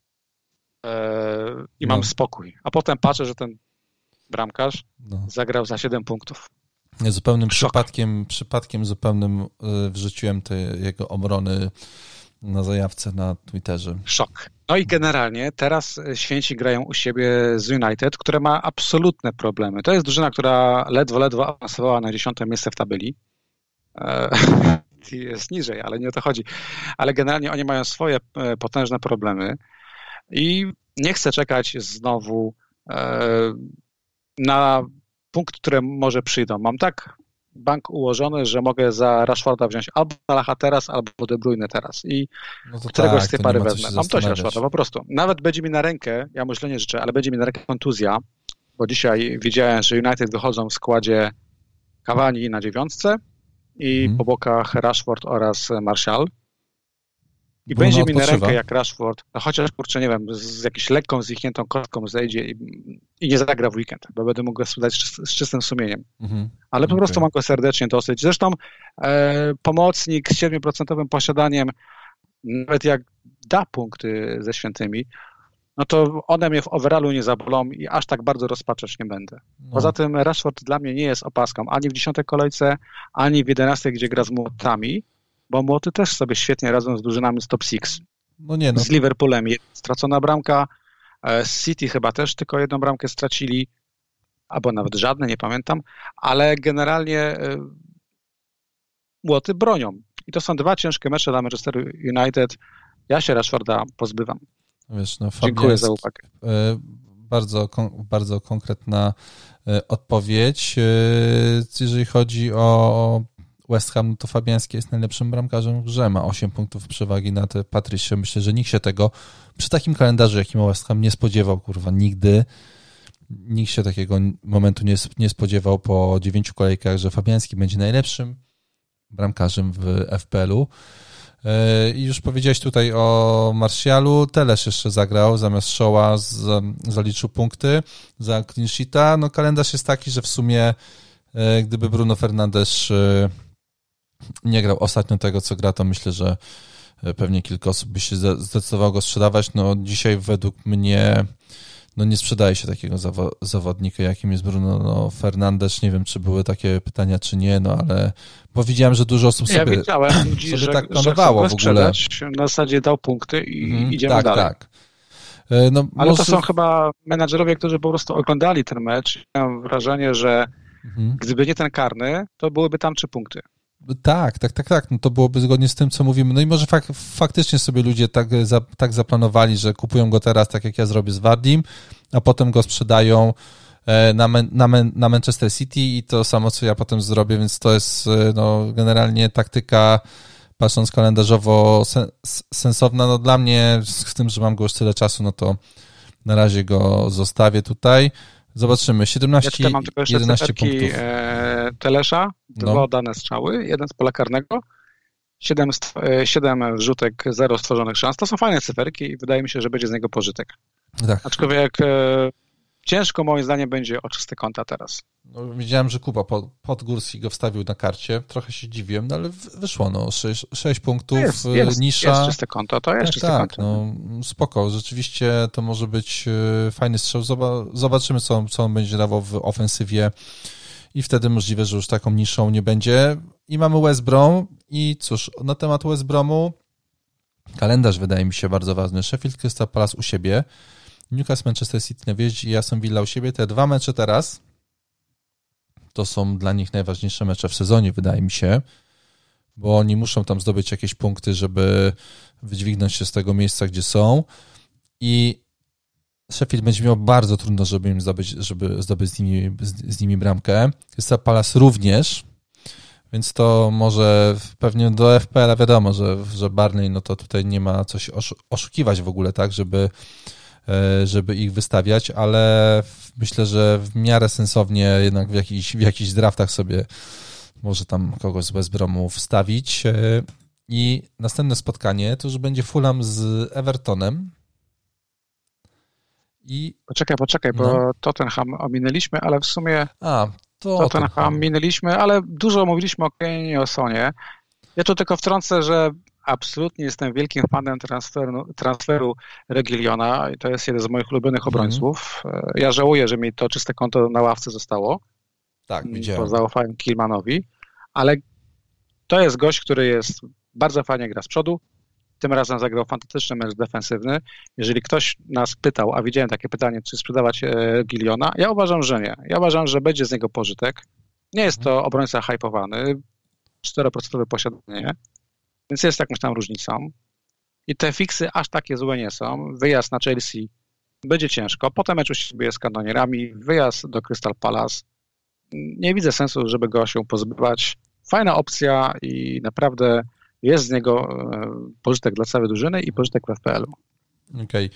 i mam spokój. A potem patrzę, że ten bramkarz zagrał za 7 punktów. Zupełnym przypadkiem zupełnym wrzuciłem te jego obrony na zajawce na Twitterze. Szok. No i generalnie teraz Święci grają u siebie z United, które ma absolutne problemy. To jest drużyna, która ledwo awansowała na 10. miejsce w tabeli. Jest niżej, ale nie o to chodzi. Ale generalnie oni mają swoje potężne problemy i nie chcę czekać znowu na punkt, które może przyjdą. Mam tak bank ułożony, że mogę za Rashforda wziąć albo Salaha teraz, albo De Bruyne teraz. I któregoś z tej pary wezmę. Mam dość Rashforda, po prostu. Nawet będzie mi na rękę, ja mu źle nie życzę, ale będzie mi na rękę kontuzja, bo dzisiaj widziałem, że United wychodzą w składzie Cavani na 9 i po bokach Rashford oraz Martial. I będzie mi na rękę, jak Rashford, no chociaż, kurczę, nie wiem, z jakąś lekką, zwichniętą kostką zejdzie i nie zagra w weekend, bo będę mógł go sprzedać z czystym sumieniem. Ale po prostu mam go serdecznie dosyć. Zresztą pomocnik z 7% posiadaniem, nawet jak da punkty ze Świętymi, no to one mnie w overallu nie zabolą i aż tak bardzo rozpaczać nie będę. Poza tym Rashford dla mnie nie jest opaską ani w 10. kolejce, ani w 11, gdzie gra z młotami, bo młoty też sobie świetnie radzą z drużynami z top 6. Z Liverpoolem stracona bramka, z City chyba też tylko 1 bramkę stracili, albo nawet żadne, nie pamiętam, ale generalnie młoty bronią. I to są 2 ciężkie mecze dla Manchesteru United. Ja się Rashforda pozbywam. Wiesz, dziękuję za uwagę. Bardzo konkretna odpowiedź. Jeżeli chodzi o West Ham, to Fabiański jest najlepszym bramkarzem w grze, ma 8 punktów przewagi nad Patricio. Myślę, że nikt się tego przy takim kalendarzu, jaki ma West Ham, nie spodziewał, nigdy. Nikt się takiego momentu nie spodziewał po 9 kolejkach, że Fabiański będzie najlepszym bramkarzem w FPL-u. I już powiedziałeś tutaj o Martialu, Telesz jeszcze zagrał zamiast Shaw'a, zaliczył punkty za clean sheeta. No kalendarz jest taki, że w sumie gdyby Bruno Fernandes nie grał ostatnio tego, co gra, to myślę, że pewnie kilka osób by się zdecydowało go sprzedawać. No dzisiaj według mnie nie sprzedaje się takiego zawodnika, jakim jest Bruno Fernandes. Nie wiem, czy były takie pytania, czy nie, ale bo widziałem, że dużo osób sobie, widziałem ludzi, sobie że, tak planowało w ogóle. Na zasadzie dał punkty i idziemy dalej. Tak. Ale to są chyba menadżerowie, którzy po prostu oglądali ten mecz. Mam wrażenie, że gdyby nie ten karny, to byłyby tam 3 punkty. Tak. No to byłoby zgodnie z tym, co mówimy. No i może faktycznie sobie ludzie tak zaplanowali, że kupują go teraz, tak jak ja zrobię z Wardim, a potem go sprzedają na Manchester City i to samo, co ja potem zrobię, więc to jest generalnie taktyka, patrząc kalendarzowo, sensowna. Dla mnie, z tym, że mam go już tyle czasu, no to na razie go zostawię tutaj. Zobaczymy. 11 punktów. Telesza, 2 oddane strzały, 1 z pola karnego, 7 wrzutek, 0 stworzonych szans. To są fajne cyferki i wydaje mi się, że będzie z niego pożytek. Tak. Aczkolwiek ciężko moim zdaniem będzie o czyste konta teraz. No, widziałem, że Kuba Podgórski go wstawił na karcie. Trochę się dziwiłem, no ale wyszło. No, 6 punktów, nisza. Jest czyste konto, to jest czyste konto. No, spoko. Rzeczywiście to może być fajny strzał. Zobaczymy, co on będzie dawał w ofensywie i wtedy możliwe, że już taką niszą nie będzie. I mamy West Brom i cóż, na temat West Bromu kalendarz wydaje mi się bardzo ważny. Sheffield Crystal Palace u siebie, Newcastle Manchester City na wjeździe i Aston Villa u siebie. Te 2 mecze teraz to są dla nich najważniejsze mecze w sezonie, wydaje mi się, bo oni muszą tam zdobyć jakieś punkty, żeby wydźwignąć się z tego miejsca, gdzie są i Sheffield będzie miał bardzo trudno, żeby zdobyć z nimi bramkę. Crystal Palace również, więc to może pewnie do FPL-a wiadomo, że Barney, no to tutaj nie ma co się oszukiwać w ogóle, tak, żeby ich wystawiać, ale myślę, że w miarę sensownie jednak w jakichś draftach sobie może tam kogoś z West Bromu wstawić. I następne spotkanie to już będzie Fulham z Evertonem. Poczekaj, bo Tottenham ominęliśmy, ale w sumie Tottenham minęliśmy, ale dużo mówiliśmy o Kane'ie i o Sonie. Ja tu tylko wtrącę, że absolutnie jestem wielkim fanem transferu Reguilona i to jest jeden z moich ulubionych obrońców. Ja żałuję, że mi to czyste konto na ławce zostało. Tak, widziałem. Po zaufaniu Kilmanowi, ale to jest gość, który jest bardzo fajnie gra z przodu. Tym razem zagrał fantastyczny mecz defensywny. Jeżeli ktoś nas pytał, a widziałem takie pytanie, czy sprzedawać Reguilona, ja uważam, że nie. Ja uważam, że będzie z niego pożytek. Nie jest to obrońca hypowany, 4% posiadanie, więc jest jakąś tam różnicą. I te fiksy aż takie złe nie są. Wyjazd na Chelsea będzie ciężko. Potem mecz u siebie z kanonierami, wyjazd do Crystal Palace. Nie widzę sensu, żeby go się pozbywać. Fajna opcja i naprawdę jest z niego pożytek dla całej drużyny i pożytek w FPL-u. Okej.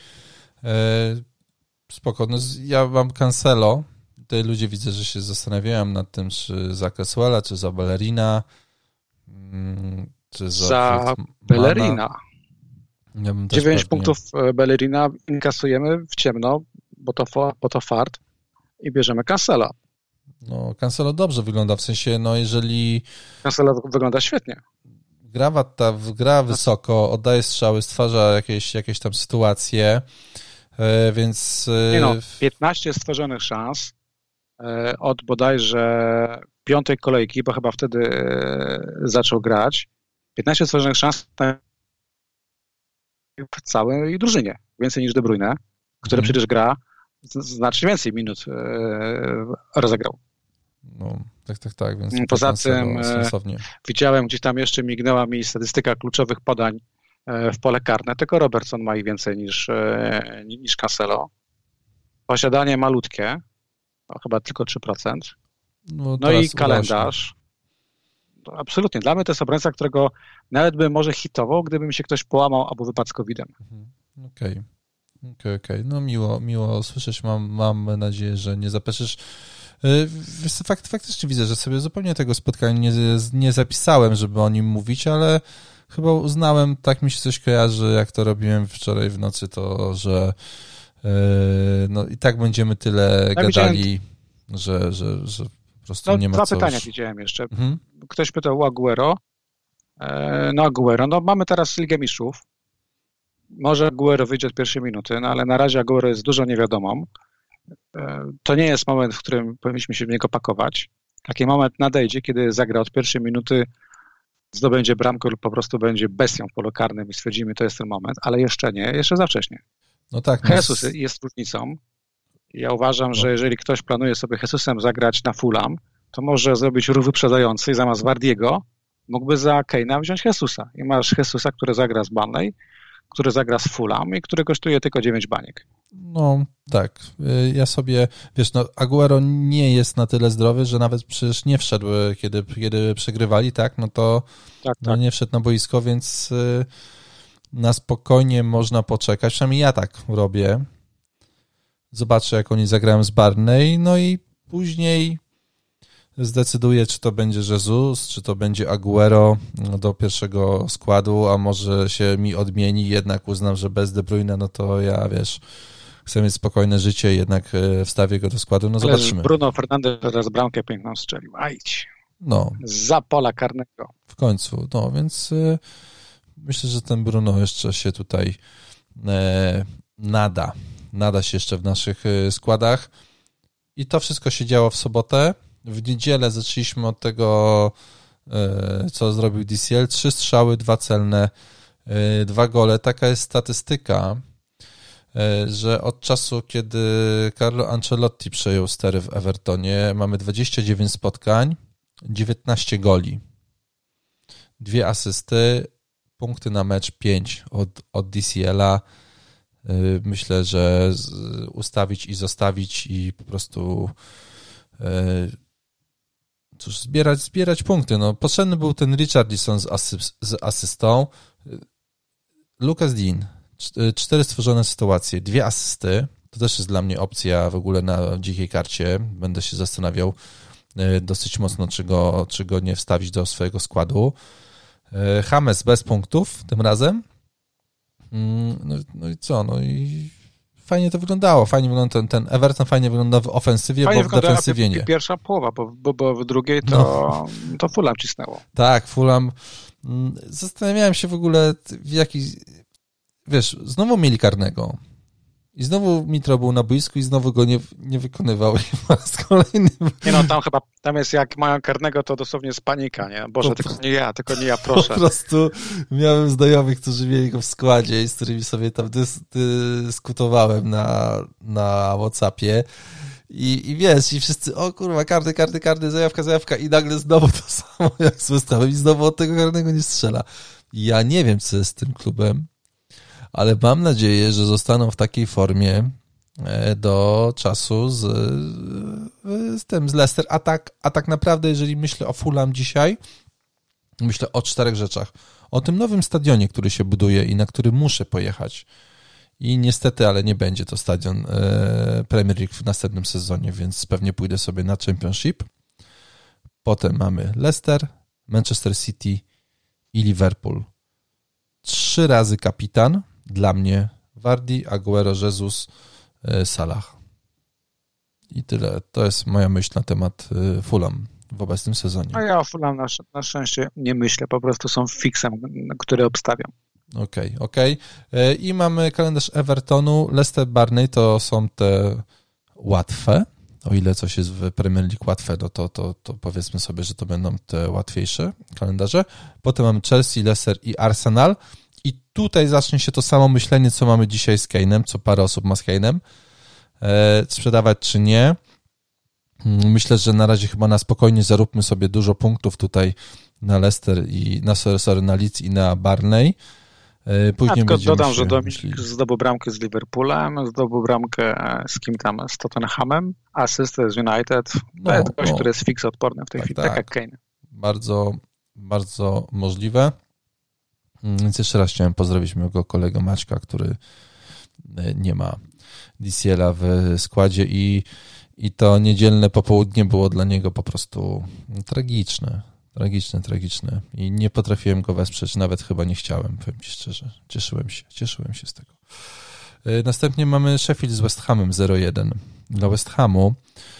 Spoko. No, ja mam Cancelo. Tutaj ludzie widzę, że się zastanawiają nad tym, czy za Cresswella, czy za Bellerina, czy za Bellerina. Ja 9 punktów Bellerina inkasujemy w ciemno, bo to fart i bierzemy Cancela. No, Cancelo dobrze wygląda, w sensie, no jeżeli... Cancelo wygląda świetnie. Gra wysoko, oddaje strzały, stwarza jakieś tam sytuacje, więc... 15 stworzonych szans od bodajże 5. kolejki, bo chyba wtedy zaczął grać. 15 stworzonych szans w całej drużynie. Więcej niż De Bruyne, który przecież gra znacznie więcej minut rozegrał. No, tak, więc poza tym sensownie. Widziałem, gdzieś tam jeszcze mignęła mi statystyka kluczowych podań w pole karne, tylko Robertson ma ich więcej niż Cancelo. Posiadanie malutkie, chyba tylko 3%. No i kalendarz. Absolutnie. Dla mnie to jest obrońca, którego nawet bym może hitował, gdyby mi się ktoś połamał albo wypadł z COVID-em. Okej. No miło słyszeć. Mam nadzieję, że nie zapeszysz. Faktycznie widzę, że sobie zupełnie tego spotkania nie zapisałem, żeby o nim mówić, ale chyba uznałem, tak mi się coś kojarzy, jak to robiłem wczoraj w nocy, to, że no i tak będziemy tyle gadali, że po prostu nie ma co... Dwa pytania widziałem jeszcze. Ktoś pytał o Aguero. Aguero, mamy teraz Ligę Mistrzów. Może Aguero wyjdzie od pierwszej minuty, no ale na razie Aguero jest dużo niewiadomą. To nie jest moment, w którym powinniśmy się w niego pakować. Taki moment nadejdzie, kiedy zagra od pierwszej minuty, zdobędzie bramkę lub po prostu będzie bestią w polu karnym i stwierdzimy, to jest ten moment, ale jeszcze nie, jeszcze za wcześnie. No tak. Jesus jest różnicą. Ja uważam, że jeżeli ktoś planuje sobie Jesusem zagrać na Fulham, to może zrobić ruch wyprzedzający i zamiast Wardiego mógłby za Kane'a wziąć Jesusa. I masz Jesusa, który zagra z Burnley, który zagra z Fulham i który kosztuje tylko 9 baniek. Tak. Ja sobie, Aguero nie jest na tyle zdrowy, że nawet przecież nie wszedł, kiedy przegrywali, tak? Tak. Nie wszedł na boisko, więc na spokojnie można poczekać. Przynajmniej ja tak robię. Zobaczę, jak oni zagrają z Barney, no i później zdecyduję, czy to będzie Jesus, czy to będzie Aguero do pierwszego składu, a może się mi odmieni, jednak uznam, że bez De Bruyne, no to ja, chcę mieć spokojne życie i jednak wstawię go do składu, no ale zobaczymy. Bruno Fernandes teraz bramkę piękną strzelił. Ajdź. No. Za pola karnego. W końcu, no więc myślę, że ten Bruno jeszcze się tutaj nada się jeszcze w naszych składach i to wszystko się działo w sobotę. W niedzielę zaczęliśmy od tego, co zrobił DCL, 3 strzały, 2 celne, 2 gole. Taka jest statystyka, że od czasu, kiedy Carlo Ancelotti przejął stery w Evertonie, mamy 29 spotkań, 19 goli, 2 asysty, punkty na mecz 5 od DCL-a. Myślę, że ustawić i zostawić i po prostu cóż, zbierać punkty. No, potrzebny był ten Richarlison z asystą. Lucas Digne, 4 stworzone sytuacje, 2 asysty. To też jest dla mnie opcja w ogóle na dzikiej karcie. Będę się zastanawiał dosyć mocno, czy go nie wstawić do swojego składu. James bez punktów tym razem. No i co? No i fajnie to wyglądało. Fajnie wygląda ten Everton, fajnie wygląda w ofensywie, fajnie bo w defensywie nie. Pierwsza połowa, bo w drugiej to Fulham cisnęło. Tak, Fulham. Zastanawiałem się w ogóle, w jaki... Wiesz, znowu mieli karnego. I znowu Mitro był na boisku i znowu go nie wykonywał. Z kolejnym... Nie no, tam jest jak mają karnego, to dosłownie jest panika, nie? Boże, tylko nie ja, proszę. Po prostu miałem znajomych, którzy mieli go w składzie i z którymi sobie tam dyskutowałem na WhatsAppie. I wiesz, i wszyscy, o kurwa, karty, zajawka i nagle znowu to samo jak z West Hamem i znowu od tego karnego nie strzela. Ja nie wiem, co jest z tym klubem, ale mam nadzieję, że zostaną w takiej formie do czasu z Leicester. A tak naprawdę, jeżeli myślę o Fulham dzisiaj, myślę o 4 rzeczach. O tym nowym stadionie, który się buduje i na który muszę pojechać. I niestety, ale nie będzie to stadion Premier League w następnym sezonie, więc pewnie pójdę sobie na Championship. Potem mamy Leicester, Manchester City i Liverpool. 3 razy kapitan. Dla mnie Vardy, Aguero, Jesus, Salah. I tyle. To jest moja myśl na temat Fulham w obecnym sezonie. A ja o Fulham na szczęście nie myślę. Po prostu są fiksem, który obstawiam. Okej. I mamy kalendarz Evertonu. Leicester, Barney to są te łatwe. O ile coś jest w Premier League łatwe, no to powiedzmy sobie, że to będą te łatwiejsze kalendarze. Potem mamy Chelsea, Leicester i Arsenal. I tutaj zacznie się to samo myślenie, co mamy dzisiaj z Kane'em, co parę osób ma z Kane'em. Sprzedawać czy nie. Myślę, że na razie chyba na spokojnie zaróbmy sobie dużo punktów tutaj na Leicester i na Leeds i na Barney. Później dodam, że Dominik zdobył bramkę z Liverpoolem, zdobył bramkę z kim tam, z Tottenhamem, asystę z United. To jest ktoś, który jest fix odporny w tej chwili, tak jak Kane. Bardzo, bardzo możliwe. Więc jeszcze raz chciałem pozdrowić mojego kolegę Maćka, który nie ma DCL-a w składzie i to niedzielne popołudnie było dla niego po prostu tragiczne. I nie potrafiłem go wesprzeć, nawet chyba nie chciałem, powiem ci szczerze. Cieszyłem się z tego. Następnie mamy Sheffield z West Hamem 0-1. Dla West Hamu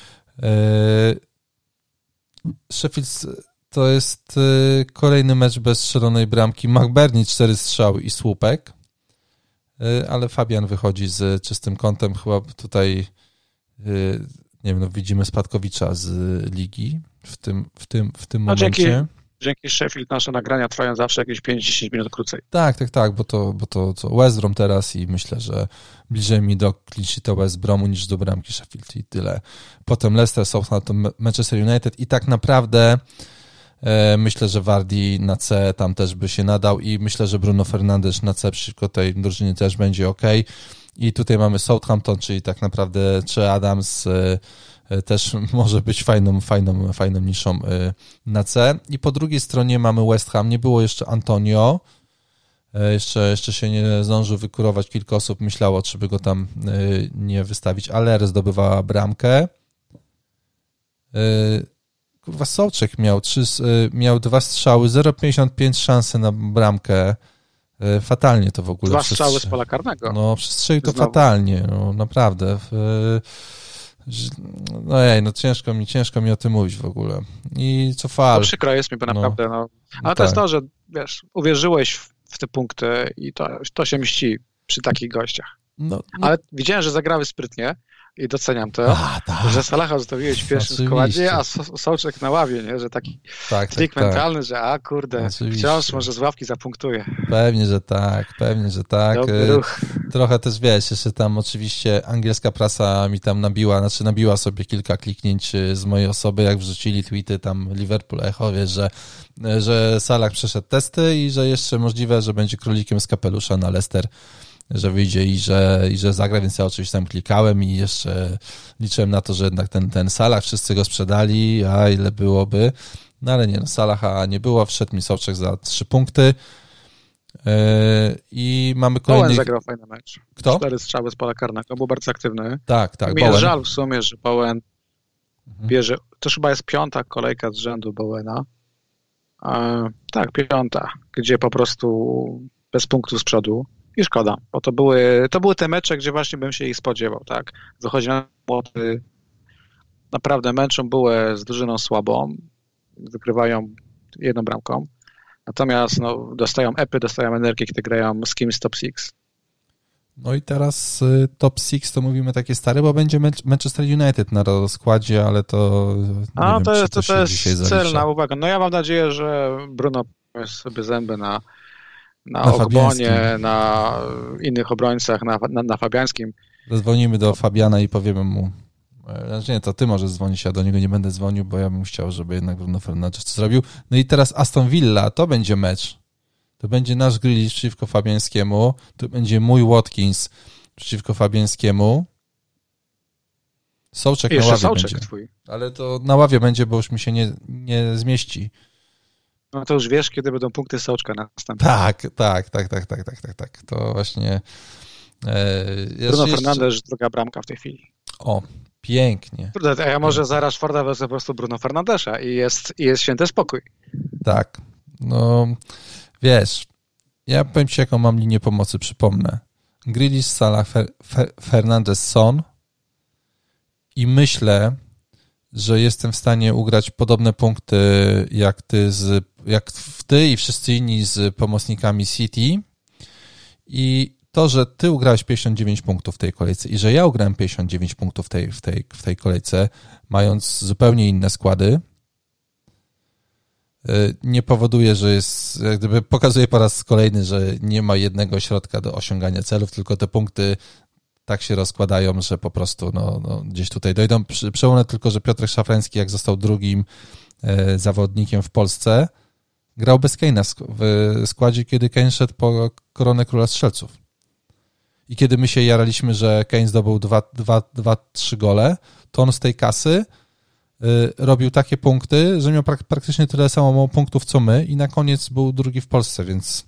Sheffield to jest kolejny mecz bez strzelonej bramki. McBurney 4 strzały i słupek, ale Fabian wychodzi z czystym kątem. Chyba tutaj nie wiem, no widzimy Spadkowicza z ligi w tym momencie. Dzięki Sheffield nasze nagrania trwają zawsze jakieś 5-10 minut krócej. Tak, bo to West Brom teraz i myślę, że bliżej mi do clean sheeta West Bromu niż do bramki Sheffield i tyle. Potem Leicester, Southampton, Manchester United i tak naprawdę myślę, że Vardy na C tam też by się nadał i myślę, że Bruno Fernandes na C przeciwko tej drużynie też będzie ok. I tutaj mamy Southampton, czyli tak naprawdę Che Adams też może być fajną niszą na C. I po drugiej stronie mamy West Ham. Nie było jeszcze Antonio. Jeszcze się nie zdążył wykurować. Kilka osób myślało, czy by go tam nie wystawić. Aller zdobywa bramkę. Kurwa, Sołczek miał 2 strzały, 0,55 szansy na bramkę. Fatalnie to w ogóle. 2 strzały z pola karnego. No, przestrzelił to Znowu. fatalnie, no naprawdę. No ciężko mi o tym mówić w ogóle. I co fal. No przykro jest mi, bo naprawdę, no. Ale to jest to, że wiesz, uwierzyłeś w te punkty i to się mści przy takich gościach. No. Ale widziałem, że zagrały sprytnie i doceniam to, że Salaha zostawiłeś w pierwszym składzie, a Souček na ławie, nie? Że taki trik mentalny, że kurde, wciąż może z ławki zapunktuje. Pewnie, że tak. Dobry ruch. Trochę też wiesz, jeszcze tam oczywiście angielska prasa mi tam nabiła sobie kilka kliknięć z mojej osoby, jak wrzucili tweety tam Liverpool Echo, wiesz, że Salah przeszedł testy i że jeszcze możliwe, że będzie królikiem z kapelusza na Leicester, że wyjdzie i że zagra, więc ja oczywiście tam klikałem i jeszcze liczyłem na to, że jednak ten Salah, wszyscy go sprzedali, a ile byłoby. No ale nie, Salaha nie było, wszedł mi Souček za 3 punkty i mamy kolejny... Bowen zagrał fajny mecz. Kto? 4 strzały z pola karnego, był bardzo aktywny. Tak, Mi jest żal w sumie, że Bowen bierze, to chyba jest 5. kolejka z rzędu Bowena. Tak, 5, gdzie po prostu bez punktu z przodu. I szkoda, bo to były te mecze, gdzie właśnie bym się ich spodziewał, tak? Wychodzi na młody, naprawdę męczą były z drużyną słabą, wykrywają 1 bramką, natomiast dostają epy, dostają energię, kiedy grają z kimś z top 6. No i teraz top 6 to mówimy takie stare, bo będzie Manchester United na rozkładzie, ale to to jest celna uwaga. No ja mam nadzieję, że Bruno sobie zęby na Ogbonie, na innych obrońcach, na Fabiańskim. Zadzwonimy do Fabiana i powiemy mu, nie, to ty możesz dzwonić, ja do niego nie będę dzwonił, bo ja bym chciał, żeby jednak Bruno Fernandes to zrobił. No i teraz Aston Villa, to będzie mecz. To będzie nasz Grealish przeciwko Fabiańskiemu, to będzie mój Watkins przeciwko Fabiańskiemu. Souček na ławie będzie. Twój. Ale to na ławie będzie, bo już mi się nie zmieści. No to już wiesz, kiedy będą punkty Součka następne. Tak. To właśnie... Bruno Fernandes, druga bramka w tej chwili. O, pięknie. Kurde, ja może za Rashforda wezmę po prostu Bruno Fernandesza i jest święty spokój. Tak. No, wiesz, ja powiem ci, jaką mam linię pomocy, przypomnę. Grealish, Salah, Fernandes, Son i myślę, że jestem w stanie ugrać podobne punkty jak ty i wszyscy inni z pomocnikami City i to, że ty ugrałeś 59 punktów w tej kolejce i że ja ugrałem 59 punktów w tej kolejce, mając zupełnie inne składy, nie powoduje, że jest, jak gdyby pokazuje po raz kolejny, że nie ma jednego środka do osiągania celów, tylko te punkty tak się rozkładają, że po prostu gdzieś tutaj dojdą. Przypomnę tylko, że Piotrek Szafrański, jak został drugim zawodnikiem w Polsce, grał bez Kane'a w składzie, kiedy Kane szedł po koronę Króla Strzelców. I kiedy my się jaraliśmy, że Kane zdobył 2-3 gole, to on z tej kasy robił takie punkty, że miał praktycznie tyle samo punktów, co my i na koniec był drugi w Polsce, więc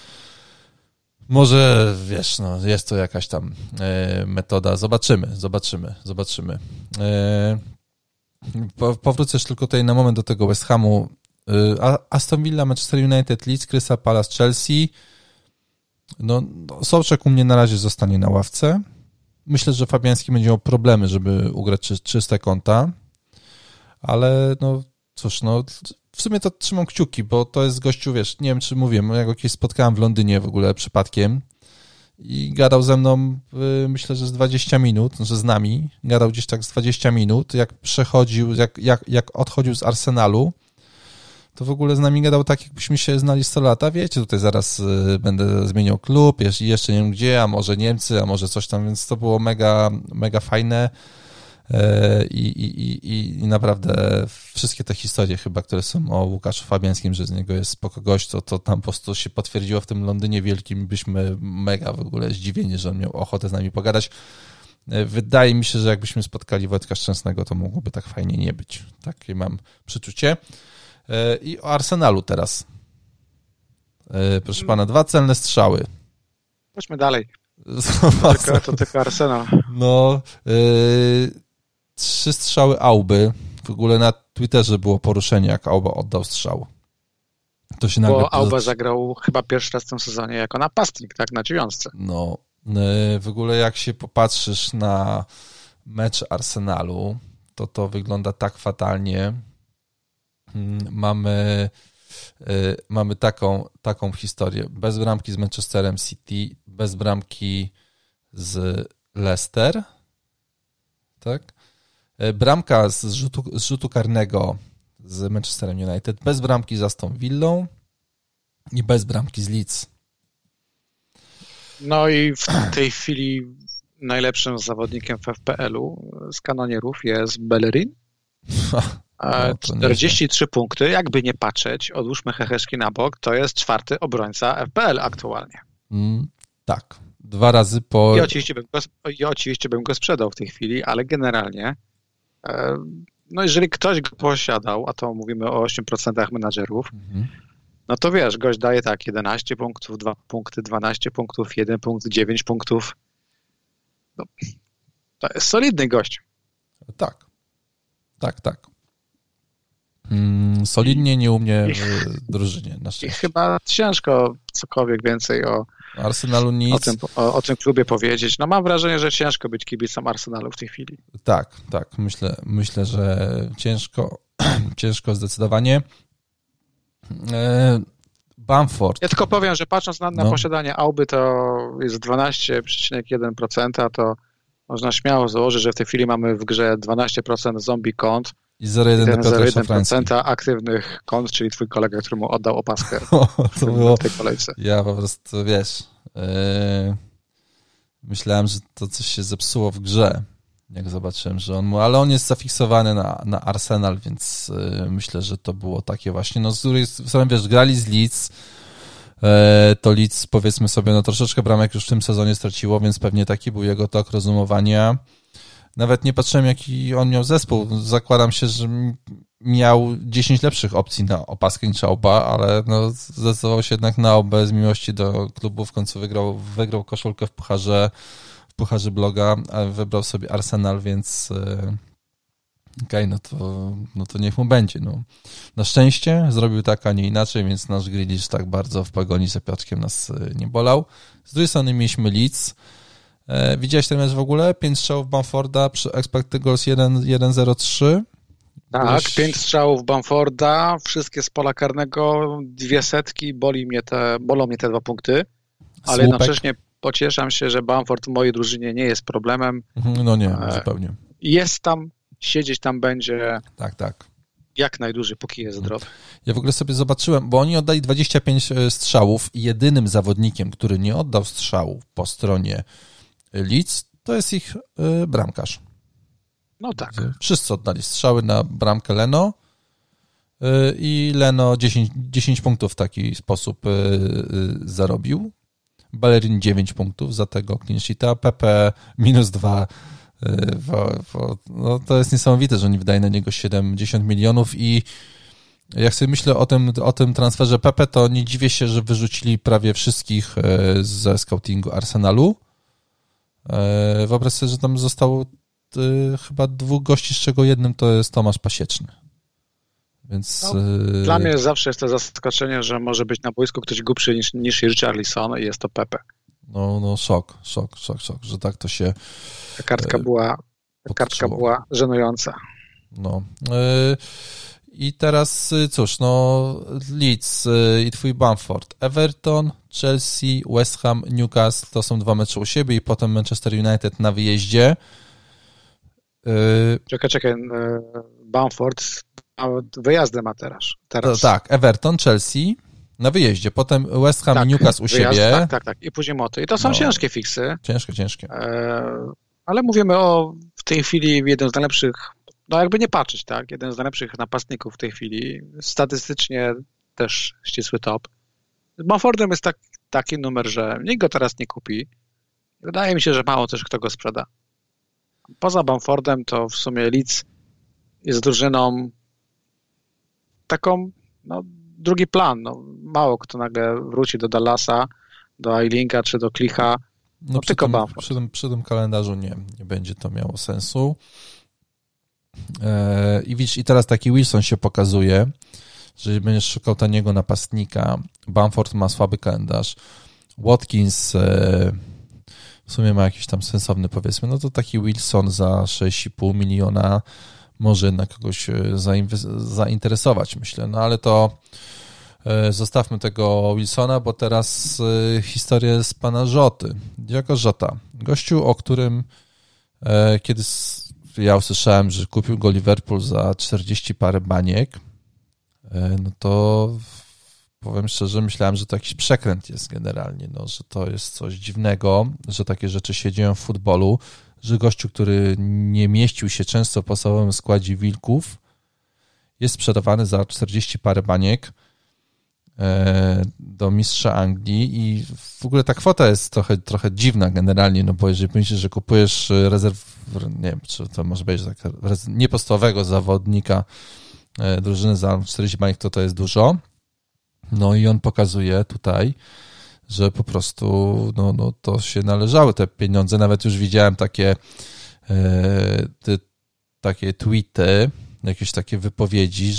może, wiesz, jest to jakaś tam metoda. Zobaczymy. Powrócę jeszcze tylko tutaj na moment do tego West Hamu. Aston Villa, Manchester United, Leeds, Crystal Palace, Chelsea. Souček u mnie na razie zostanie na ławce. Myślę, że Fabiański będzie miał problemy, żeby ugrać czyste konta, ale cóż, w sumie to trzymam kciuki, bo to jest gościu, wiesz, nie wiem, czy mówiłem, ja go kiedyś spotkałem w Londynie w ogóle przypadkiem i gadał ze mną, myślę, że z 20 minut, że z nami, gadał gdzieś tak z 20 minut, jak przechodził, jak odchodził z Arsenalu, to w ogóle z nami gadał tak, jakbyśmy się znali 100 lat, a wiecie, tutaj zaraz będę zmieniał klub, jeszcze nie wiem gdzie, a może Niemcy, a może coś tam, więc to było mega, mega fajne. I naprawdę wszystkie te historie chyba, które są o Łukaszu Fabiańskim, że z niego jest spoko gość, to tam po prostu się potwierdziło w tym Londynie wielkim. Byliśmy mega w ogóle zdziwieni, że on miał ochotę z nami pogadać. Wydaje mi się, że jakbyśmy spotkali Wojtka Szczęsnego, to mogłoby tak fajnie nie być. Takie mam przeczucie. I o Arsenalu teraz. Proszę pana, 2 celne strzały. Chodźmy dalej. To tylko Arsenal. 3 strzały Auby. W ogóle na Twitterze było poruszenie, jak Auba oddał strzał. to się nagle... Bo Aube zagrał chyba pierwszy raz w tym sezonie jako napastnik, tak, na 9. No, w ogóle jak się popatrzysz na mecz Arsenalu, to wygląda tak fatalnie. Mamy taką historię. Bez bramki z Manchesterem City, bez bramki z Leicester, tak? Bramka z rzutu karnego z Manchesterem United, bez bramki z Aston Villą i bez bramki z Leeds. No i w tej chwili najlepszym zawodnikiem w FPL-u z kanonierów jest Bellerin. 43 punkty, jakby nie patrzeć, odłóżmy heheszki na bok, to jest 4. obrońca FPL aktualnie. Tak, 2 razy po... I oczywiście bym go sprzedał w tej chwili, ale generalnie no jeżeli ktoś go posiadał, a to mówimy o 8% menadżerów, no to wiesz, gość daje tak 11 punktów, 2 punkty, 12 punktów, 1 punkt, 9 punktów. No, to jest solidny gość. Tak. Solidnie nie u mnie w drużynie, na szczęście. I chyba ciężko cokolwiek więcej o Arsenalu nic. O tym klubie powiedzieć. No mam wrażenie, że ciężko być kibicem Arsenalu w tej chwili. Tak. Myślę, że ciężko zdecydowanie. Bamford. Ja tylko powiem, że patrząc na posiadanie Auby, to jest 12,1%, to można śmiało założyć, że w tej chwili mamy w grze 12% zombie kont i 0,1% aktywnych kont, czyli twój kolega, który mu oddał opaskę to było, w tej kolejce. Ja po prostu, wiesz, myślałem, że to coś się zepsuło w grze, jak zobaczyłem, że ale on jest zafiksowany na Arsenal, więc myślę, że to było takie właśnie, no z której strony, wiesz, grali z Leeds, to Leeds, powiedzmy sobie, no troszeczkę bramek już w tym sezonie straciło, więc pewnie taki był jego tok rozumowania. Nawet nie patrzyłem, jaki on miał zespół. Zakładam się, że miał 10 lepszych opcji na opaskę niż Auba, ale no zdecydował się jednak na Aubę z miłości do klubu. W końcu wygrał koszulkę w pucharze bloga, a wybrał sobie Arsenal, więc okej, no to niech mu będzie. No. Na szczęście zrobił tak, a nie inaczej, więc nasz Grealish tak bardzo w pogoni za Piotrkiem nas nie bolał. Z drugiej strony mieliśmy Leeds. Widziałeś ten mecz w ogóle? 5 strzałów Bamforda przy expected goals 1.03. Tak, 5 strzałów Bamforda, wszystkie z pola karnego, 200, bolą mnie te 2 punkty, ale jednocześnie pocieszam się, że Bamford w mojej drużynie nie jest problemem. No nie, zupełnie. Jest tam, siedzieć tam będzie tak. Jak najdłużej, póki jest zdrowy. Ja w ogóle sobie zobaczyłem, bo oni oddali 25 strzałów i jedynym zawodnikiem, który nie oddał strzału po stronie Leeds, to jest ich bramkarz. No tak. Wszyscy oddali strzały na bramkę Leno i Leno 10 punktów w taki sposób zarobił. Bellerin 9 punktów za tego clean sheeta, Pepe -2. No to jest niesamowite, że oni wydają na niego 70 milionów i jak sobie myślę o tym transferze Pepe, to nie dziwię się, że wyrzucili prawie wszystkich ze scoutingu Arsenalu. Wyobraź sobie, że tam zostało chyba 2 gości, z czego jednym to jest Tomasz Pasieczny. Więc dla mnie zawsze jest to zaskoczenie, że może być na boisku ktoś głupszy niż Richarlison i jest to Pepe. No szok, że tak to się kartka była żenująca. No. I teraz cóż, no Leeds i twój Bamford, Everton, Chelsea, West Ham, Newcastle, to są 2 mecze u siebie i potem Manchester United na wyjeździe. Czekaj, Bamford wyjazdy ma teraz. Tak, Everton, Chelsea na wyjeździe, potem West Ham i Newcastle u siebie. Tak. I później Moty. I to są ciężkie fiksy. Ciężkie. Ale mówimy w tej chwili jednym z najlepszych, no jakby nie patrzeć, tak? Jeden z najlepszych napastników w tej chwili. Statystycznie też ścisły top. Z Bamfordem jest taki numer, że nikt go teraz nie kupi. Wydaje mi się, że mało też kto go sprzeda. Poza Bamfordem to w sumie Leeds jest drużyną taką, no drugi plan. No, mało kto nagle wróci do Dallasa, do Aylinga czy do Klicha. No tylko Bamford. Przy tym kalendarzu nie będzie to miało sensu. I widzisz, i teraz taki Wilson się pokazuje, Jeżeli będziesz szukał taniego napastnika, Bamford ma słaby kalendarz, Watkins w sumie ma jakiś tam sensowny, powiedzmy, no to taki Wilson za 6,5 miliona może jednak kogoś zainteresować, myślę. No ale to zostawmy tego Wilsona, bo teraz historia z pana Joty. Diogo Jota, gościu, o którym kiedy ja usłyszałem, że kupił go Liverpool za 40 parę baniek, no to powiem szczerze, myślałem, że to jakiś przekręt jest generalnie, no, że to jest coś dziwnego, że takie rzeczy się dzieją w futbolu, że gościu, który nie mieścił się często w podstawowym składzie Wilków, jest sprzedawany za 40 parę baniek do mistrza Anglii i w ogóle ta kwota jest trochę dziwna generalnie, no bo jeżeli myślisz, że kupujesz nie wiem, czy to może być tak, niepodstawowego zawodnika drużyny za 40 baniek, to jest dużo. No i on pokazuje tutaj, że po prostu no to się należały te pieniądze. Nawet już widziałem takie tweety, jakieś takie wypowiedzi,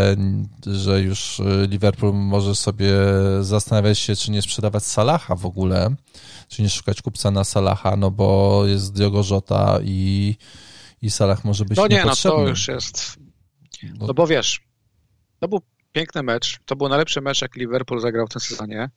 że już Liverpool może sobie zastanawiać się, czy nie sprzedawać Salaha w ogóle, czy nie szukać kupca na Salaha, no bo jest Diogo Jota i Salah może być niepotrzebny. No to już jest... No bo wiesz, to był piękny mecz, to był najlepszy mecz, jak Liverpool zagrał w tym sezonie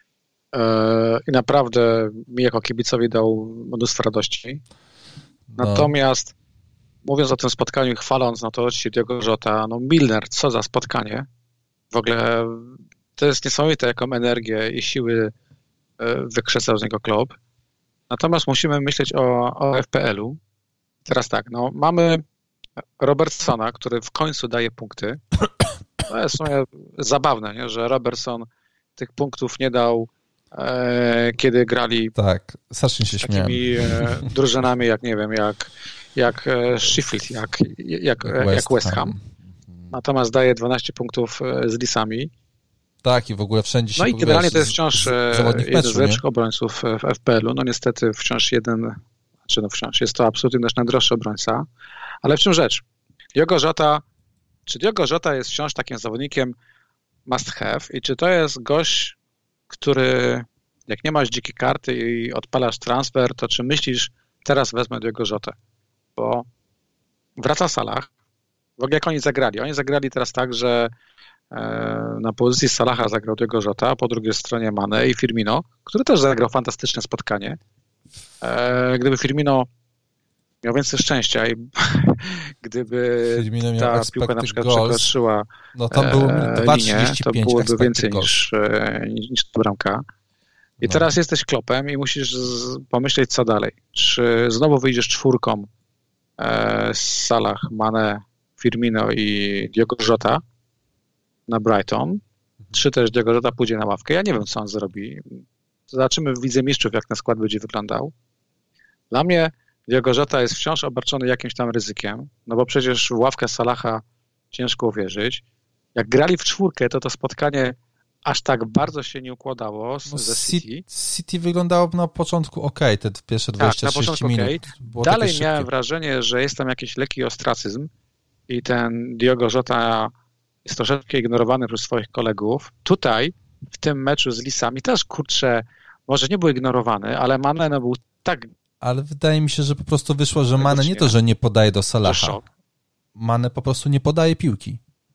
i naprawdę mi jako kibicowi dał mnóstwo radości. Natomiast mówiąc o tym spotkaniu i chwaląc, no to oczywiście Diogo Jota, no Milner, co za spotkanie. W ogóle to jest niesamowite, jaką energię i siły wykrzesał z niego Klopp. Natomiast musimy myśleć o FPL-u. Teraz tak, no mamy Robertsona, który w końcu daje punkty. To jest w sumie zabawne, nie? Że Robertson tych punktów nie dał, kiedy grali strasznie się takimi drużynami, jak nie wiem, jak Sheffield, jak West Ham. Natomiast daje 12 punktów z Leedsami. Tak, i w ogóle wszędzie się... No i generalnie to jest wciąż jeden z lepszych obrońców w FPL-u. No niestety wciąż jest to absolutnie nasz najdroższy obrońca. Ale w czym rzecz? Diogo Jota jest wciąż takim zawodnikiem must have i czy to jest gość, który jak nie masz dzikiej karty i odpalasz transfer, to czy myślisz, teraz wezmę Diogo Jotę? Bo wraca Salah. W ogóle jak oni zagrali? Oni zagrali teraz tak, że na pozycji Salaha zagrał Diogo Jota, a po drugiej stronie Mane i Firmino, który też zagrał fantastyczne spotkanie. Gdyby Firmino miał więcej szczęścia i gdyby ta piłka na przykład przekroczyła linię, to byłoby więcej niż ta bramka. I teraz jesteś Kloppem i musisz pomyśleć, co dalej. Czy znowu wyjdziesz czwórką Salah, Mane, Firmino i Diogo Jota na Brighton, czy też Diogo Jota pójdzie na ławkę. Ja nie wiem, co on zrobi. Zobaczymy w Lidze Mistrzów, jak ten skład będzie wyglądał. Dla mnie Diogo Jota jest wciąż obarczony jakimś tam ryzykiem, no bo przecież w ławkę Salaha ciężko uwierzyć. Jak grali w czwórkę, to spotkanie aż tak bardzo się nie układało ze City. City wyglądało na początku te pierwsze 20-30 minut. Dalej miałem wrażenie, że jest tam jakiś lekki ostracyzm i ten Diogo Jota jest troszeczkę ignorowany przez swoich kolegów. Tutaj, w tym meczu z Leedsami też, może nie był ignorowany, ale Mane był tak... Ale wydaje mi się, że po prostu wyszło, że Mane nie to, że nie podaje do Salaha. Mane po prostu nie podaje piłki.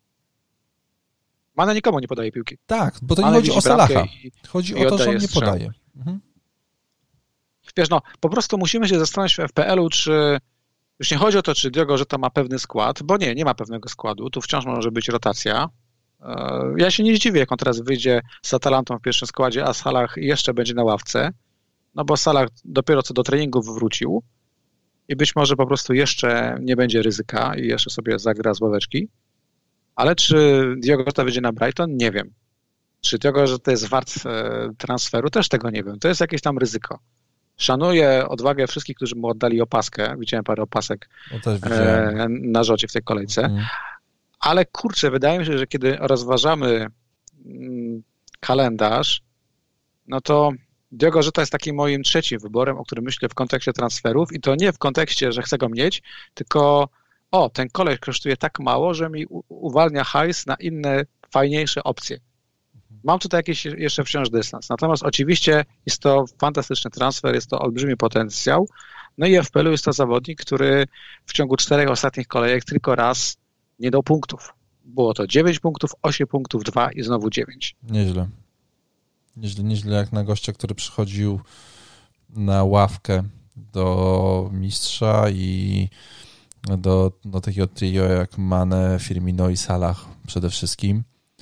Mane nikomu nie podaje piłki. Tak, bo to nie chodzi o Salaha. Chodzi o to, że on nie podaje. Wiesz, po prostu musimy się zastanawiać w FPL-u, czy już nie chodzi o to, czy Diogo Jota ma pewny skład, bo nie ma pewnego składu. Tu wciąż może być rotacja. Ja się nie zdziwię, jak on teraz wyjdzie z Atalantą w pierwszym składzie, a Salah jeszcze będzie na ławce, no bo Salah dopiero co do treningów wrócił i być może po prostu jeszcze nie będzie ryzyka i jeszcze sobie zagra z ławeczki. Ale czy Diogo Jota wyjdzie na Brighton? Nie wiem. Czy Diogo Jota jest wart transferu? Też tego nie wiem. To jest jakieś tam ryzyko. Szanuję odwagę wszystkich, którzy mu oddali opaskę. Widziałem parę opasek na Jocie w tej kolejce. Ale wydaje mi się, że kiedy rozważamy kalendarz, no to Diogo Jota jest takim moim trzecim wyborem, o którym myślę w kontekście transferów i to nie w kontekście, że chcę go mieć, tylko ten koleś kosztuje tak mało, że mi uwalnia hajs na inne fajniejsze opcje. Mam tutaj jakiś jeszcze wciąż dystans. Natomiast oczywiście jest to fantastyczny transfer, jest to olbrzymi potencjał. No i FPL-u jest to zawodnik, który w ciągu 4 ostatnich kolejek tylko raz nie dał punktów. Było to 9 punktów, 8 punktów, 2 i znowu 9. Nieźle. Nieźle jak na gościa, który przychodził na ławkę do mistrza i do takiego trio jak Mane, Firmino i Salah przede wszystkim.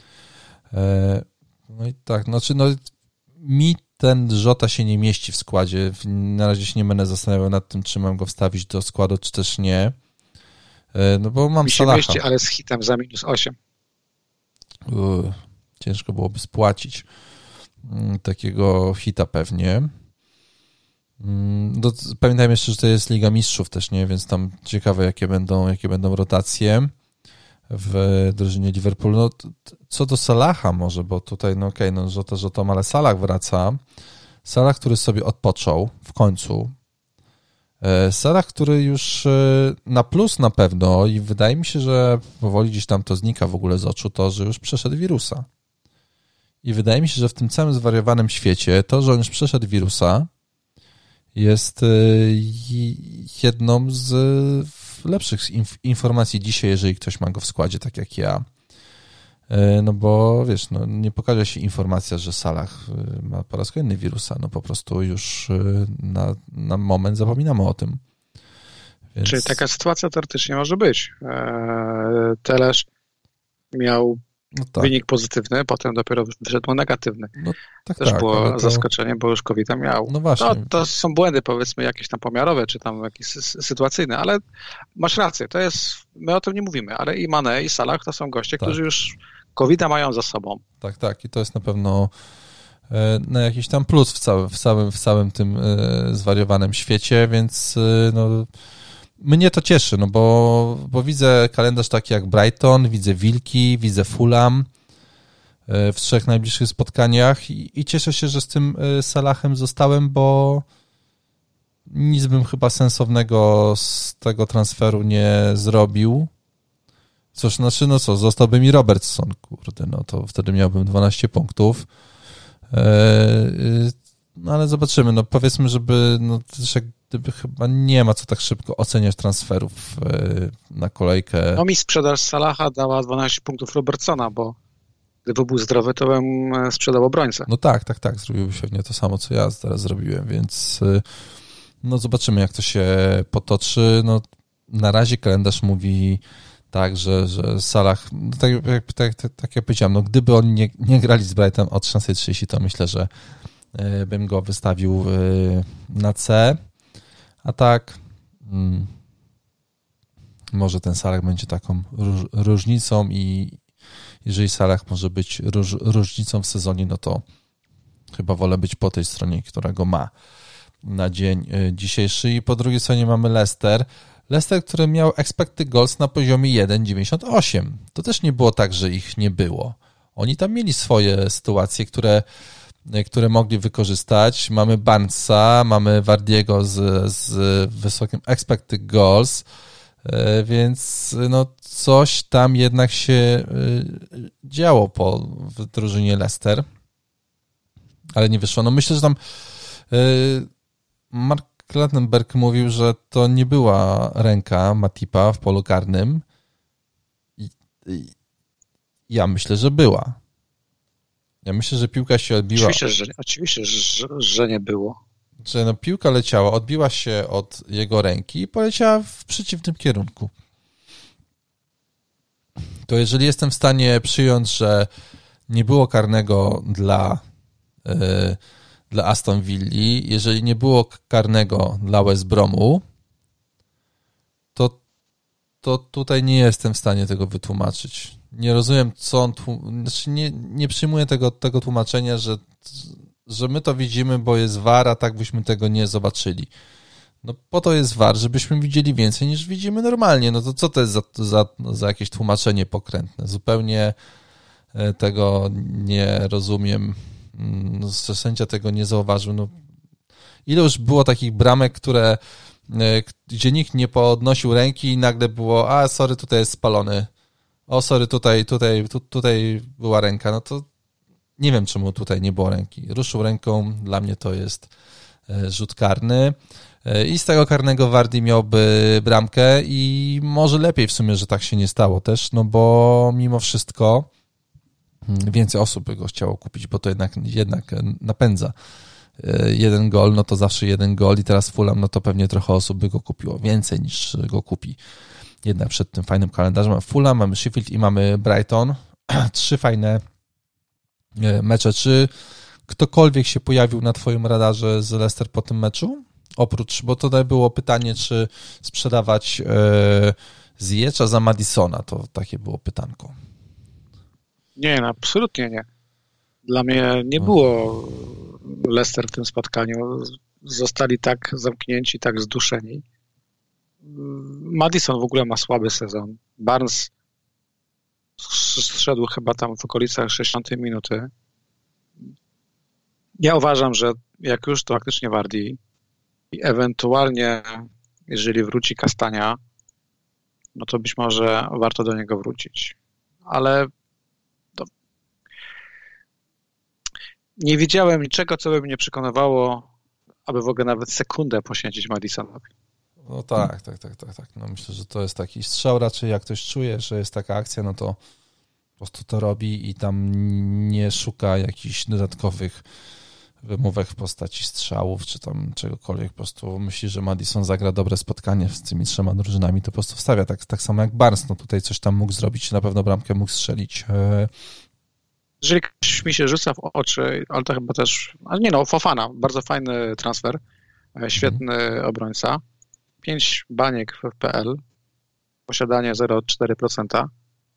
No i tak, mi ten Jota się nie mieści w składzie. Na razie się nie będę zastanawiał nad tym, czy mam go wstawić do składu, czy też nie. No bo mam Salaha. Mi się mieści, ale z hitem za -8. Ciężko byłoby spłacić takiego hita pewnie. Pamiętajmy jeszcze, że to jest Liga Mistrzów też, nie? Więc tam ciekawe, jakie będą rotacje w drużynie Liverpoolu. No, co do Salaha może, bo tutaj, Jota, ale Salah wraca. Salah, który sobie odpoczął w końcu. Salah, który już na plus na pewno i wydaje mi się, że powoli gdzieś tam to znika w ogóle z oczu, to, że już przeszedł wirusa. I wydaje mi się, że w tym całym zwariowanym świecie to, że on już przeszedł wirusa, jest jedną z lepszych informacji dzisiaj, jeżeli ktoś ma go w składzie, tak jak ja. No bo wiesz, nie pokaże się informacja, że Salah ma po raz kolejny wirusa. No po prostu już na moment zapominamy o tym. Więc... Czyli taka sytuacja teoretycznie może być. Telesz miał wynik pozytywny, potem dopiero wyszedł negatywny. Też było zaskoczenie, bo już COVID-a miał. No właśnie. To są błędy, powiedzmy, jakieś tam pomiarowe, czy tam jakieś sytuacyjne, ale masz rację, to jest, my o tym nie mówimy, ale i Mane, i Salah to są goście, którzy już COVID-a mają za sobą. Tak. I to jest na pewno jakiś tam plus w całym tym zwariowanym świecie, więc mnie to cieszy, bo widzę kalendarz taki jak Brighton, widzę Wilki, widzę Fulham w 3 najbliższych spotkaniach i cieszę się, że z tym Salahem zostałem, bo nic bym chyba sensownego z tego transferu nie zrobił. Zostałby mi Robertson, to wtedy miałbym 12 punktów. Ale zobaczymy, powiedzmy, żeby, gdyby chyba nie ma co tak szybko oceniać transferów na kolejkę. Mi sprzedaż Salaha dała 12 punktów Robertsona, bo gdyby był zdrowy, to bym sprzedał obrońcę. Tak, zrobiłbyś pewnie to samo, co ja teraz zrobiłem, więc zobaczymy, jak to się potoczy. Na razie kalendarz mówi tak, że Salah, tak jak powiedziałem, gdyby oni nie grali z Brighton od 13:30, to myślę, że bym go wystawił na C, a tak może ten Salah będzie taką różnicą i jeżeli Salah może być różnicą w sezonie, to chyba wolę być po tej stronie, która go ma na dzień dzisiejszy. I po drugiej stronie mamy Leicester, który miał expected goals na poziomie 1,98. To też nie było tak, że ich nie było. Oni tam mieli swoje sytuacje, które mogli wykorzystać. Mamy Barnesa, mamy Wardiego z wysokim expected goals, więc coś tam jednak się działo w drużynie Leicester, ale nie wyszło. Myślę, że tam Mark Clattenburg mówił, że to nie była ręka Matipa w polu karnym. Ja myślę, że była. Ja myślę, że piłka się odbiła. Oczywiście, że nie było. Że piłka leciała, odbiła się od jego ręki i poleciała w przeciwnym kierunku. To jeżeli jestem w stanie przyjąć, że nie było karnego dla Aston Villi, jeżeli nie było karnego dla West Bromu, to tutaj nie jestem w stanie tego wytłumaczyć. Nie rozumiem, co on nie przyjmuję tego tłumaczenia, że my to widzimy, bo jest VAR, a tak byśmy tego nie zobaczyli. Po to jest VAR, żebyśmy widzieli więcej niż widzimy normalnie. To co to jest za jakieś tłumaczenie pokrętne? Zupełnie tego nie rozumiem. Że sędzia tego nie zauważył. Ile już było takich bramek, gdzie nikt nie podnosił ręki i nagle było, sorry, tutaj jest spalony O, sorry, tutaj była ręka, no to nie wiem, czemu tutaj nie było ręki. Ruszył ręką, dla mnie to jest rzut karny i z tego karnego Vardy miałby bramkę i może lepiej w sumie, że tak się nie stało też, no bo mimo wszystko więcej osób by go chciało kupić, bo to jednak napędza. Jeden gol, no to zawsze jeden gol i teraz Fulham, no to pewnie trochę osób by go kupiło, więcej niż go kupi. Jednak przed tym fajnym kalendarzem mamy Fulham, mamy Sheffield i mamy Brighton. 3 fajne mecze. Czy ktokolwiek się pojawił na twoim radarze z Leicester po tym meczu? Oprócz, bo tutaj było pytanie, czy sprzedawać Ziyech'a za Madisona, to takie było pytanko. Nie, no, absolutnie nie. Dla mnie nie było Leicester w tym spotkaniu. Zostali tak zamknięci, tak zduszeni. Maddison w ogóle ma słaby sezon. Barnes zszedł chyba tam w okolicach 60 minuty. Ja uważam, że jak już to faktycznie Vardy i ewentualnie jeżeli wróci Kastania, no to być może warto do niego wrócić. Ale nie widziałem niczego, co by mnie przekonywało, aby w ogóle nawet sekundę poświęcić Maddisonowi. No tak. No myślę, że to jest taki strzał raczej, jak ktoś czuje, że jest taka akcja, no to po prostu to robi i tam nie szuka jakichś dodatkowych wymówek w postaci strzałów, czy tam czegokolwiek. Po prostu myśli, że Maddison zagra dobre spotkanie z tymi 3 drużynami, to po prostu wstawia. Tak samo jak Barnes, no tutaj coś tam mógł zrobić, na pewno bramkę mógł strzelić. Jeżeli ktoś mi się rzuca w oczy, ale to chyba też, ale nie no, Fofana, bardzo fajny transfer, świetny obrońca, 5 baniek w FPL, posiadanie 0,4%,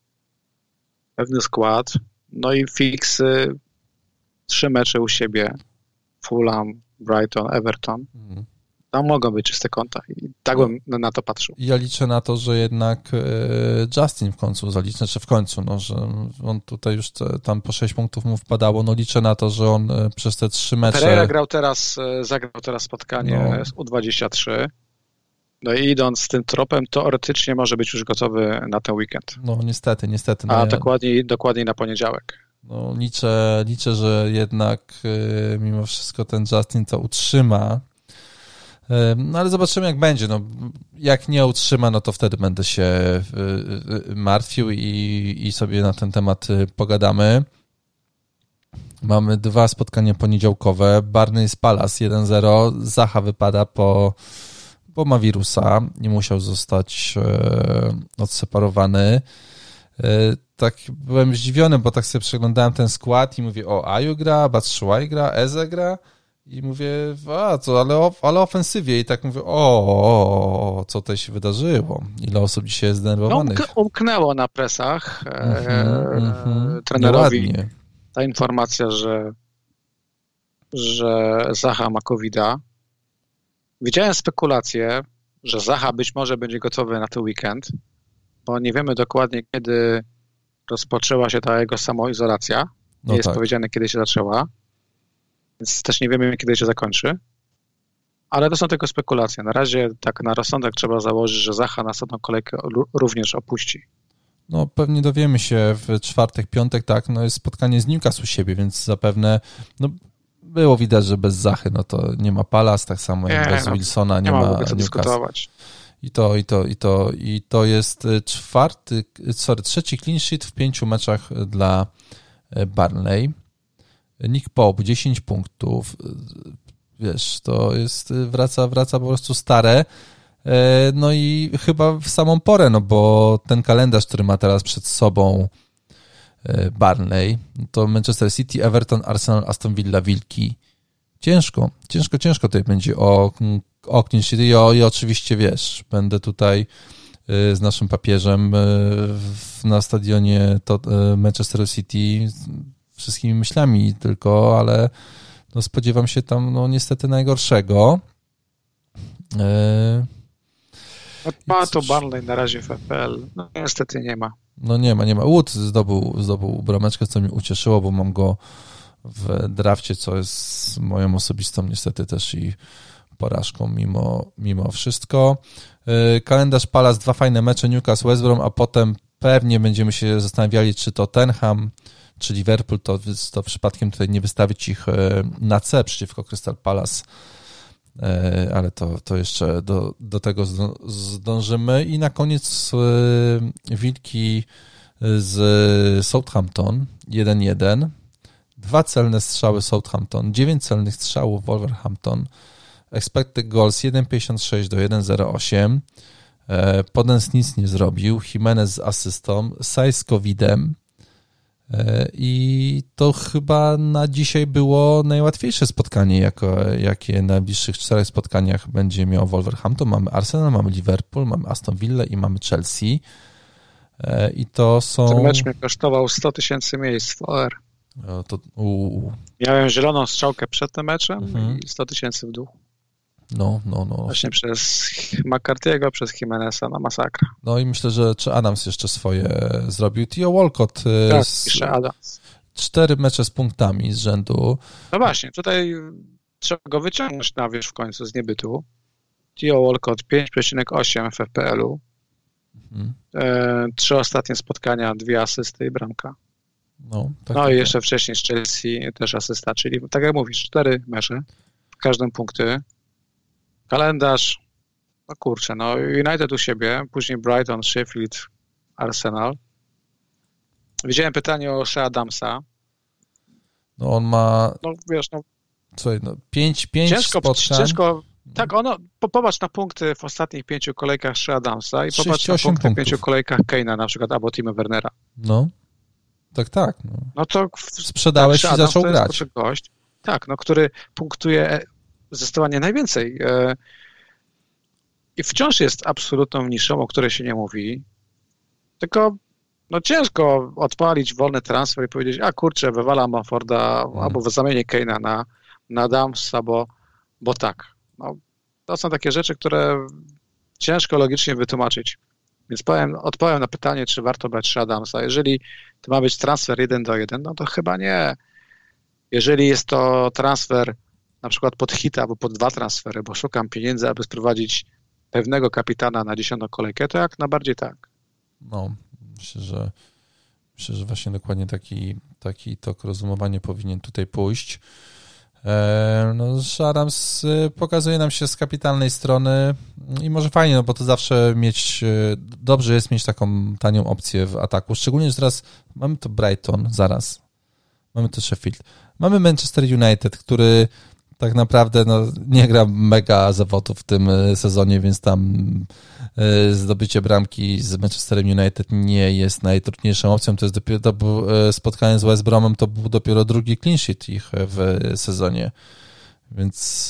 pewny skład, no i fiksy, 3 mecze u siebie, Fulham, Brighton, Everton. Tam mogą być czyste konta i tak bym na to patrzył. Ja liczę na to, że jednak Justin w końcu zaliczy, znaczy w końcu, no, że on tutaj już tam po 6 punktów mu wpadało, no liczę na to, że on przez te 3 mecze... Pereira zagrał teraz spotkanie z U23, no i idąc tym tropem, teoretycznie może być już gotowy na ten weekend. No niestety. No, a dokładniej na poniedziałek. No liczę, że jednak mimo wszystko ten Justin to utrzyma. No ale zobaczymy, jak będzie. No, jak nie utrzyma, no to wtedy będę się martwił i sobie na ten temat pogadamy. Mamy 2 spotkania poniedziałkowe. Barney z Palace 1-0. Zaha wypada, bo ma wirusa. Nie musiał zostać odseparowany. Tak byłem zdziwiony, bo tak sobie przeglądałem ten skład i mówię, Aju gra, Batshuayi gra, Eze gra. I mówię, ale ofensywie. I tak mówię, co tutaj się wydarzyło? Ile osób dzisiaj jest zdenerwowanych? No, umknęło na presach trenerowi Nieładnie. Ta informacja, że Zaha ma COVID-a. Widziałem spekulacje, że Zaha być może będzie gotowy na ten weekend, bo nie wiemy dokładnie, kiedy rozpoczęła się ta jego samoizolacja. Nie jest powiedziane, kiedy się zaczęła. Więc też nie wiemy, kiedy się zakończy. Ale to są tylko spekulacje. Na razie tak na rozsądek trzeba założyć, że Zaha następną kolejkę również opuści. No pewnie dowiemy się w czwartek, piątek, tak, no jest spotkanie z Newcastle u siebie, więc zapewne było widać, że bez Zachy, no to nie ma Palace, tak samo jak bez Wilsona nie ma co dyskutować. I to jest trzeci clean sheet w 5 meczach dla Burnley. Nick Pope 10 punktów, wiesz, to jest, wraca po prostu stare, no i chyba w samą porę, no bo ten kalendarz, który ma teraz przed sobą Burnley, to Manchester City, Everton, Arsenal, Aston Villa, Wilki. Ciężko tutaj będzie o clean sheet i oczywiście, wiesz, będę tutaj z naszym papieżem na stadionie Manchester City wszystkimi myślami tylko, ale no spodziewam się tam niestety najgorszego. Ma to Burnley na razie w FPL. No niestety nie ma. No nie ma. Wood zdobył brameczkę, co mnie ucieszyło, bo mam go w drafcie, co jest moją osobistą niestety też i porażką mimo wszystko. Kalendarz Palace, 2 fajne mecze, Newcastle, West Brom, a potem pewnie będziemy się zastanawiali, czy to Tottenham, czy Liverpool, to przypadkiem tutaj nie wystawić ich na C przeciwko Crystal Palace, ale to jeszcze do tego zdążymy. I na koniec Wilki z Southampton 1-1. 2 celne strzały Southampton, 9 celnych strzałów Wolverhampton. Expected goals 1,56 do 1,08. Podens nic nie zrobił. Jimenez z asystą. Saj z COVID-em. I to chyba na dzisiaj było najłatwiejsze spotkanie, jakie na najbliższych 4 spotkaniach będzie miał Wolverhampton. Mamy Arsenal, mamy Liverpool, mamy Aston Villa i mamy Chelsea. I to są... Ten mecz mnie kosztował 100 000 miejsc w OR. Miałem zieloną strzałkę przed tym meczem i 100 000 w dół. No. Właśnie przez McCarthy'ego, przez Jimeneza, na masakra. No i myślę, że czy Adams jeszcze swoje zrobił. Theo Walcott jeszcze Adams. 4 mecze z punktami z rzędu. No właśnie, tutaj trzeba go wyciągnąć na wierzch w końcu z niebytu. Theo Walcott 5,8 w FPL-u. 3 ostatnie spotkania, 2 asysty i bramka. No i jeszcze wcześniej z Chelsea też asysta, czyli tak jak mówisz, 4 mecze, w każdym punkty. Kalendarz, no kurczę, no United u siebie, później Brighton, Sheffield, Arsenal. Widziałem pytanie o Shea Adamsa. No on ma... No wiesz, no... Słuchaj, 5 spotkań. Ciężko, tak, popatrz na punkty w ostatnich 5 kolejkach Shea Adamsa i popatrz na punkty w 5 kolejkach Kane'a, na przykład, albo Timo Wernera. No, tak. No to... Sprzedałeś i zaczął grać. Gość, tak, no, który punktuje zdecydowanie najwięcej. I wciąż jest absolutną niszą, o której się nie mówi. Tylko no ciężko odpalić wolny transfer i powiedzieć, kurczę, wywalam Bamforda albo zamienię Kane'a na Adamsa, bo tak. No, to są takie rzeczy, które ciężko logicznie wytłumaczyć. Więc odpowiem na pytanie, czy warto brać Adamsa. Jeżeli to ma być transfer 1-1, no to chyba nie. Jeżeli jest to transfer na przykład pod hita albo pod 2 transfery, bo szukam pieniędzy, aby sprowadzić pewnego kapitana na 10. kolejkę, to jak najbardziej tak. No, myślę, że właśnie dokładnie taki tok rozumowania powinien tutaj pójść. No, Adams pokazuje nam się z kapitalnej strony i może fajnie, no bo to zawsze dobrze jest mieć taką tanią opcję w ataku, szczególnie, że teraz mamy to Brighton, zaraz, mamy to Sheffield, mamy Manchester United, który tak naprawdę nie gra mega zawodów w tym sezonie, więc tam zdobycie bramki z Manchesterem United nie jest najtrudniejszą opcją. To spotkanie z West Bromem to był dopiero drugi clean sheet ich w sezonie. Więc...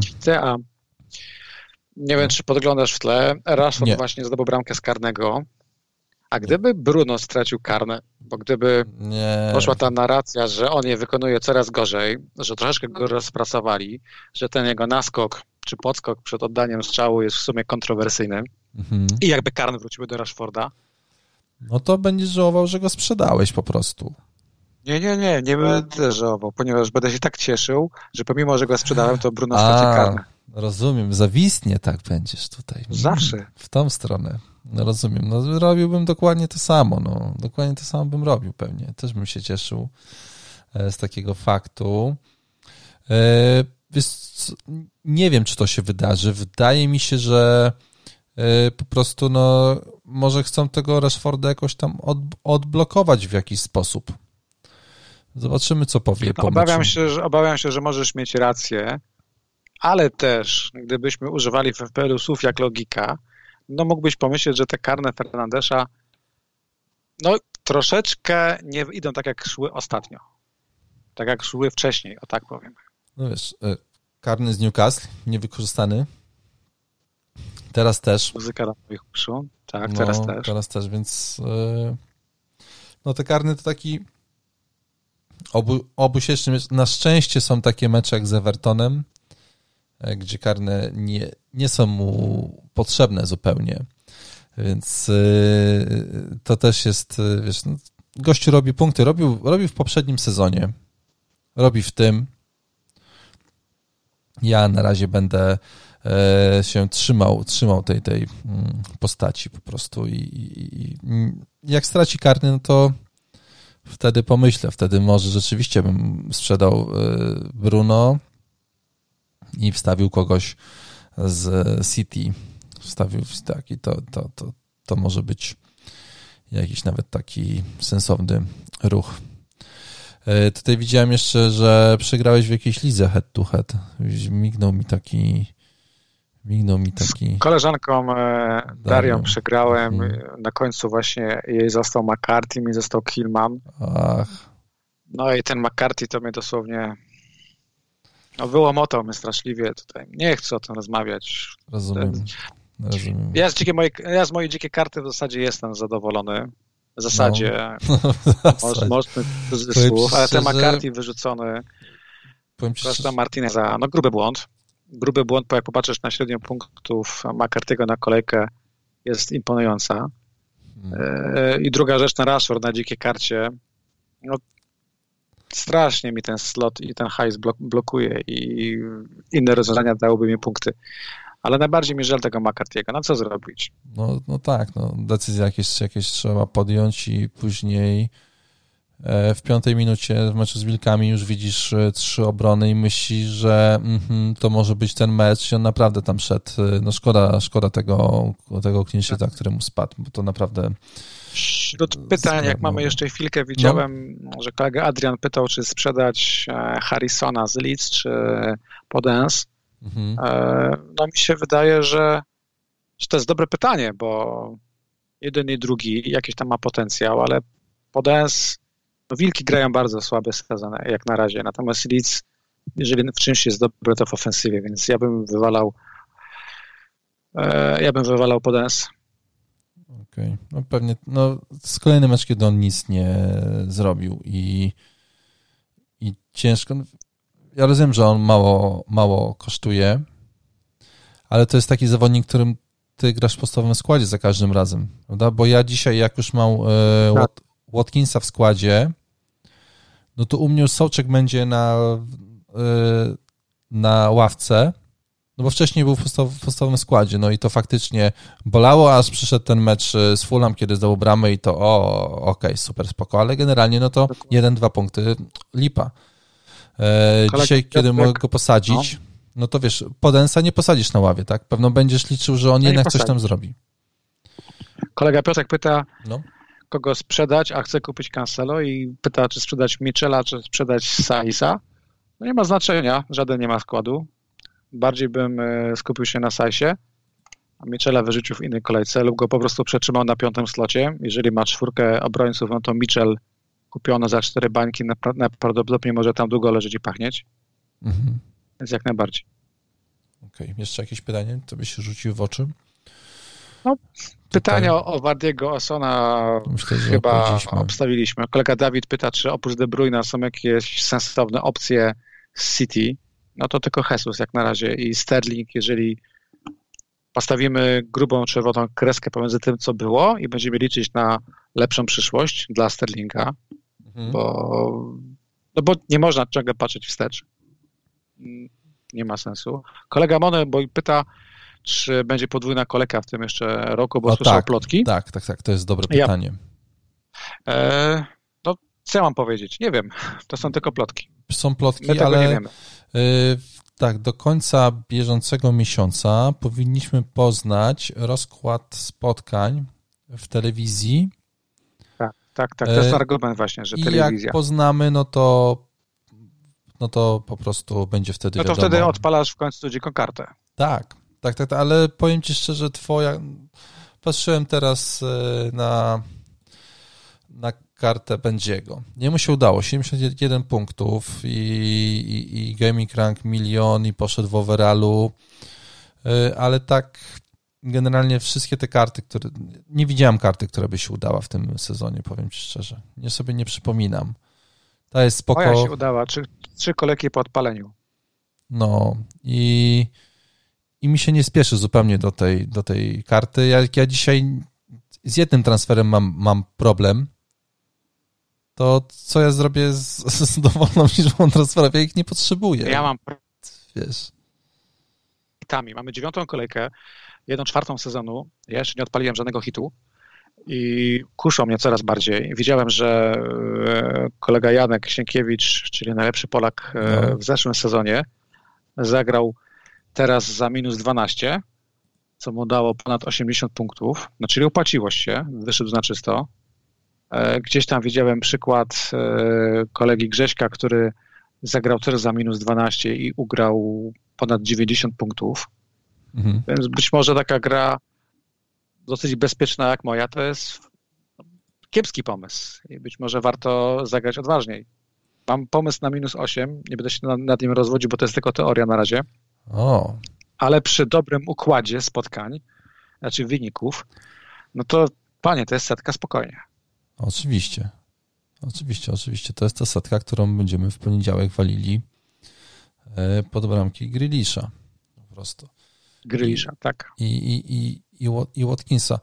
Nie wiem, czy podglądasz w tle. Rashford właśnie zdobył bramkę z karnego. A gdyby Bruno stracił karne, bo gdyby poszła ta narracja, że on je wykonuje coraz gorzej, że troszeczkę go rozpracowali, że ten jego naskok czy podskok przed oddaniem strzału jest w sumie kontrowersyjny i jakby karne wróciły do Rashforda. No to będziesz żałował, że go sprzedałeś po prostu. Nie będę żałował, ponieważ będę się tak cieszył, że pomimo, że go sprzedałem, to Bruno straci karne. Rozumiem, zawistnie tak będziesz tutaj. Zawsze. W tą stronę. No rozumiem. No robiłbym dokładnie to samo. No. Dokładnie to samo bym robił pewnie. Też bym się cieszył z takiego faktu. Wiesz, nie wiem, czy to się wydarzy. Wydaje mi się, że po prostu może chcą tego Rashforda jakoś tam odblokować w jakiś sposób. Zobaczymy, co powie. Obawiam się, że możesz mieć rację, ale też, gdybyśmy używali w FPL-u słów jak logika, mógłbyś pomyśleć, że te karne Fernandesza troszeczkę nie idą tak, jak szły ostatnio. Tak, jak szły wcześniej, o tak powiem. No wiesz, karny z Newcastle, niewykorzystany. Teraz też. Muzyka na moich uszu. Tak, teraz też, więc te karny to taki obusieczny. Na szczęście są takie mecze jak z Evertonem, gdzie karne nie są mu potrzebne zupełnie. Więc to też jest, wiesz, gościu robi punkty. Robił w poprzednim sezonie. Robi w tym. Ja na razie będę się trzymał tej postaci po prostu i jak straci karny, no to wtedy pomyślę, wtedy może rzeczywiście bym sprzedał Bruno i wstawił kogoś z City. Wstawił tak i to może być jakiś nawet taki sensowny ruch. Tutaj widziałem jeszcze, że przegrałeś w jakiejś lidze head to head. Mignął mi taki... Z koleżanką Darią przegrałem. Na końcu właśnie jej został McCarthy, mi został Killman. Ach. No i ten McCarthy to mnie dosłownie wyłomotał mnie straszliwie tutaj. Nie chcę o tym rozmawiać. Rozumiem. Ja z mojej dzikiej karty w zasadzie jestem zadowolony. W zasadzie. Mocny cudzysłów, ale ten McCarthy wyrzucony kosztem Martineza. No gruby błąd, bo jak popatrzysz na średnią punktów McCarthy'ego na kolejkę, jest imponująca. I druga rzecz, ten Rashford na dzikiej karcie, no strasznie mi ten slot i ten hajs blokuje i inne rozwiązania dałyby mi punkty. Ale najbardziej mi żal tego McCarthy'ego. No co zrobić? No tak, decyzje jakieś trzeba podjąć i później w 5 minucie w meczu z Wilkami już widzisz 3 obrony i myślisz, że to może być ten mecz i on naprawdę tam szedł. No szkoda tego clean-sheeta, któremu spadł, bo to naprawdę... Wśród pytań, jak mamy jeszcze chwilkę, widziałem, że kolega Adrian pytał, czy sprzedać Harrisona z Leeds, czy Podence. No mi się wydaje, że to jest dobre pytanie, bo jeden i drugi jakiś tam ma potencjał, ale Podence, Wilki grają bardzo słabe sezony jak na razie, natomiast Leeds, jeżeli w czymś jest dobre, to w ofensywie, więc ja bym wywalał Podence. Okej. No pewnie, z kolejny mecz, kiedy on nic nie zrobił i ciężko. Ja rozumiem, że on mało kosztuje, ale to jest taki zawodnik, którym ty grasz w podstawowym składzie za każdym razem, prawda? Bo ja dzisiaj, jak już mam Watkinsa w składzie, no to u mnie już Souček będzie na ławce, no bo wcześniej był w podstawowym składzie, no i to faktycznie bolało, aż przyszedł ten mecz z Fulham, kiedy zdobył bramę i to okej, super, spoko, ale generalnie no to 1-2 punkty, lipa. Dzisiaj, kiedy mogę go posadzić, no to wiesz, Podensa nie posadzisz na ławie, tak? Pewno będziesz liczył, że on jednak coś tam zrobi. Kolega Piotrek pyta, kogo sprzedać, a chce kupić Cancelo i pyta, czy sprzedać Michela, czy sprzedać Saisa. No nie ma znaczenia, żaden nie ma składu. Bardziej bym skupił się na Saisie, a Michela wyrzucił w innej kolejce lub go po prostu przetrzymał na 5. slocie. Jeżeli ma 4 obrońców, no to Michel kupiony za 4 bańki najprawdopodobniej może tam długo leżeć i pachnieć. Więc jak najbardziej. Okej. Jeszcze jakieś pytanie? Co by się rzuciło w oczy? No, pytanie o Wardiego Osona myślę, że chyba obstawiliśmy. Kolega Dawid pyta, czy oprócz De Bruyne są jakieś sensowne opcje z City. No to tylko Jesus jak na razie i Sterling, jeżeli postawimy grubą czerwoną kreskę pomiędzy tym, co było i będziemy liczyć na lepszą przyszłość dla Sterlinga, bo nie można ciągle patrzeć wstecz. Nie ma sensu. Kolega Mone pyta, czy będzie podwójna kolejka w tym jeszcze roku, bo słyszał plotki. Tak, to jest dobre pytanie. No, co ja mam powiedzieć? Nie wiem. To są tylko plotki. Są plotki, ale nie wiemy. Tak, do końca bieżącego miesiąca powinniśmy poznać rozkład spotkań w telewizji. Tak, to jest argument właśnie, że telewizja. Jak poznamy, no to po prostu będzie wtedy wiadomo. No to wtedy odpalasz w końcu dziką kartę. Tak, ale powiem ci szczerze, patrzyłem teraz na kartę Będziego. Jemu się udało, 71 punktów i gaming rank 1 000 000 i poszedł w overallu, ale tak generalnie wszystkie te karty, nie widziałem karty, która by się udała w tym sezonie, powiem ci szczerze. Sobie nie przypominam. Ta jest spoko. Moja się udała, 3 kolejki po odpaleniu. No i mi się nie spieszy zupełnie do tej karty. Ja dzisiaj z jednym transferem mam problem, to co ja zrobię z dowolną liczbą transferów? Ja ich nie potrzebuję. Ja mam... Wiesz. hitami. Mamy 9. kolejkę, 1/4 sezonu. Ja jeszcze nie odpaliłem żadnego hitu i kuszą mnie coraz bardziej. Widziałem, że kolega Janek Sienkiewicz, czyli najlepszy Polak w zeszłym sezonie, zagrał teraz za -12, co mu dało ponad 80 punktów. No, czyli opłaciło się, wyszedł na czysto. Gdzieś tam widziałem przykład kolegi Grześka, który zagrał też za -12 i ugrał ponad 90 punktów. Więc być może taka gra dosyć bezpieczna jak moja to jest kiepski pomysł i być może warto zagrać odważniej. Mam pomysł na -8, nie będę się nad nim rozwodził, bo to jest tylko teoria na razie. Ale przy dobrym układzie spotkań, znaczy wyników, no to panie, to jest setka spokojnie. Oczywiście. To jest ta setka, którą będziemy w poniedziałek walili pod bramki Grealisha. Po prostu. Grealisha, tak. I Watkinsa.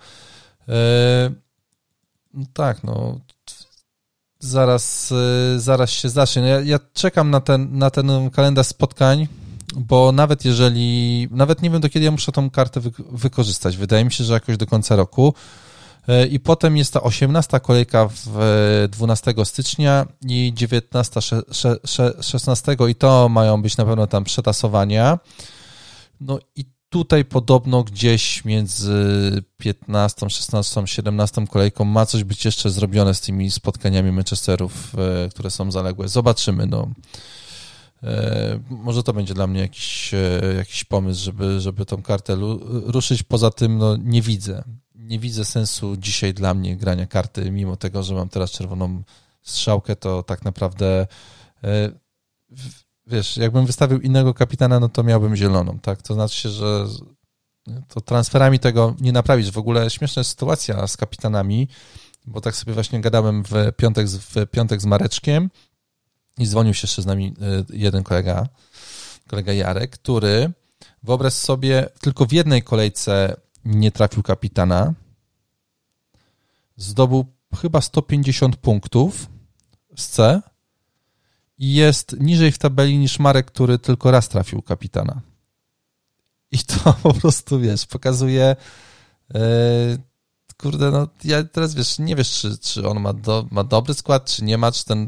No tak, no zaraz się zacznie. No ja czekam na ten kalendarz spotkań, bo nawet nie wiem, do kiedy ja muszę tą kartę wykorzystać. Wydaje mi się, że jakoś do końca roku. I potem jest ta 18 kolejka w 12 stycznia i 19, 16 i to mają być na pewno tam przetasowania. No i tutaj podobno gdzieś między 15, 16, 17 kolejką ma coś być jeszcze zrobione z tymi spotkaniami Manchesterów, które są zaległe. Zobaczymy, no. Może to będzie dla mnie jakiś pomysł, żeby tą kartę ruszyć. Poza tym no, nie widzę sensu dzisiaj dla mnie grania karty, mimo tego, że mam teraz czerwoną strzałkę, to tak naprawdę wiesz, jakbym wystawił innego kapitana, no to miałbym zieloną, tak? To znaczy się, że to transferami tego nie naprawisz. W ogóle śmieszna jest sytuacja z kapitanami, bo tak sobie właśnie gadałem w piątek z Mareczkiem i dzwonił się jeszcze z nami jeden kolega Jarek, który, wyobraź sobie, tylko w jednej kolejce nie trafił kapitana, zdobył chyba 150 punktów z C i jest niżej w tabeli niż Marek, który tylko raz trafił kapitana. I to po prostu, wiesz, pokazuje kurde, no ja teraz, wiesz, nie wiesz, czy on ma dobry skład, czy nie ma, czy ten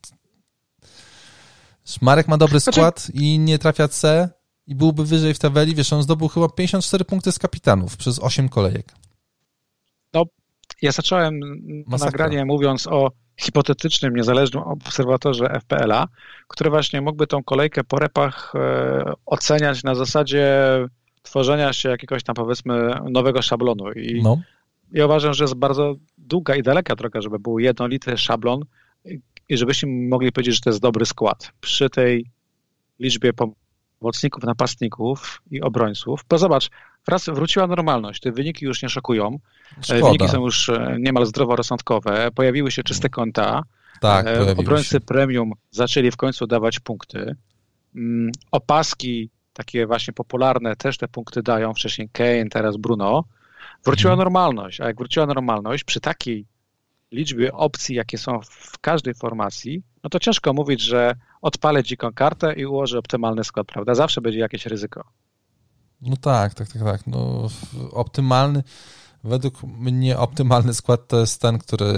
Marek ma dobry skład i nie trafia C i byłby wyżej w tabeli, wiesz, on zdobył chyba 54 punkty z kapitanów przez 8 kolejek. No, ja zacząłem nagranie mówiąc o hipotetycznym, niezależnym obserwatorze FPL-a, który właśnie mógłby tą kolejkę po repach oceniać na zasadzie tworzenia się jakiegoś tam, powiedzmy, nowego szablonu. I ja uważam, że jest bardzo długa i daleka droga, żeby był jednolity szablon i żebyśmy mogli powiedzieć, że to jest dobry skład. Przy tej liczbie pomocników, napastników i obrońców. Bo zobacz, wróciła normalność, te wyniki już nie szokują. Szkoda. Wyniki są już niemal zdroworozsądkowe, pojawiły się czyste konta. Tak, obrońcy premium zaczęli w końcu dawać punkty. Opaski takie właśnie popularne też te punkty dają, wcześniej Kane, teraz Bruno. Wróciła normalność, a jak wróciła normalność przy takiej liczbie opcji, jakie są w każdej formacji, no to ciężko mówić, że odpalę dziką kartę i ułożę optymalny skład, prawda? Zawsze będzie jakieś ryzyko. No tak. No, optymalny, według mnie optymalny skład to jest ten, który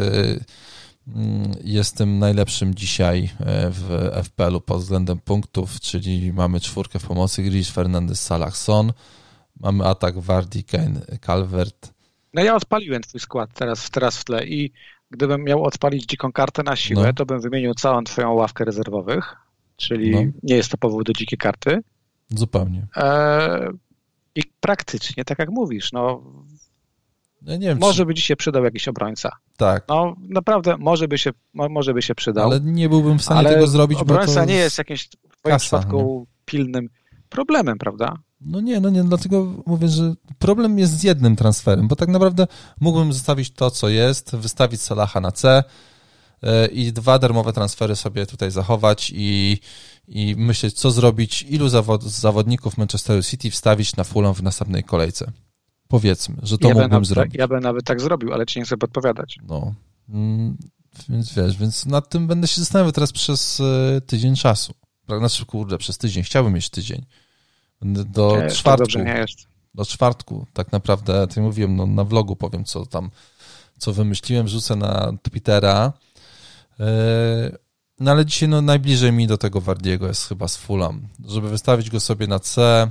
jest tym najlepszym dzisiaj w FPL-u pod względem punktów, czyli mamy 4 w pomocy, Grealish, Fernandes, Salah, Son, mamy atak Vardy, Kane, Calvert. No ja odpaliłem twój skład teraz w tle i gdybym miał odpalić dziką kartę na siłę, to bym wymienił całą twoją ławkę rezerwowych, czyli nie jest to powód do dzikiej karty. Zupełnie. I praktycznie, tak jak mówisz, no ja nie wiem, może by ci się przydał jakiś obrońca. Tak. No naprawdę może by się przydał. Ale nie byłbym w stanie tego zrobić, obrońca bo to nie jest jakimś w twoim przypadku pilnym problemem, prawda? No nie, dlatego mówię, że problem jest z jednym transferem, bo tak naprawdę mógłbym zostawić to, co jest, wystawić Salaha na C i 2 darmowe transfery sobie tutaj zachować i myśleć, co zrobić, ilu zawodników Manchesteru City wstawić na Fulham w następnej kolejce. Powiedzmy, że to mógłbym zrobić. Ja bym nawet tak zrobił, ale ci nie chcę podpowiadać. No, więc nad tym będę się zastanawiał teraz przez tydzień czasu. Znaczy, przez tydzień, chciałbym mieć tydzień. Do czwartku. Dobrze nie jest. Do czwartku, tak naprawdę, to mówiłem, no, na vlogu powiem, co wymyśliłem, wrzucę na Twittera. No ale dzisiaj najbliżej mi do tego Wardiego jest chyba z Fulham, żeby wystawić go sobie na C,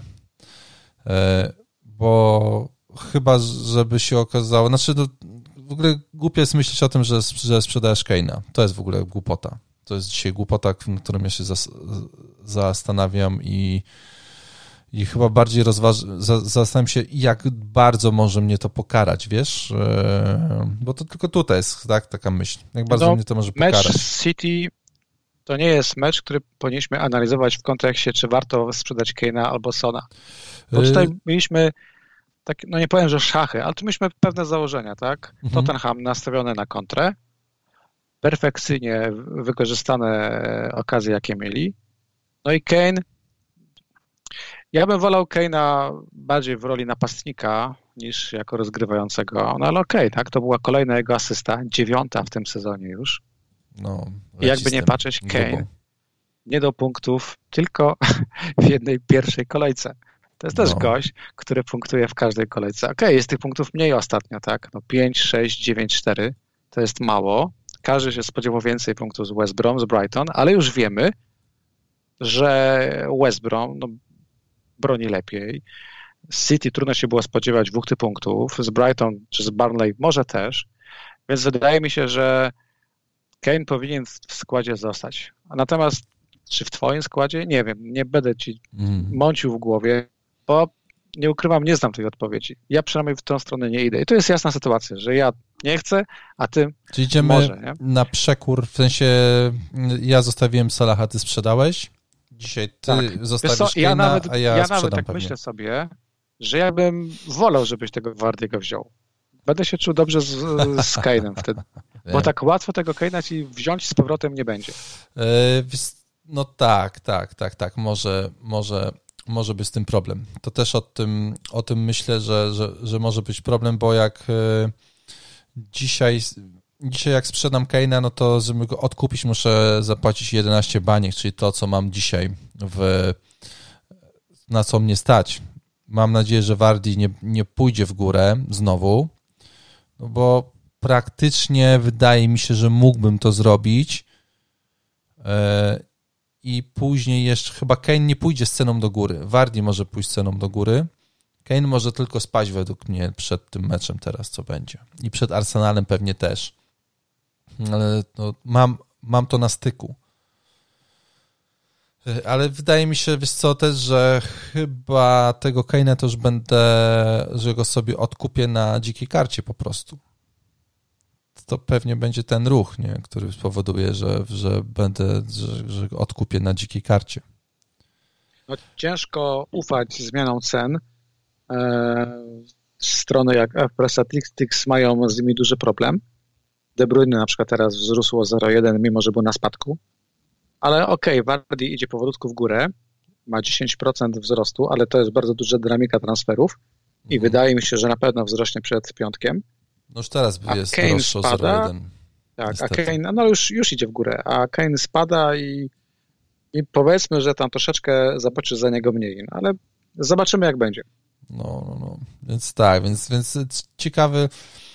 bo chyba, żeby się okazało, w ogóle głupie jest myśleć o tym, że sprzedajesz Kane'a. To jest w ogóle głupota. To jest dzisiaj głupota, nad którą ja się zastanawiam i chyba bardziej zastanawiam się, jak bardzo może mnie to pokarać, wiesz? Bo to tylko tutaj jest taka myśl. Jak bardzo mnie to może pokarać. Mecz City to nie jest mecz, który powinniśmy analizować w kontekście, czy warto sprzedać Kane'a albo Sona. Bo tutaj mieliśmy, no nie powiem, że szachy, ale tu mieliśmy pewne założenia, tak? Tottenham nastawione na kontrę, perfekcyjnie wykorzystane okazje, jakie mieli. No i Kane, ja bym wolał Kane'a bardziej w roli napastnika niż jako rozgrywającego, no ale okej, tak? To była kolejna jego asysta, 9. w tym sezonie już. No, i jakby nie patrzeć, Kane nie do punktów tylko w jednej pierwszej kolejce. To jest też gość, który punktuje w każdej kolejce. Jest tych punktów mniej ostatnio, tak? 5, 6, 9, 4 to jest mało. Każdy się spodziewał więcej punktów z West Brom, z Brighton, ale już wiemy, że West Brom broni lepiej. Z City trudno się było spodziewać 2 punktów, z Brighton czy z Burnley może też, więc wydaje mi się, że Kane powinien w składzie zostać. Natomiast czy w twoim składzie? Nie wiem, nie będę ci mącił w głowie, bo nie ukrywam, nie znam tej odpowiedzi. Ja przynajmniej w tą stronę nie idę. I to jest jasna sytuacja, że ja nie chcę, a ty Czyli idziemy może, nie? na przekór, w sensie ja zostawiłem Salaha, ty sprzedałeś? Dzisiaj ty zostawisz Kane'a, a ja nawet tak pewnie. Myślę sobie, że ja bym wolał, żebyś tego Wardiego wziął. Będę się czuł dobrze z Kane'em wtedy. Bo tak łatwo tego Kane'a ci wziąć z powrotem nie będzie. No tak. Może być z tym problem. To też o tym myślę, że może być problem, bo jak dzisiaj jak sprzedam Kane'a, no to żeby go odkupić, muszę zapłacić 11 baniek, czyli to, co mam dzisiaj, na co mnie stać. Mam nadzieję, że Wardy nie pójdzie w górę znowu, no bo praktycznie wydaje mi się, że mógłbym to zrobić i później jeszcze chyba Kane nie pójdzie z ceną do góry. Wardy może pójść z ceną do góry. Kane może tylko spaść według mnie przed tym meczem teraz, co będzie. I przed Arsenalem pewnie też. Ale no, mam to na styku. Ale wydaje mi się, wiesz co, też, że chyba tego Kane'a to już że go sobie odkupię na dzikiej karcie po prostu. To pewnie będzie ten ruch, nie, który spowoduje, że go odkupię na dzikiej karcie. No, ciężko ufać zmianom cen. Strony jak FPR Statistics mają z nimi duży problem. De Bruyne na przykład teraz wzrósł o 0,1, mimo że był na spadku. Ale Wardy idzie powolutku w górę, ma 10% wzrostu, ale to jest bardzo duża dynamika transferów i wydaje mi się, że na pewno wzrośnie przed piątkiem. No już teraz jest droższy o 0,1. Tak, niestety. A Kane już idzie w górę, a Kane spada i powiedzmy, że tam troszeczkę zapłaci za niego mniej, ale zobaczymy jak będzie. No. Więc tak, więc ciekawe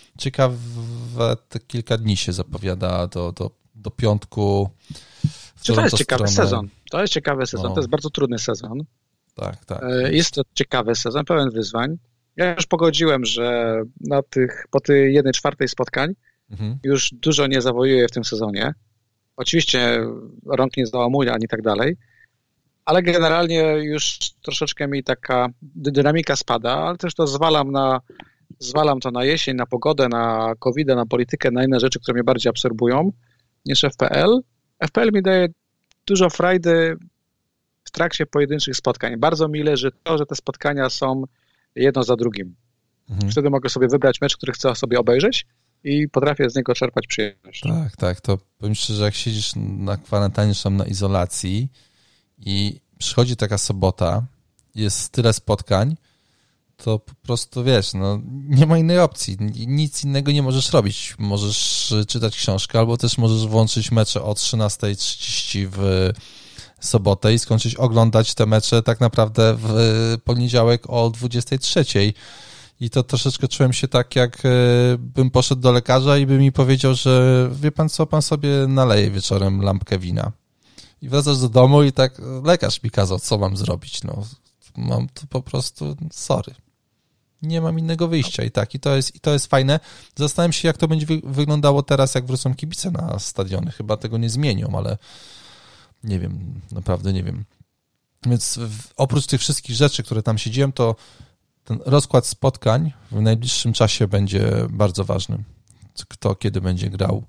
te kilka dni się zapowiada do piątku. Czy to jest ciekawy sezon? To jest ciekawy sezon, to jest bardzo trudny sezon. Tak. Jest to ciekawy sezon, pełen wyzwań. Ja już pogodziłem, że po tej 1/4 spotkań już dużo nie zawojuję w tym sezonie. Oczywiście rąk nie załamuję ani tak dalej, ale generalnie już troszeczkę mi taka dynamika spada, ale też to zwalam to na jesień, na pogodę, na COVID-a, na politykę, na inne rzeczy, które mnie bardziej absorbują niż FPL. FPL mi daje dużo frajdy w trakcie pojedynczych spotkań. Bardzo mi leży to, że te spotkania są jedno za drugim. Wtedy mogę sobie wybrać mecz, który chcę sobie obejrzeć i potrafię z niego czerpać przyjemność. Tak. To powiem szczerze, że jak siedzisz na kwarantannie, czy tam na izolacji i przychodzi taka sobota, jest tyle spotkań, to po prostu wiesz, no nie ma innej opcji. Nic innego nie możesz robić. Możesz czytać książkę, albo też możesz włączyć mecze o 13:30 w sobotę i skończyć oglądać te mecze tak naprawdę w poniedziałek o 23:00. I to troszeczkę czułem się tak, jak bym poszedł do lekarza i by mi powiedział, że wie pan co, pan sobie naleje wieczorem lampkę wina. I wracasz do domu i tak lekarz mi kazał, co mam zrobić. No, mam tu po prostu, sorry. Nie mam innego wyjścia i to jest fajne. Zastanawiam się, jak to będzie wyglądało teraz, jak wrócą kibice na stadiony. Chyba tego nie zmienią, ale nie wiem, naprawdę nie wiem. Więc oprócz tych wszystkich rzeczy, które tam się dzieją, to ten rozkład spotkań w najbliższym czasie będzie bardzo ważny. Kto kiedy będzie grał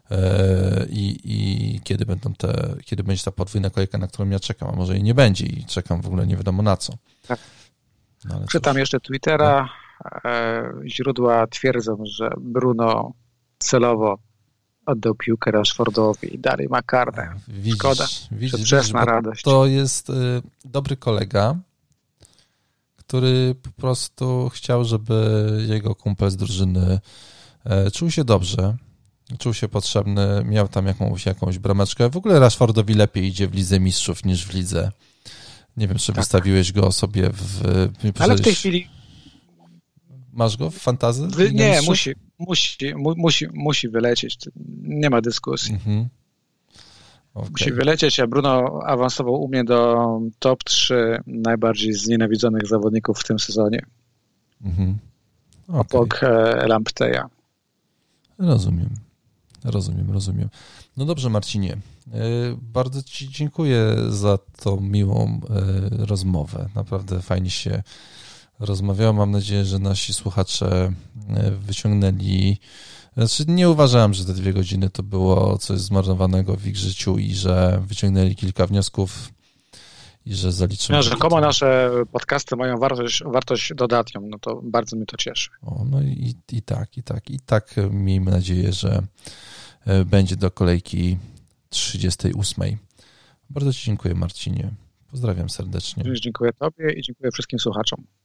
i kiedy będzie ta podwójna kolejka, na którą ja czekam, a może jej nie będzie i czekam w ogóle nie wiadomo na co. Tak. No, czytam jeszcze Twittera. Źródła twierdzą, że Bruno celowo oddał piłkę Rashfordowi i dalej ma kartę. Szkoda. Przedwczesna radość. To jest dobry kolega, który po prostu chciał, żeby jego kumpel z drużyny czuł się dobrze, czuł się potrzebny, miał tam jakąś brameczkę. W ogóle Rashfordowi lepiej idzie w Lidze Mistrzów niż w Lidze. Nie wiem, czy wystawiłeś go sobie ale w tej chwili... Masz go w fantasy? Nie, musi wylecieć. Nie ma dyskusji. Okay. Musi wylecieć, a Bruno awansował u mnie do top 3 najbardziej znienawidzonych zawodników w tym sezonie. Obok Lampteja. Rozumiem. No dobrze, Marcinie. Bardzo Ci dziękuję za tą miłą rozmowę. Naprawdę fajnie się rozmawiało. Mam nadzieję, że nasi słuchacze wyciągnęli... Znaczy, nie uważałem, że te 2 godziny to było coś zmarnowanego w ich życiu i że wyciągnęli kilka wniosków i że zaliczymy... No, rzekomo nasze podcasty mają wartość dodatnią, no to bardzo mnie to cieszy. No i tak miejmy nadzieję, że będzie do kolejki 38. Bardzo Ci dziękuję, Marcinie. Pozdrawiam serdecznie. Dziękuję Tobie i dziękuję wszystkim słuchaczom.